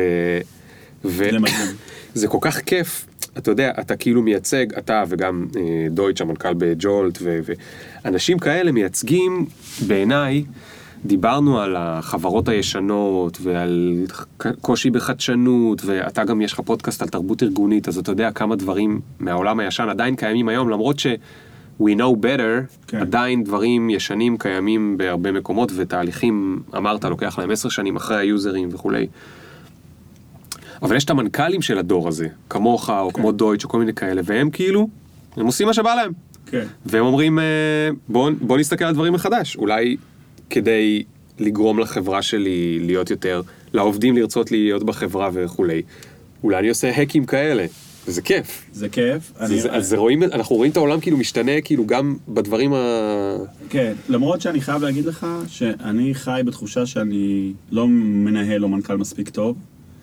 זה כל כך כיף. אתה יודע, אתה כאילו מייצג, אתה וגם דויטש, המנכ"ל בג'ולט, ואנשים כאלה מייצגים, בעיניי, דיברנו על החברות הישנות, ועל קושי בחדשנות, ואתה גם יש לך פודקאסט על תרבות ארגונית, אז אתה יודע כמה דברים מהעולם הישן עדיין קיימים היום, למרות ש we know better, כן. עדיין דברים ישנים קיימים בהרבה מקומות, ותהליכים, אמרת, לוקח להם 10 שנים אחרי היוזרים וכולי. אבל יש את המנכ"לים של הדור הזה, כמוך או כמו דויטש או כל מיני כאלה, והם כאילו, הם עושים מה שבא להם. כן. והם אומרים, בוא נסתכל על דברים מחדש, אולי כדי לגרום לחברה שלי להיות יותר, לעובדים לרצות להיות בחברה וכולי. אולי אני עושה הקים כאלה, וזה כיף. זה כיף. אז אנחנו רואים את העולם כאילו משתנה, כאילו גם בדברים כן, למרות שאני חייב להגיד לך, שאני חי בתחושה שאני לא מנהל או מנכ"ל מספיק טוב,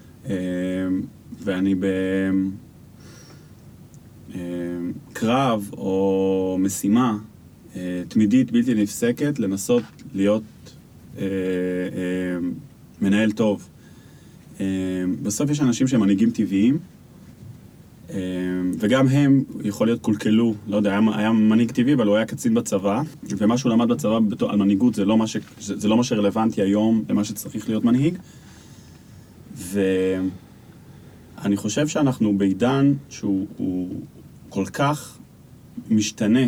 ואני בקרב או משימה תמידית בלתי נפסקת לנסות להיות מנהל טוב. בסוף יש אנשים שהם מנהיגים טבעיים, וגם הם יכול להיות קולקלו, לא יודע, היה מנהיג טבעי, אבל הוא היה קצין בצבא, ומה שהוא למד בצבא על מנהיגות זה לא מה שרלוונטי היום למה שצריך להיות מנהיג. ואני חושב שאנחנו בעידן שהוא כל כך משתנה,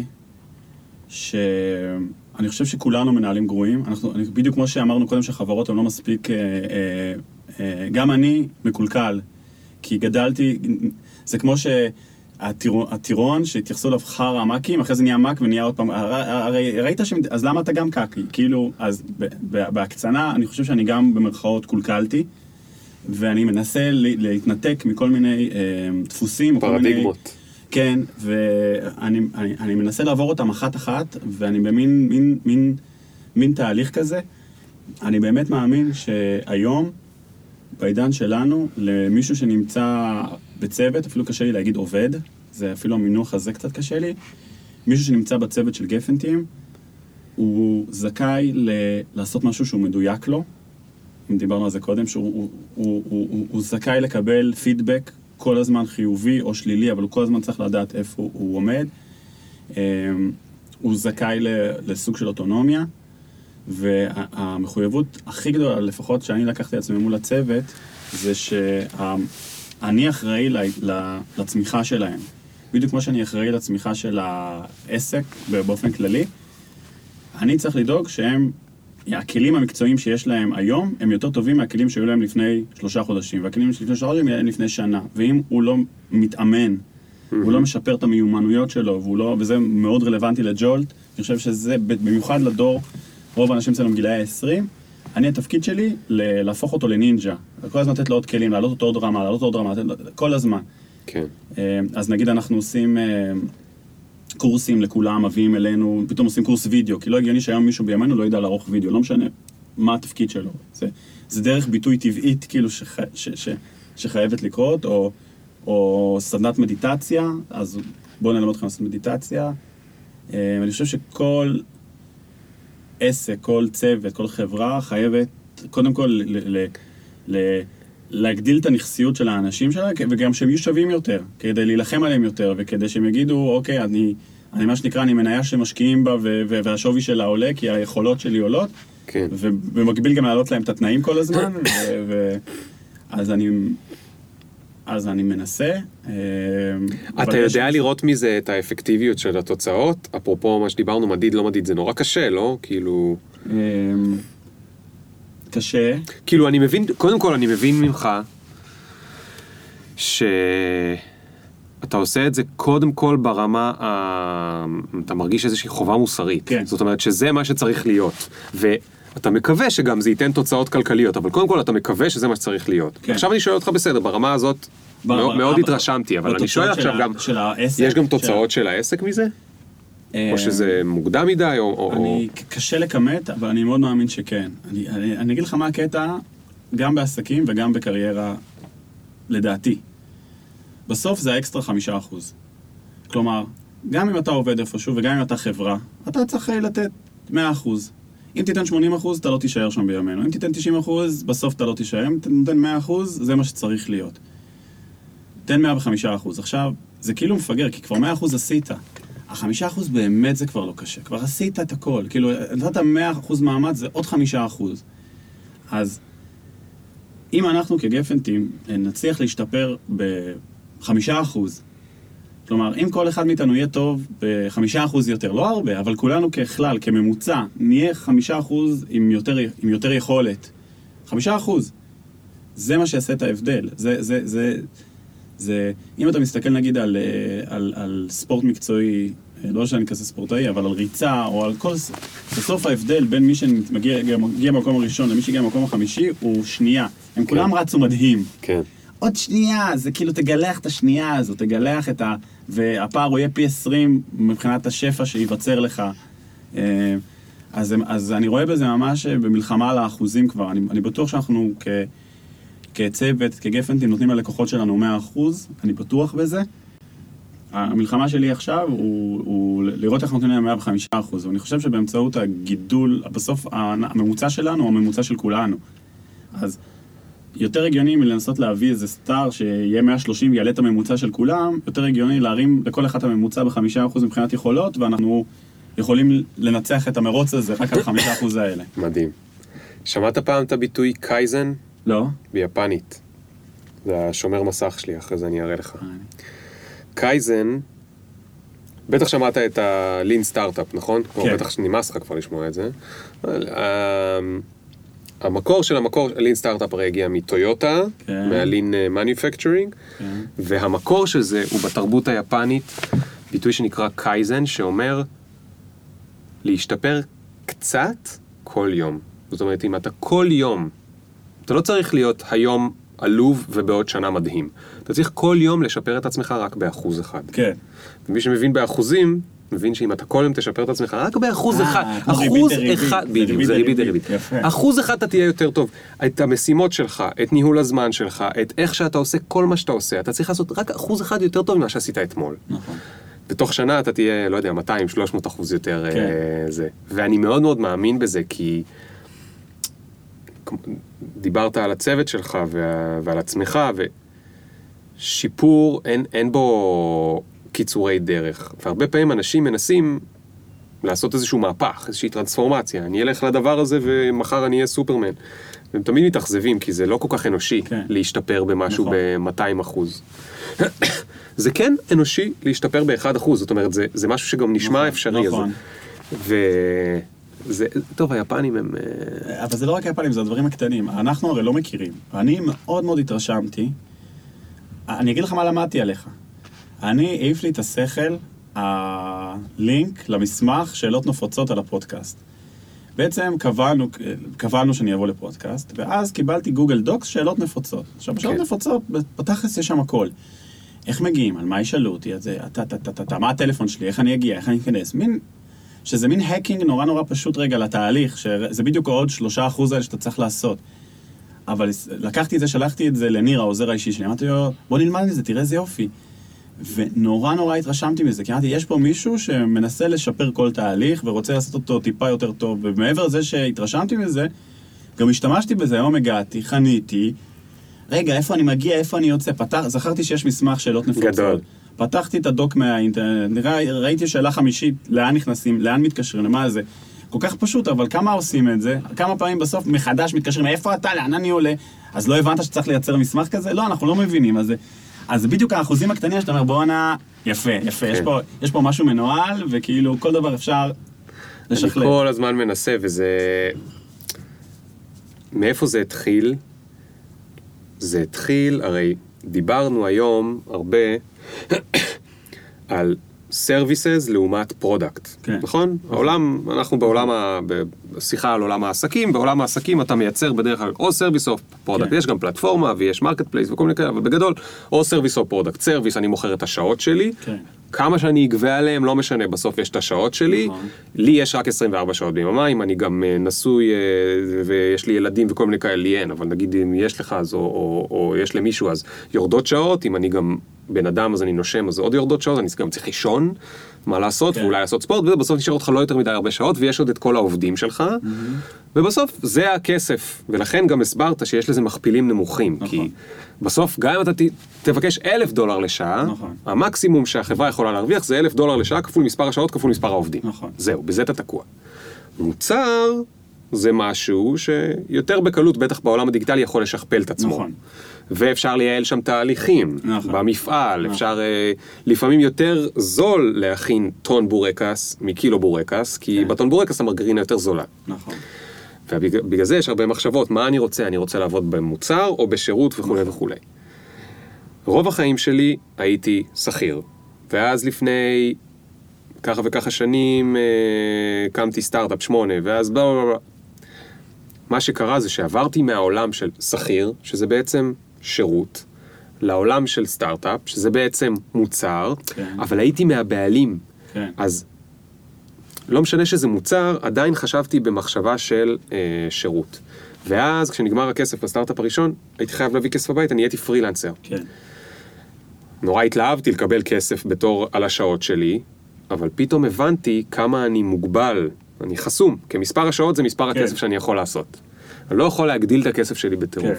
שאני חושב שכולנו מנהלים גרועים. בדיוק כמו שאמרנו קודם שחברות הן לא מספיק, גם אני מקולקל, כי גדלתי, זה כמו שהטירון שהתייחסו אליו חר המקים, אחרי זה נהיה מק ונהיה עוד פעם, הרי ראית אז למה אתה גם קקי? כאילו, אז בהקצנה אני חושב שאני גם במרכאות קולקלתי, ואני מנסה להתנתק מכל מיני דפוסים. פרדיגמות. כן, ואני מנסה לעבור אותם אחת, ואני במין תהליך כזה. אני באמת מאמין שהיום, בעידן שלנו, למישהו שנמצא בצוות, אפילו קשה לי להגיד עובד, זה אפילו המינוח הזה קצת קשה לי, מישהו שנמצא בצוות של גפנטים, הוא זכאי לעשות משהו שהוא מדויק לו, אם דיברנו על זה קודם, שהוא זכאי לקבל פידבק כל הזמן חיובי או שלילי, אבל הוא כל הזמן צריך לדעת איפה הוא עומד. הוא זכאי לסוג של אוטונומיה, והמחויבות הכי גדולה, לפחות שאני לקחתי לעצמי מול הצוות, זה שאני אחראי לצמיחה שלהם. בדיוק כמו שאני אחראי לצמיחה של העסק באופן כללי, אני צריך לדאוג שהם הכלים המקצועיים שיש להם היום, הם יותר טובים מהכלים שהיו להם לפני 3 חודשים, והכלים לפני 3 חודשים הם לפני שנה. ואם הוא לא מתאמן, הוא לא משפר את המיומנויות שלו, וזה מאוד רלוונטי לג'ולט, אני חושב שזה במיוחד לדור, רוב האנשים אצלנו מגילאי 20, התפקיד שלי להפוך אותו לנינג'ה. כל הזמן לתת לו עוד כלים, לעלות אותו עוד רמה, כל הזמן. כן. אז נגיד אנחנו עושים קורסים לכולם, מביאים אלינו, פתאום עושים קורס וידאו, כי לא הגיוני שהיום מישהו בימינו לא ידע לערוך וידאו, לא משנה מה התפקיד שלו. זה דרך ביטוי טבעית, כאילו, שחייבת לקרות, או סדנת מדיטציה, אז בואו נלמד אתכם לעשות מדיטציה. אני חושב שכל עסק, כל צוות, כל חברה חייבת, קודם כל, להגדיל את הנכסיות של האנשים שלה, וגם שהם יהיו שווים יותר, כדי להילחם עליהם יותר, וכדי שהם יגידו, אוקיי, אני מה שנקרא, אני מניה שמשקיעים בה, והשווי שלה עולה, כי היכולות שלי עולות, כן. ובמקביל גם להעלות להם את התנאים כל הזמן, אז אז אני מנסה. אתה יודע לראות מזה את האפקטיביות של התוצאות? אפרופו מה שדיברנו, מדיד, לא מדיד, זה נורא קשה, לא? כאילו... קשה. כאילו, אני מבין, קודם כל אני מבין ממך שאתה עושה את זה קודם כל ברמה, אתה מרגיש איזושהי חובה מוסרית. כן. זאת אומרת שזה מה שצריך להיות. ואתה מקווה שגם זה ייתן תוצאות כלכליות, אבל קודם כל אתה מקווה שזה מה שצריך להיות. כן. עכשיו אני שואל אותך בסדר, ברמה הזאת מאוד התרשמתי, אבל אני שואל עכשיו גם, יש גם תוצאות של העסק מזה? או שזה מוקדם מדי, או... קשה לכמת, אבל אני מאוד מאמין שכן. אני אגיד לך מה הקטע, גם בעסקים וגם בקריירה, לדעתי. בסוף זה האקסטרה 5%. כלומר, גם אם אתה עובד איפשהו וגם אם אתה חברה, אתה צריך לתת 100%. אם תיתן 80%, אתה לא תישאר שם בימינו. אם תיתן 90%, בסוף אתה לא תישאר. אם תיתן 100%, זה מה שצריך להיות. תן 105%. עכשיו, זה כאילו מפגר, כי כבר 100% עשית. 5% באמת זה כבר לא קשה. כבר עשית את הכל. כאילו, נתת 100% מאמץ, זה עוד 5%. אז, אם אנחנו כגפנטים נצליח להשתפר ב5%, כלומר, אם כל אחד מאיתנו יהיה טוב ב5% יותר, לא הרבה, אבל כולנו ככלל, כממוצע, נהיה 5% עם יותר יכולת. 5%. זה מה שיעשה את ההבדל. אם אתה מסתכל נגיד על ספורט מקצועי, לא שאני כזה ספורטאי, אבל על ריצה, או על כל... בסוף ההבדל בין מי שמגיע במקום הראשון למי שהגיע במקום החמישי, הוא שנייה. הם כולם רצו מדהים. כן. עוד שנייה, זה כאילו תגלח את השנייה הזו, תגלח את ה... והפער הוא יהיה פי 20 מבחינת השפע שיווצר לך. אז אני רואה בזה ממש במלחמה על האחוזים כבר. אני בטוח שאנחנו כצוות, כגפנטים, נותנים ללקוחות שלנו 100%, אני בטוח בזה. המלחמה שלי עכשיו הוא לראות איך נותנים להם 105%, ואני חושב שבאמצעות הגידול, בסוף הממוצע שלנו הוא הממוצע של כולנו. אז יותר הגיוני מלנסות להביא איזה סטאר שיהיה 130 ויעלה את הממוצע של כולם, יותר הגיוני להרים לכל אחד הממוצע ב5% מבחינת יכולות, ואנחנו יכולים לנצח את המרוץ הזה רק על 5% האלה. מדהים. שמעת פעם את הביטוי קייזן? לא. ביפנית. זה השומר מסך שלי, אחרי זה אני אראה לך. קייזן, בטח שמעת את הלין סטארט-אפ, נכון? כן. בטח שנמאס לך כבר לשמוע את זה. המקור של לין סטארט-אפ הרי הגיע מטויוטה, מהלין מניפקצ'רינג, והמקור של זה הוא בתרבות היפנית, ביטוי שנקרא קייזן, שאומר להשתפר קצת כל יום. זאת אומרת, אם אתה כל יום, אתה לא צריך להיות היום עלוב ובעוד שנה מדהים. אתה צריך כל יום לשפר את עצמך רק באחוז אחד. כן. ומי שמבין באחוזים, מבין שאם אתה כל יום תשפר את עצמך רק באחוז אחד, אחוז אחד, בדיוק, זה ריבית דריבית. אחוז אחד אתה תהיה יותר טוב. את המשימות שלך, את ניהול הזמן שלך, את איך שאתה עושה כל מה שאתה עושה, אתה צריך לעשות רק אחוז אחד יותר טוב ממה שעשית אתמול. נכון. בתוך שנה אתה תהיה, לא יודע, 200-300% יותר זה. ואני מאוד מאוד מאמין בזה, כי דיברת על הצוות שלך ועל עצמך, ושיפור אין בו קיצורי דרך. והרבה פעמים אנשים מנסים לעשות איזשהו מהפך, איזושהי טרנספורמציה. אני אלך לדבר הזה ומחר אני אהיה סופרמן. והם תמיד מתאכזבים, כי זה לא כל כך אנושי להשתפר במשהו ב-200%. זה כן אנושי להשתפר ב-1%, זאת אומרת, זה משהו שגם נשמע אפשרי. נכון. טוב, היפנים הם... אבל זה לא רק היפנים, זה הדברים הקטנים. אנחנו הרי לא מכירים. אני מאוד מאוד התרשמתי. אני אגיד לך מה למדתי עליך. אני העיף לי את השכל, הלינק למסמך שאלות נפוצות על הפודקאסט. בעצם קבענו שאני אבוא לפודקאסט, ואז קיבלתי גוגל דוקס שאלות נפוצות. עכשיו, שאלות נפוצות, בתכלס יש שם הכל. איך מגיעים? על מה ישאלו אותי? מה הטלפון שלי? איך אני אגיע? איך אני אכנס? שזה מין הקינג נורא נורא פשוט רגע לתהליך, שזה בדיוק עוד 3% האלה שאתה צריך לעשות. אבל לקחתי את זה, שלחתי את זה לניר, העוזר האישי שלי, אמרתי לו, בוא נלמד מזה, תראה איזה יופי. ונורא נורא התרשמתי מזה, כי אמרתי, יש פה מישהו שמנסה לשפר כל תהליך, ורוצה לעשות אותו טיפה יותר טוב, ומעבר לזה שהתרשמתי מזה, גם השתמשתי בזה, היום הגעתי, חניתי, רגע, איפה אני מגיע, איפה אני יוצא, זכרתי שיש מסמך שאלות נפוצות. גדול. פתחתי את הדוק מהאינטרנט, ראיתי שאלה חמישית, לאן נכנסים, לאן מתקשרים, למה זה. כל כך פשוט, אבל כמה עושים את זה? כמה פעמים בסוף מחדש מתקשרים, איפה אתה, לאן אני עולה? אז לא הבנת שצריך לייצר מסמך כזה? לא, אנחנו לא מבינים. אז בדיוק האחוזים הקטנים שאתה אומר, בואנה, יפה. יש פה משהו מנוהל, וכאילו כל דבר אפשר לשכלל. אני כל הזמן מנסה, וזה... מאיפה זה התחיל? זה התחיל, הרי דיברנו היום הרבה על services לעומת product, כן. נכון? אנחנו בשיחה על עולם העסקים, בעולם העסקים אתה מייצר בדרך כלל או service או product, כן. יש גם פלטפורמה ויש marketplace וכל מיני כאלה, אבל בגדול, או service או product. service אני מוכר את השעות שלי, כן. כמה שאני אגבה עליהם, לא משנה, בסוף יש את השעות שלי, לי יש רק 24 שעות ביממה, אם אני גם נשוי ויש לי ילדים וכל מיני כאלה, לי אין, אבל נגיד אם יש לך אז, או יש למישהו אז יורדות שעות, אם אני גם בן אדם אז אני נושם, אז עוד יורדות שעות, אני גם צריך לישון, מה לעשות, ואולי לעשות ספורט, ובסוף נשאר אותך לא יותר מדי הרבה שעות, ויש עוד את כל העובדים שלך, ובסוף זה הכסף, ולכן גם הסברת שיש לזה מכפילים נמוכים, כי בסוף גם אם אתה תבקש $1,000 לשעה, המקסימום שהחברה יכולה להרוויח זה $1,000 לשעה, כפול מספר השעות, כפול מספר העובדים. זהו, בזה אתה תקוע. מוצר זה משהו שיותר בקלות, בטח בעולם הדיגיטלי, יכול לשכפל את עצמו. ואפשר לייעל שם תהליכים במפעל, אפשר לפעמים יותר זול להכין טון בורקס מקילו בורקס, כי בטון בורקס המרגרינה יותר זולה. נכון. ובגלל זה יש הרבה מחשבות, מה אני רוצה? אני רוצה לעבוד במוצר או בשירות וכו' וכו'. רוב החיים שלי הייתי שכיר, ואז לפני ככה וככה שנים קמתי סטארט-אפ 8, ואז מה שקרה זה שעברתי מהעולם של שכיר, שזה בעצם שירות, לעולם של סטארט-אפ, שזה בעצם מוצר, אבל הייתי מהבעלים. אז לא משנה שזה מוצר, עדיין חשבתי במחשבה של שירות. ואז כשנגמר הכסף בסטארט-אפ הראשון, הייתי חייב להביא כסף הבית, אני הייתי פרילנסר. נורא התלהבתי לקבל כסף בתור על השעות שלי, אבל פתאום הבנתי כמה אני מוגבל, אני חסום, כי מספר השעות זה מספר הכסף שאני יכול לעשות. אני לא יכול להגדיל את הכסף שלי בטירוף.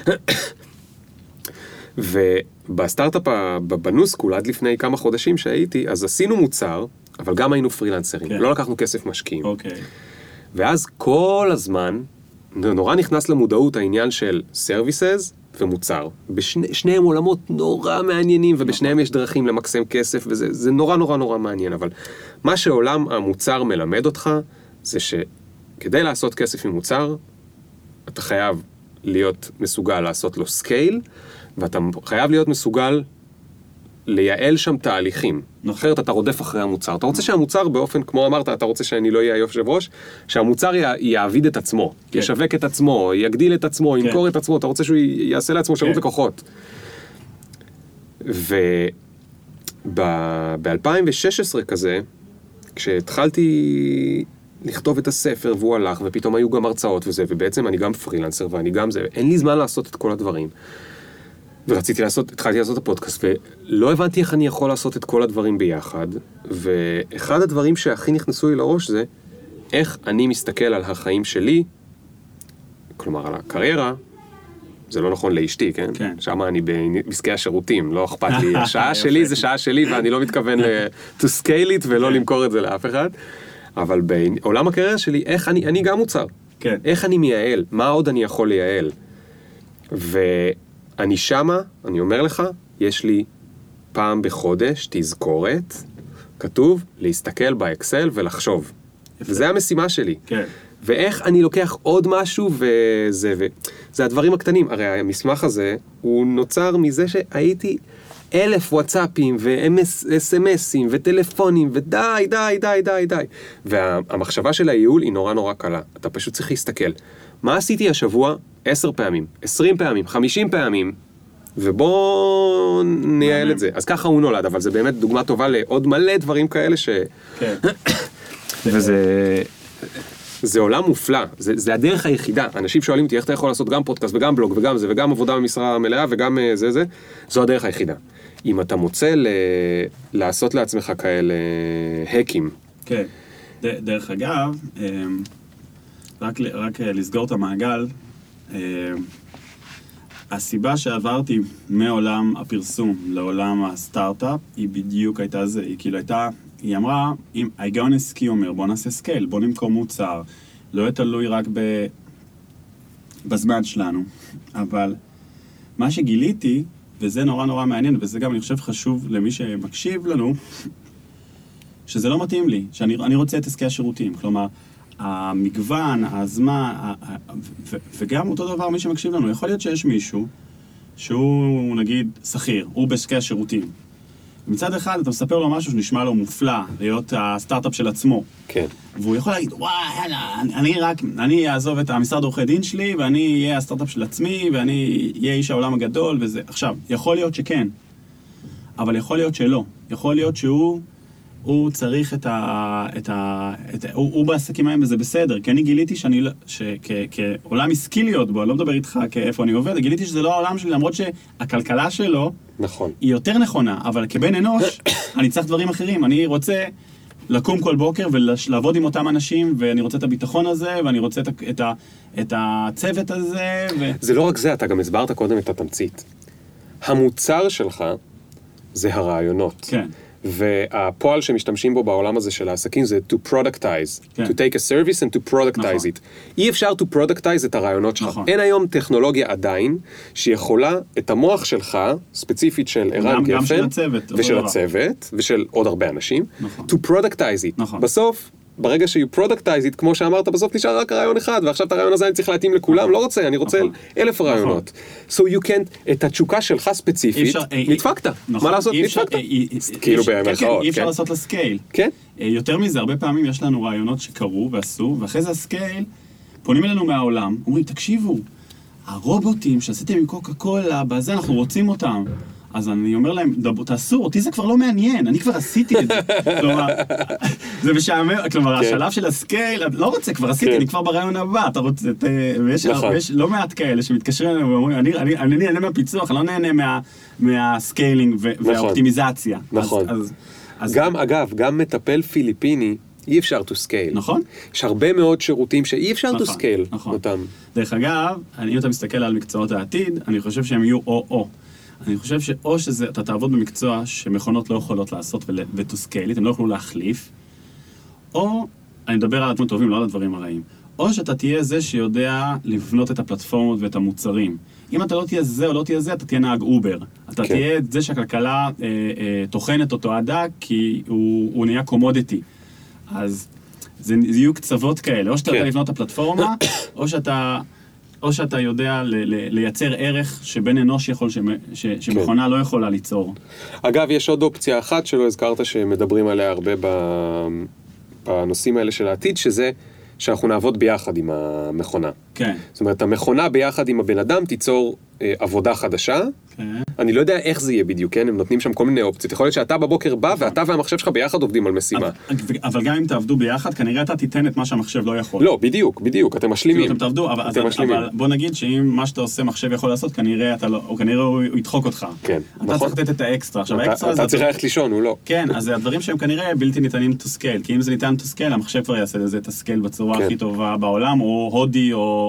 ובסטארט-אפ בנוסקול, עד לפני כמה חודשים שהייתי, אז עשינו מוצר, אבל גם היינו פרילנסרים, לא לקחנו כסף משקיעים. ואז כל הזמן, נורא נכנס למודעות העניין של services ומוצר. בשניהם עולמות נורא מעניינים, ובשניהם יש דרכים למקסם כסף, וזה נורא נורא נורא מעניין, אבל מה שעולם המוצר מלמד אותך, זה שכדי לעשות כסף עם מוצר, אתה חייב להיות מסוגל לעשות לו סקייל, ואתה חייב להיות מסוגל לייעל שם תהליכים. אחרת אתה רודף אחרי המוצר. אתה רוצה שהמוצר באופן, כמו אמרת, אתה רוצה שאני לא אהיה יושב ראש, שהמוצר יעביד את עצמו, ישווק את עצמו, יגדיל את עצמו, ימכור את עצמו, אתה רוצה שהוא יעשה לעצמו שירות לקוחות. וב-2016 כזה, כשהתחלתי לכתוב את הספר והוא הלך, ופתאום היו גם הרצאות וזה, ובעצם אני גם פרילנסר ואני גם זה, אין לי זמן לעשות את כל הדברים. התחלתי לעשות את הפודקאסט, ולא הבנתי איך אני יכול לעשות את כל הדברים ביחד, ואחד הדברים שהכי נכנסו לי לראש זה, איך אני מסתכל על החיים שלי, כלומר על הקריירה, זה לא נכון לאשתי, כן? שם אני בעסקי השירותים, לא אכפת לי, השעה שלי זה שעה שלי, ואני לא מתכוון to scale it ולא למכור את זה לאף אחד, אבל בעולם הקריירה שלי, איך אני גם מוצר, איך אני מייעל, מה עוד אני יכול לייעל, אני שמה, אני אומר לך, יש לי פעם בחודש תזכורת, כתוב להסתכל באקסל ולחשוב. וזה המשימה שלי. ואיך אני לוקח עוד משהו וזה הדברים הקטנים. הרי המסמך הזה הוא נוצר מזה שהייתי 1,000 וואטסאפים ו-SMSים וטלפונים ודי. והמחשבה של הייעול היא נורא נורא קלה. אתה פשוט צריך להסתכל. מה עשיתי השבוע? 10 פעמים, 20 פעמים, 50 פעמים, ובוא נייעל את זה. אז ככה הוא נולד, אבל זה באמת דוגמה טובה לעוד מלא דברים כאלה זה עולם מופלא, זה הדרך היחידה. אנשים שואלים אותי איך אתה יכול לעשות גם פודקאסט וגם בלוג וגם זה, וגם עבודה במשרה מלאה וגם זו הדרך היחידה. אם אתה מוצא לעשות לעצמך כאלה הקים. כן, דרך אגב, רק לסגור את המעגל, הסיבה שעברתי מעולם הפרסום לעולם הסטארט-אפ היא בדיוק הייתה זה, היא כאילו הייתה היא אמרה, אם ההיגיון עסקי אומר, בוא נעשה סקייל, בוא נמכור מוצר, לא יהיה תלוי רק בזמן שלנו, אבל מה שגיליתי, וזה נורא נורא מעניין, וזה גם אני חושב חשוב למי שמקשיב לנו, שזה לא מתאים לי, שאני רוצה את עסקי השירותים, כלומר, המגוון, הזמן, וגם אותו דבר מי שמקשיב לנו, יכול להיות שיש מישהו שהוא נגיד שכיר, הוא בעסקי השירותים. מצד אחד אתה מספר לו משהו שנשמע לו מופלא, להיות הסטארט-אפ של עצמו. כן. והוא יכול להגיד, וואי, אני אעזוב את המשרד עורכי דין שלי, ואני אהיה הסטארט-אפ של עצמי, ואני אהיה איש העולם הגדול, וזה. עכשיו, יכול להיות שכן, אבל יכול להיות שלא. יכול להיות שהוא צריך הוא בעסקים ההם וזה בסדר, כי אני גיליתי כעולם עסקי להיות בו, אני לא מדבר איתך כאיפה אני עובד, גיליתי שזה לא העולם שלי, למרות שהכלכלה שלו נכון. היא יותר נכונה, אבל כבן אנוש אני צריך דברים אחרים, אני רוצה לקום כל בוקר ולעבוד עם אותם אנשים, ואני רוצה את הביטחון הזה, ואני רוצה את הצוות הזה. זה לא רק זה, אתה גם הסברת קודם את התמצית. המוצר שלך זה הרעיונות. כן. והפועל שמשתמשים בו בעולם הזה של העסקים זה to productize, כן. to take a service and to productize נכון. it. אי אפשר to productize את הרעיונות שלך. נכון. אין היום טכנולוגיה עדיין שיכולה את המוח שלך, ספציפית של ערן גפן, גם של הצוות, ושל הצוות, ושל עוד הרבה אנשים, נכון. to productize it. נכון. בסוף, ברגע שיהיו productize it, כמו שאמרת, בסוף נשאר רק רעיון אחד, ועכשיו את הרעיון הזה אני צריך להתאים לכולם, לא רוצה, אני רוצה 1,000 רעיונות. So you can, את התשוקה שלך ספציפית, נדפקת. מה לעשות? נדפקת. כאילו במרכאות, אי אפשר לעשות לסקייל. כן. יותר מזה, הרבה פעמים יש לנו רעיונות שקרו ועשו, ואחרי זה הסקייל, פונים אלינו מהעולם, אומרים, תקשיבו, הרובוטים שעשיתם עם קוקה קולה, בזה אנחנו רוצים אותם. אז אני אומר להם, תעשו, אותי זה כבר לא מעניין, אני כבר עשיתי את זה. כלומר, זה משעמם, כלומר, השלב של הסקייל, לא רוצה, כבר עשיתי, אני כבר ברעיון הבא, אתה רוצה, ויש לא מעט כאלה שמתקשרים אליהם ואומרים, אני נהנה מהפיצוח, אני לא נהנה מהסקיילינג והאופטימיזציה. נכון. גם, אגב, גם מטפל פיליפיני, אי אפשר to scale. נכון. יש הרבה מאוד שירותים שאי אפשר to scale אותם. דרך אגב, אם אתה מסתכל על מקצועות העתיד, אני חושב שהם יהיו או-או. אני חושב שאו שאתה תעבוד במקצוע שמכונות לא יכולות לעשות ותוסקלית, הם לא יכולו להחליף, או, אני מדבר על הדברים טובים, לא על הדברים הרעים, או שאתה תהיה זה שיודע לבנות את הפלטפורמות ואת המוצרים. אם אתה לא תהיה זה או לא תהיה זה, אתה תהיה נהג אובר. אתה תהיה זה שהכלכלה תוכנת אותו עדה, כי הוא נהיה קומודיטי. אז זה יהיו קצוות כאלה, או שאתה יודע לבנות את הפלטפורמה, או שאתה יודע לייצר ערך שבן אנוש יכול, שמכונה לא יכולה ליצור. אגב, יש עוד אופציה אחת שלא הזכרת שמדברים עליה הרבה בנושאים האלה של העתיד, שזה שאנחנו נעבוד ביחד עם המכונה. כן. זאת אומרת, המכונה ביחד עם הבן אדם תיצור עבודה חדשה. כן. אני לא יודע איך זה יהיה בדיוק, כן? הם נותנים שם כל מיני אופציות. יכול להיות שאתה בבוקר בא, ואתה והמחשב שלך ביחד עובדים על משימה. אבל גם אם תעבדו ביחד, כנראה אתה תיתן את מה שהמחשב לא יכול. לא, בדיוק, אתם משלימים. אתם תעבדו, אבל בוא נגיד שאם מה שאתה עושה מחשב יכול לעשות, כנראה הוא ידחוק אותך. כן, אתה צריך לתת את האקסטרה. אתה צריך ללכת לישון, הוא לא. כן, אז זה הדברים שהם כנראה בלתי ניתנים to scale, כי אם זה ניתן to scale, המחשב כבר יעשה לזה את הסקייל בצורה הכי טובה בעולם, או הודי,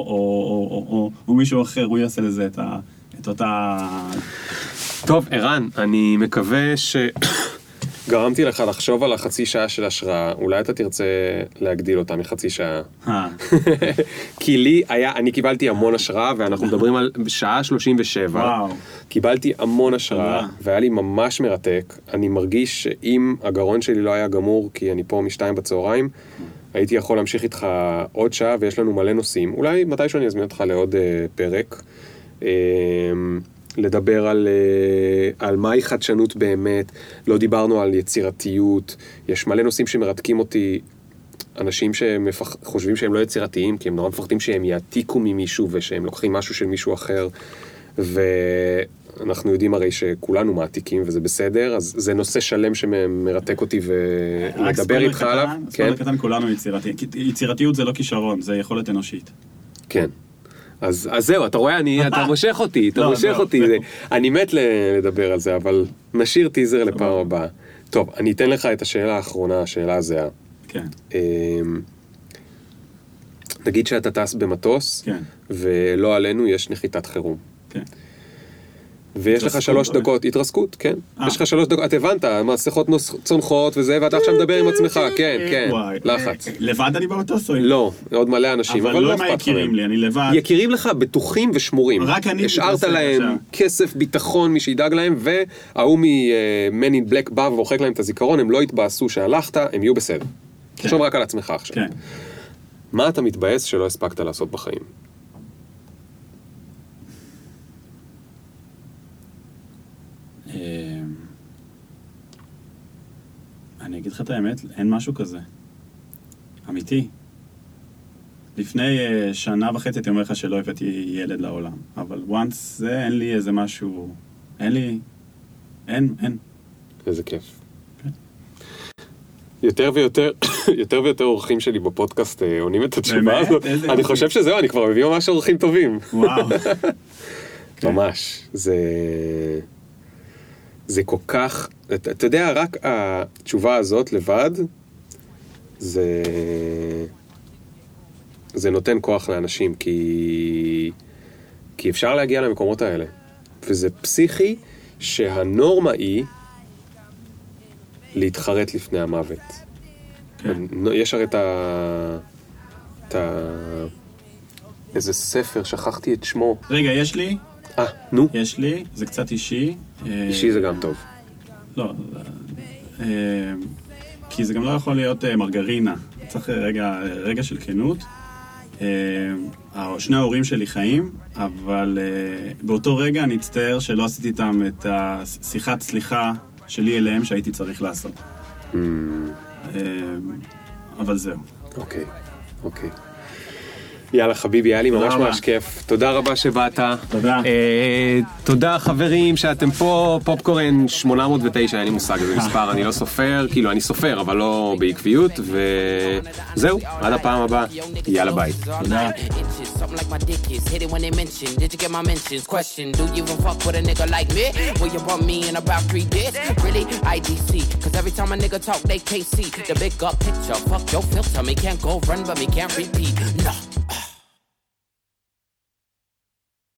או מישהו אחר, הוא יעשה לזה את אותה... טוב, ערן, אני מקווה שגרמתי לך לחשוב על החצי שעה של השראה, אולי אתה תרצה להגדיל אותה מחצי שעה. כי לי אני קיבלתי המון השראה, ואנחנו מדברים על שעה 37. וואו. קיבלתי המון השראה, והיה לי ממש מרתק. אני מרגיש שאם הגרון שלי לא היה גמור, כי אני פה מ-2 בצהריים, הייתי יכול להמשיך איתך עוד שעה, ויש לנו מלא נושאים. אולי מתישהו אני אזמין אותך לעוד פרק. לדבר על מהי חדשנות באמת, לא דיברנו על יצירתיות, יש מלא נושאים שמרתקים אותי, אנשים שחושבים שהם לא יצירתיים, כי הם נורא מפחדים שהם יעתיקו ממישהו, ושהם לוקחים משהו של מישהו אחר, ואנחנו יודעים הרי שכולנו מעתיקים, וזה בסדר, אז זה נושא שלם שמרתק אותי ולדבר איתך עליו. ספורט קטן, כולנו יצירתיים. יצירתיות זה לא כישרון, זה יכולת אנושית. כן. אז זהו, אתה רואה, אתה מושך אותי, אני מת לדבר על זה, אבל נשאיר טיזר לפעם הבאה. טוב, אני אתן לך את השאלה האחרונה, השאלה הזהה. כן. נגיד שאתה טס במטוס, ולא עלינו יש נחיתת חירום. כן. ויש לך 3 דקות, התרסקות, כן. יש לך 3 דקות, את הבנת, מסכות צונחות וזה, ואתה עכשיו מדבר עם עצמך, כן, לחץ. לבד אני במטוס או? לא, עוד מלא אנשים, אבל לא מהיקירים לי, אני לבד. יקירים לך בטוחים ושמורים. רק אני השארת להם כסף, ביטחון, מי שידאג להם, והוא מ-Man in Black בא ורוחק להם את הזיכרון, הם לא יתבאסו שהלכת, הם יהיו בסדר. תחשוב רק על עצמך עכשיו. מה אתה מתבאס שלא הספקת לעשות בחיים? אני אגיד לך את האמת, אין משהו כזה. אמיתי. לפני 1.5 שנה הייתי אומר לך שלא הבאתי ילד לעולם. אבל once זה, אין לי איזה משהו... אין. איזה כיף. יותר ויותר אורחים שלי בפודקאסט עונים את התשובה הזאת. אני חושב שזהו, אני כבר מביא ממש אורחים טובים. וואו. ממש. זה כל כך... אתה יודע, רק התשובה הזאת לבד, זה נותן כוח לאנשים, כי אפשר להגיע למקומות האלה. וזה פסיכי שהנורמה היא להתחרט לפני המוות. יש הרי איזה ספר, שכחתי את שמו. רגע, יש לי? נו. יש לי, זה קצת אישי. אישי זה גם טוב. לא, כי זה גם לא יכול להיות מרגרינה. צריך רגע של כנות. שני ההורים שלי חיים, אבל באותו רגע אני אצטער שלא עשיתי איתם את השיחת סליחה שלי אליהם שהייתי צריך לעשות. אבל זהו. אוקיי. יאללה חביבי, היה לי ממש כיף. תודה רבה שבאת. תודה. תודה חברים שאתם פה. פופקורן 809, אין לי מושג, זה מספר, אני לא סופר, כאילו אני סופר, אבל לא בעקביות, וזהו, עד הפעם הבאה. יאללה ביי. תודה. Something like my dick is hit it when they mention. Did you get my mentions? Question, do you even fuck with a nigga like me? Will you bump me in about 3 days? Really? IDC. Cause every time a nigga talk, they KC. The big up picture. Fuck your filter. Me can't go run, but me can't repeat. No.